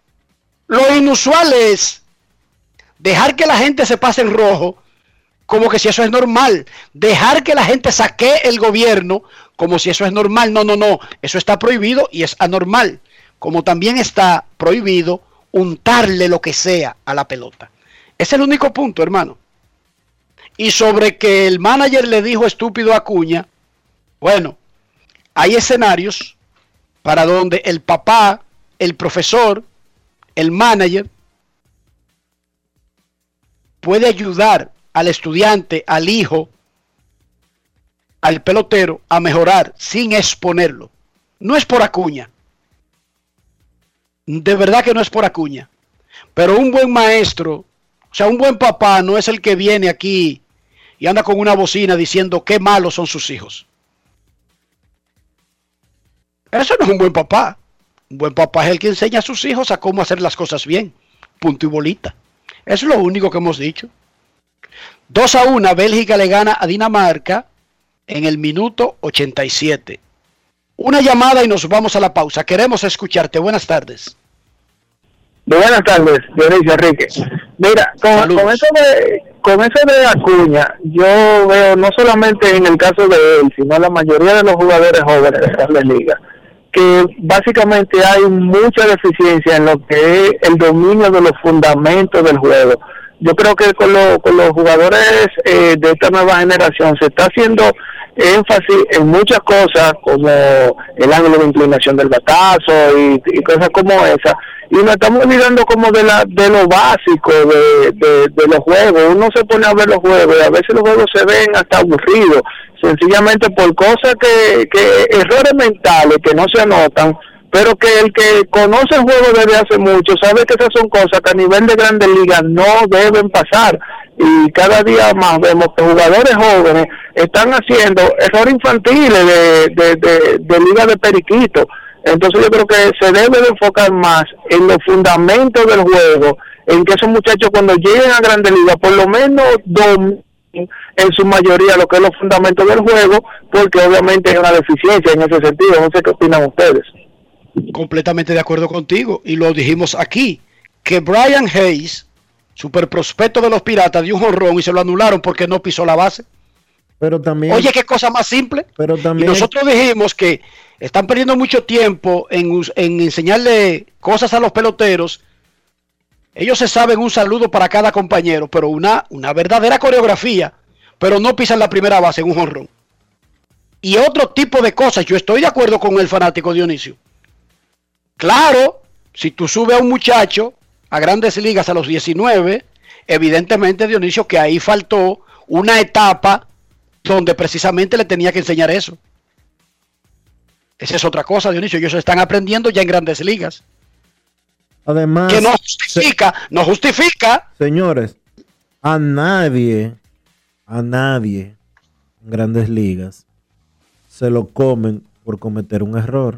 Lo inusual es dejar que la gente se pase en rojo, como que si eso es normal. Dejar que la gente saquee el gobierno, como si eso es normal. No, no, no, eso está prohibido y es anormal. Como también está prohibido untarle lo que sea a la pelota. Es el único punto, hermano. Y sobre que el manager le dijo estúpido a Acuña, bueno, hay escenarios para donde el papá, el profesor, el manager puede ayudar al estudiante, al hijo, al pelotero a mejorar sin exponerlo. No es por Acuña. De verdad que no es por Acuña. Pero un buen maestro, o sea, un buen papá no es el que viene aquí y anda con una bocina diciendo qué malos son sus hijos. Eso no es un buen papá. Un buen papá es el que enseña a sus hijos a cómo hacer las cosas bien. Punto y bolita. Eso es lo único que hemos dicho. dos a uno, Bélgica le gana a Dinamarca en el minuto ochenta y siete. Una llamada y nos vamos a la pausa. Queremos escucharte. Buenas tardes. Buenas tardes, Dionisio Enrique. Mira, con, con eso de con eso de Acuña, yo veo no solamente en el caso de él, sino la mayoría de los jugadores jóvenes de Grandes Ligas, que básicamente hay mucha deficiencia en lo que es el dominio de los fundamentos del juego. Yo creo que con, lo, con los jugadores eh, de esta nueva generación se está haciendo énfasis en muchas cosas como el ángulo de inclinación del batazo y, y cosas como esa, y nos estamos olvidando como de la de lo básico de, de, de los juegos. Uno se pone a ver los juegos y a veces los juegos se ven hasta aburridos, sencillamente por cosas que, que errores mentales que no se anotan, pero que el que conoce el juego desde hace mucho sabe que esas son cosas que a nivel de Grandes Ligas no deben pasar, y cada día más vemos que jugadores jóvenes están haciendo errores infantiles de, de, de, de liga de periquito. Entonces yo creo que se debe de enfocar más en los fundamentos del juego, en que esos muchachos cuando lleguen a Grandes Ligas por lo menos dominen en su mayoría lo que es los fundamentos del juego, porque obviamente hay una deficiencia en ese sentido. No sé qué opinan ustedes. Completamente de acuerdo contigo, y lo dijimos aquí, que Brian Hayes, super prospecto de los Piratas, dio un jonrón y se lo anularon porque no pisó la base. Pero también, oye, qué cosa más simple. Pero también, y nosotros dijimos que están perdiendo mucho tiempo en, en enseñarle cosas a los peloteros. Ellos se saben un saludo para cada compañero, pero una, una verdadera coreografía, pero no pisan la primera base en un jonrón. Y otro tipo de cosas. Yo estoy de acuerdo con el fanático Dionisio. Claro, si tú subes a un muchacho a Grandes Ligas a los diecinueve, evidentemente, Dionisio, que ahí faltó una etapa donde precisamente le tenía que enseñar eso. Esa es otra cosa, Dionisio. Ellos están aprendiendo ya en Grandes Ligas. Además, que no justifica, se, no justifica. Señores, a nadie, a nadie en Grandes Ligas se lo comen por cometer un error.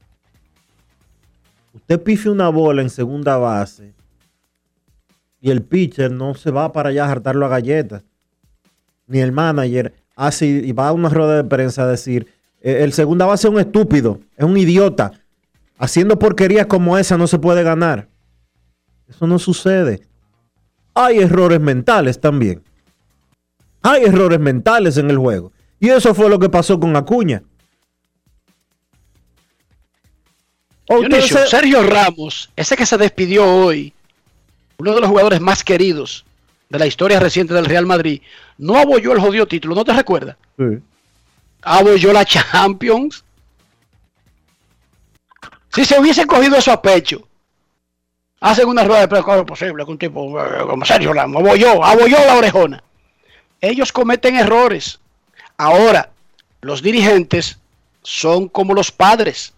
Usted pifia una bola en segunda base y el pitcher no se va para allá a hartarlo a galletas. Ni el manager hace y va a una rueda de prensa a decir, eh, el segunda base es un estúpido, es un idiota. Haciendo porquerías como esa no se puede ganar. Eso no sucede. Hay errores mentales también. Hay errores mentales en el juego. Y eso fue lo que pasó con Acuña. Dionisio, se... Sergio Ramos, ese que se despidió hoy, uno de los jugadores más queridos de la historia reciente del Real Madrid, no abolló el jodido título, ¿no te recuerdas? Sí. Abolló la Champions. Si se hubiese cogido eso a pecho, hacen una rueda de prensa, ¿cómo es posible que un tipo como Sergio Ramos abolló, abolló la orejona? Ellos cometen errores. Ahora, los dirigentes son como los padres.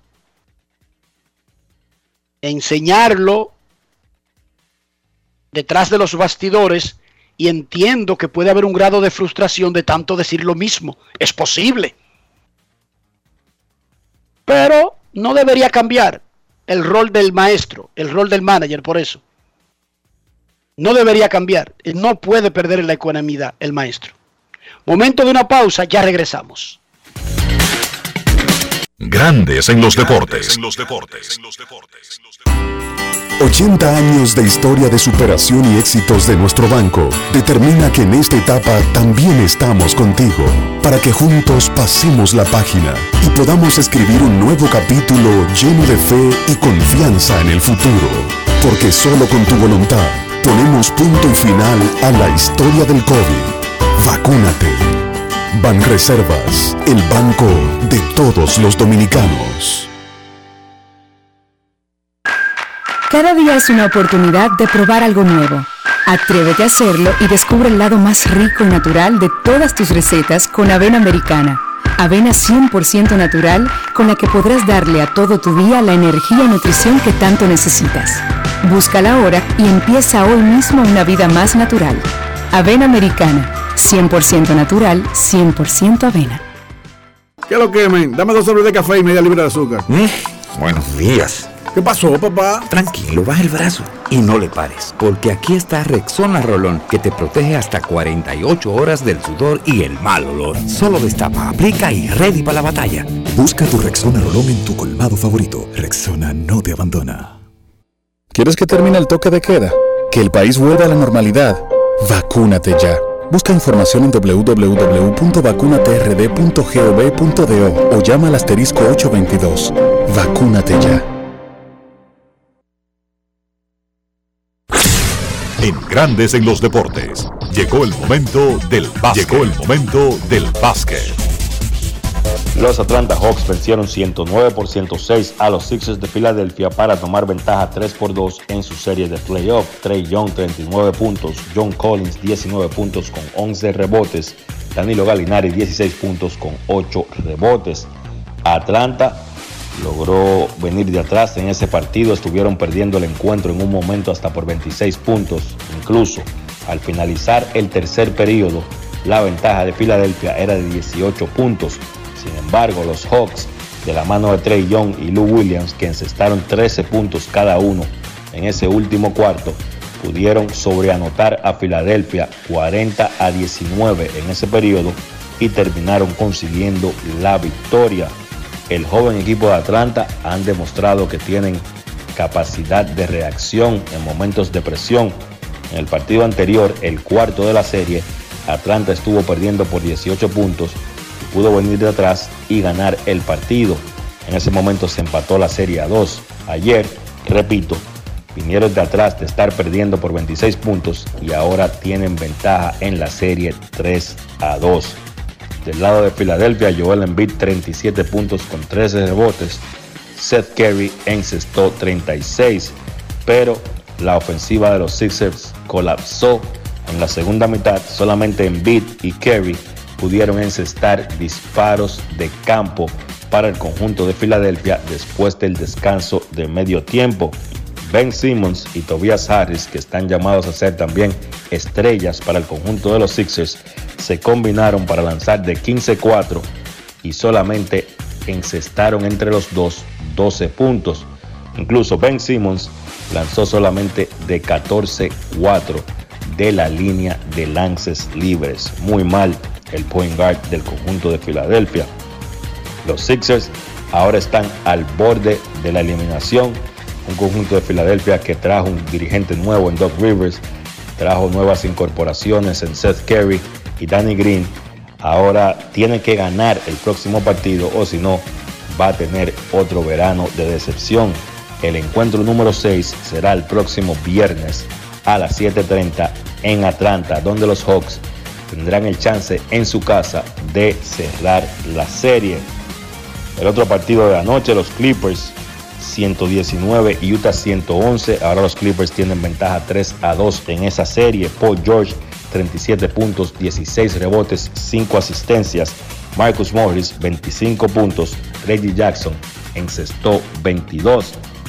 Enseñarlo detrás de los bastidores, y entiendo que puede haber un grado de frustración de tanto decir lo mismo. Es posible. Pero no debería cambiar el rol del maestro, el rol del manager, por eso. No debería cambiar. No puede perder la ecuanimidad el maestro. Momento de una pausa, ya regresamos. Grandes en los deportes. ochenta años de historia de superación y éxitos de nuestro banco determina que en esta etapa también estamos contigo, para que juntos pasemos la página y podamos escribir un nuevo capítulo lleno de fe y confianza en el futuro. Porque solo con tu voluntad ponemos punto y final a la historia del COVID. Vacúnate. Banreservas, el banco de todos los dominicanos. Cada día es una oportunidad de probar algo nuevo. Atrévete a hacerlo y descubre el lado más rico y natural de todas tus recetas con avena americana. Avena cien por ciento natural con la que podrás darle a todo tu día la energía y nutrición que tanto necesitas. Búscala ahora y empieza hoy mismo una vida más natural. Avena americana, cien por ciento natural, cien por ciento avena. ¿Qué lo que, men? Dame dos sobres de café y media libra de azúcar. Mm, buenos días. ¿Qué pasó, papá? Tranquilo, baja el brazo y no le pares, porque aquí está Rexona Rolón, que te protege hasta cuarenta y ocho horas del sudor y el mal olor. Solo destapa, aplica y ready para la batalla. Busca tu Rexona Rolón en tu colmado favorito. Rexona no te abandona. ¿Quieres que termine el toque de queda? ¿Que el país vuelva a la normalidad? Vacúnate ya. Busca información en doble u doble u doble u punto vacunate r d punto gov punto do o llama al asterisco ocho veintidós. Vacúnate ya. En Grandes en los deportes, llegó el momento del básquet. Llegó el momento del básquet. Los Atlanta Hawks vencieron ciento nueve por ciento seis a los Sixers de Filadelfia para tomar ventaja tres por dos en su serie de playoff. Trae Young treinta y nueve puntos, John Collins diecinueve puntos con once rebotes, Danilo Gallinari dieciséis puntos con ocho rebotes. Atlanta logró venir de atrás en ese partido, estuvieron perdiendo el encuentro en un momento hasta por veintiséis puntos. Incluso al finalizar el tercer periodo, la ventaja de Filadelfia era de dieciocho puntos. Sin embargo, los Hawks, de la mano de Trae Young y Lou Williams, que encestaron trece puntos cada uno en ese último cuarto, pudieron sobreanotar a Filadelfia cuarenta a diecinueve en ese periodo y terminaron consiguiendo la victoria. El joven equipo de Atlanta han demostrado que tienen capacidad de reacción en momentos de presión. En el partido anterior, el cuarto de la serie, Atlanta estuvo perdiendo por dieciocho puntos y pudo venir de atrás y ganar el partido. En ese momento se empató la serie a dos. Ayer, repito, vinieron de atrás de estar perdiendo por veintiséis puntos y ahora tienen ventaja en la serie tres a dos. Del lado de Filadelfia, Joel Embiid treinta y siete puntos con trece rebotes. Seth Curry encestó treinta y seis, pero la ofensiva de los Sixers colapsó en la segunda mitad. Solamente Embiid y Curry pudieron encestar disparos de campo para el conjunto de Filadelfia después del descanso de medio tiempo. Ben Simmons y Tobias Harris, que están llamados a ser también estrellas para el conjunto de los Sixers, se combinaron para lanzar de quince cuatro y solamente encestaron entre los dos doce puntos. Incluso Ben Simmons lanzó solamente de catorce cuatro de la línea de lances libres. Muy mal el point guard del conjunto de Filadelfia. Los Sixers ahora están al borde de la eliminación. Un conjunto de Filadelfia que trajo un dirigente nuevo en Doc Rivers, trajo nuevas incorporaciones en Seth Curry y Danny Green. Ahora tiene que ganar el próximo partido o si no va a tener otro verano de decepción. El encuentro número seis será el próximo viernes a las siete treinta en Atlanta, donde los Hawks tendrán el chance en su casa de cerrar la serie. El otro partido de la noche, los Clippers ciento diecinueve y Utah ciento once. Ahora los Clippers tienen ventaja tres a dos en esa serie. Paul George, treinta y siete puntos, dieciséis rebotes, cinco asistencias. Marcus Morris, veinticinco puntos. Reggie Jackson encestó veintidós.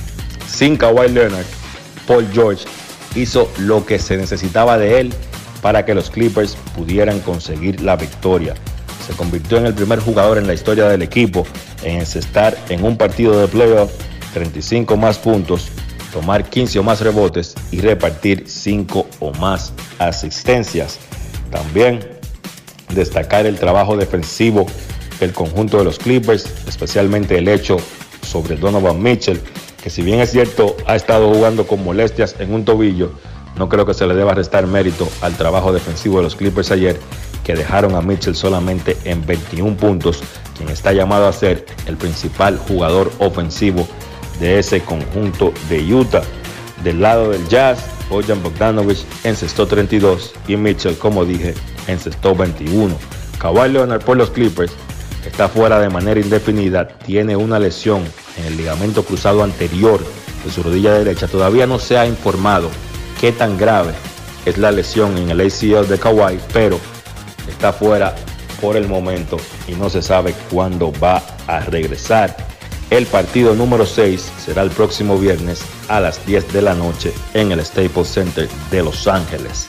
Sin Kawhi Leonard, Paul George hizo lo que se necesitaba de él para que los Clippers pudieran conseguir la victoria. Se convirtió en el primer jugador en la historia del equipo en encestar en un partido de playoff treinta y cinco más puntos, tomar quince o más rebotes y repartir cinco o más asistencias. También destacar el trabajo defensivo del conjunto de los Clippers, especialmente el hecho sobre Donovan Mitchell, que si bien es cierto ha estado jugando con molestias en un tobillo, no creo que se le deba restar mérito al trabajo defensivo de los Clippers ayer, que dejaron a Mitchell solamente en veintiún puntos, quien está llamado a ser el principal jugador ofensivo de ese conjunto de Utah. Del lado del Jazz, Bojan Bogdanovic encestó treinta y dos y Mitchell, como dije, encestó veintiuno. Kawhi Leonard por los Clippers está fuera de manera indefinida, tiene una lesión en el ligamento cruzado anterior de su rodilla derecha. Todavía no se ha informado qué tan grave es la lesión en el A C L de Kawhi, pero está fuera por el momento y no se sabe cuándo va a regresar. El partido número seis será el próximo viernes a las diez de la noche en el Staples Center de Los Ángeles.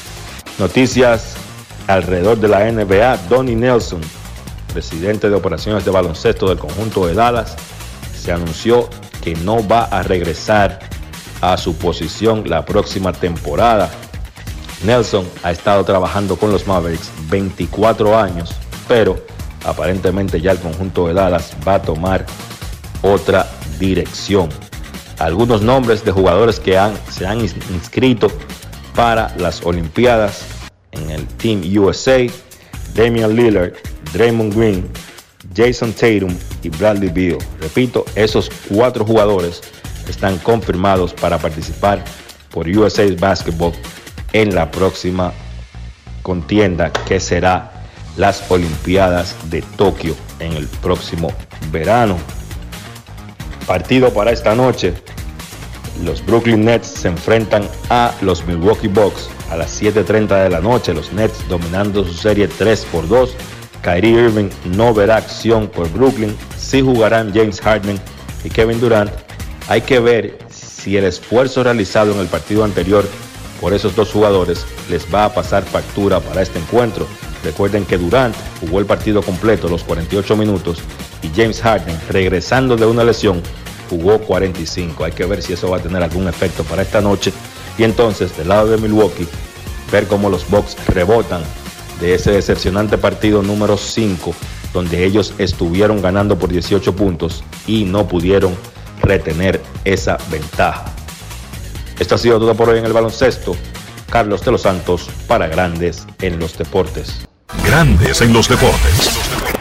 Noticias alrededor de la N B A. Donnie Nelson, presidente de operaciones de baloncesto del conjunto de Dallas, se anunció que no va a regresar a su posición la próxima temporada. Nelson ha estado trabajando con los Mavericks veinticuatro años, pero aparentemente ya el conjunto de Dallas va a tomar otra dirección. Algunos nombres de jugadores que han, se han inscrito para las Olimpiadas en el Team U S A: Damian Lillard, Draymond Green, Jason Tatum y Bradley Beal. Repito, esos cuatro jugadores están confirmados para participar por U S A Basketball en la próxima contienda, que será las Olimpiadas de Tokio en el próximo verano. Partido para esta noche: los Brooklyn Nets se enfrentan a los Milwaukee Bucks a las siete treinta de la noche. Los Nets dominando su serie tres por dos. Kyrie Irving no verá acción por Brooklyn. Sí jugarán James Harden y Kevin Durant. Hay que ver si el esfuerzo realizado en el partido anterior por esos dos jugadores les va a pasar factura para este encuentro. Recuerden que Durant jugó el partido completo, los cuarenta y ocho minutos, y James Harden, regresando de una lesión, jugó cuarenta y cinco. Hay que ver si eso va a tener algún efecto para esta noche. Y entonces, del lado de Milwaukee, ver cómo los Bucks rebotan de ese decepcionante partido número cinco, donde ellos estuvieron ganando por dieciocho puntos y no pudieron retener esa ventaja. Esto ha sido todo por hoy en el baloncesto. Carlos de los Santos para Grandes en los Deportes. Grandes en los Deportes.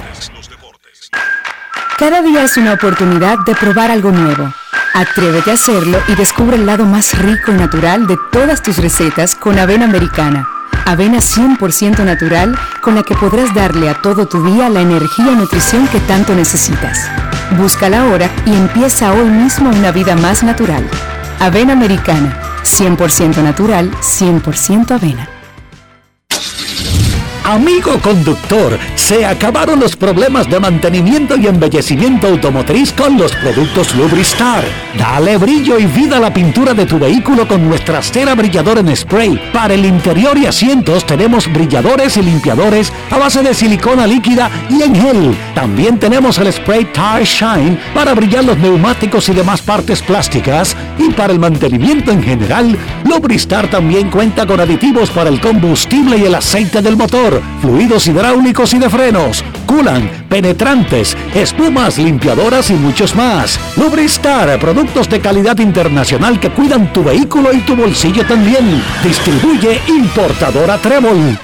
Cada día es una oportunidad de probar algo nuevo. Atrévete a hacerlo y descubre el lado más rico y natural de todas tus recetas con avena americana. Avena cien por ciento natural con la que podrás darle a todo tu día la energía y nutrición que tanto necesitas. Búscala ahora y empieza hoy mismo una vida más natural. Avena americana, cien por ciento natural, cien por ciento avena. Amigo conductor, Se acabaron los problemas de mantenimiento y embellecimiento automotriz con los productos Lubristar. Dale brillo y vida a la pintura de tu vehículo con nuestra cera brilladora en spray. Para el interior y asientos tenemos brilladores y limpiadores a base de silicona líquida y en gel. También tenemos el spray Tire Shine para brillar los neumáticos y demás partes plásticas. Y para el mantenimiento en general, Lubristar también cuenta con aditivos para el combustible y el aceite del motor, fluidos hidráulicos y de frenos, culan, penetrantes, espumas, limpiadoras y muchos más. Lubristar, productos de calidad internacional que cuidan tu vehículo y tu bolsillo también. Distribuye importadora Trébol.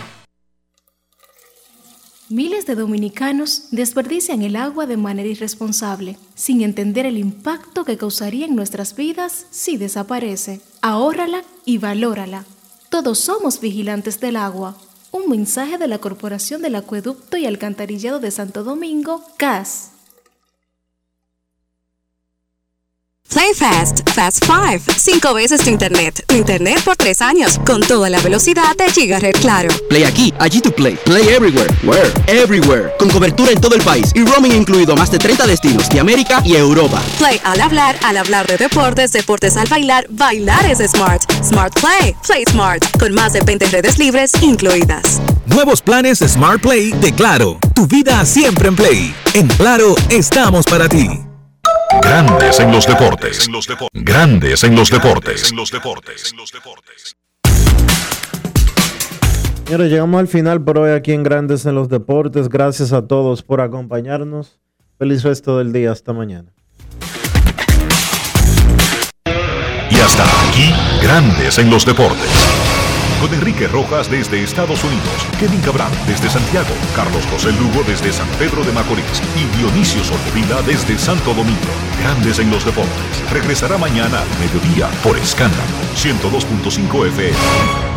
Miles de dominicanos desperdician el agua de manera irresponsable, sin entender el impacto que causaría en nuestras vidas si desaparece. Ahórrala y valórala. Todos somos vigilantes del agua. Un mensaje de la Corporación del Acueducto y Alcantarillado de Santo Domingo, C A S. Play Fast, Fast Five. Cinco veces tu internet. Tu internet por tres años. Con toda la velocidad de Gigaret Claro. Play aquí, allí tu play. Play everywhere. Where? Everywhere. Con cobertura en todo el país y roaming incluido más de treinta destinos de América y Europa. Play al hablar, al hablar de deportes, deportes al bailar, bailar es Smart. Smart Play. Play Smart. Con más de veinte redes libres incluidas. Nuevos planes Smart Play de Claro. Tu vida siempre en Play. En Claro estamos para ti. Grandes en los deportes. Grandes en los deportes. Señores, llegamos al final por hoy aquí en Grandes en los Deportes. Gracias a todos por acompañarnos. Feliz resto del día. Hasta mañana. Y hasta aquí, Grandes en los Deportes. Con Enrique Rojas desde Estados Unidos, Kevin Cabral desde Santiago, Carlos José Lugo desde San Pedro de Macorís y Dionisio Soldevila desde Santo Domingo. Grandes en los Deportes. Regresará mañana a mediodía por Escándalo ciento dos punto cinco F M.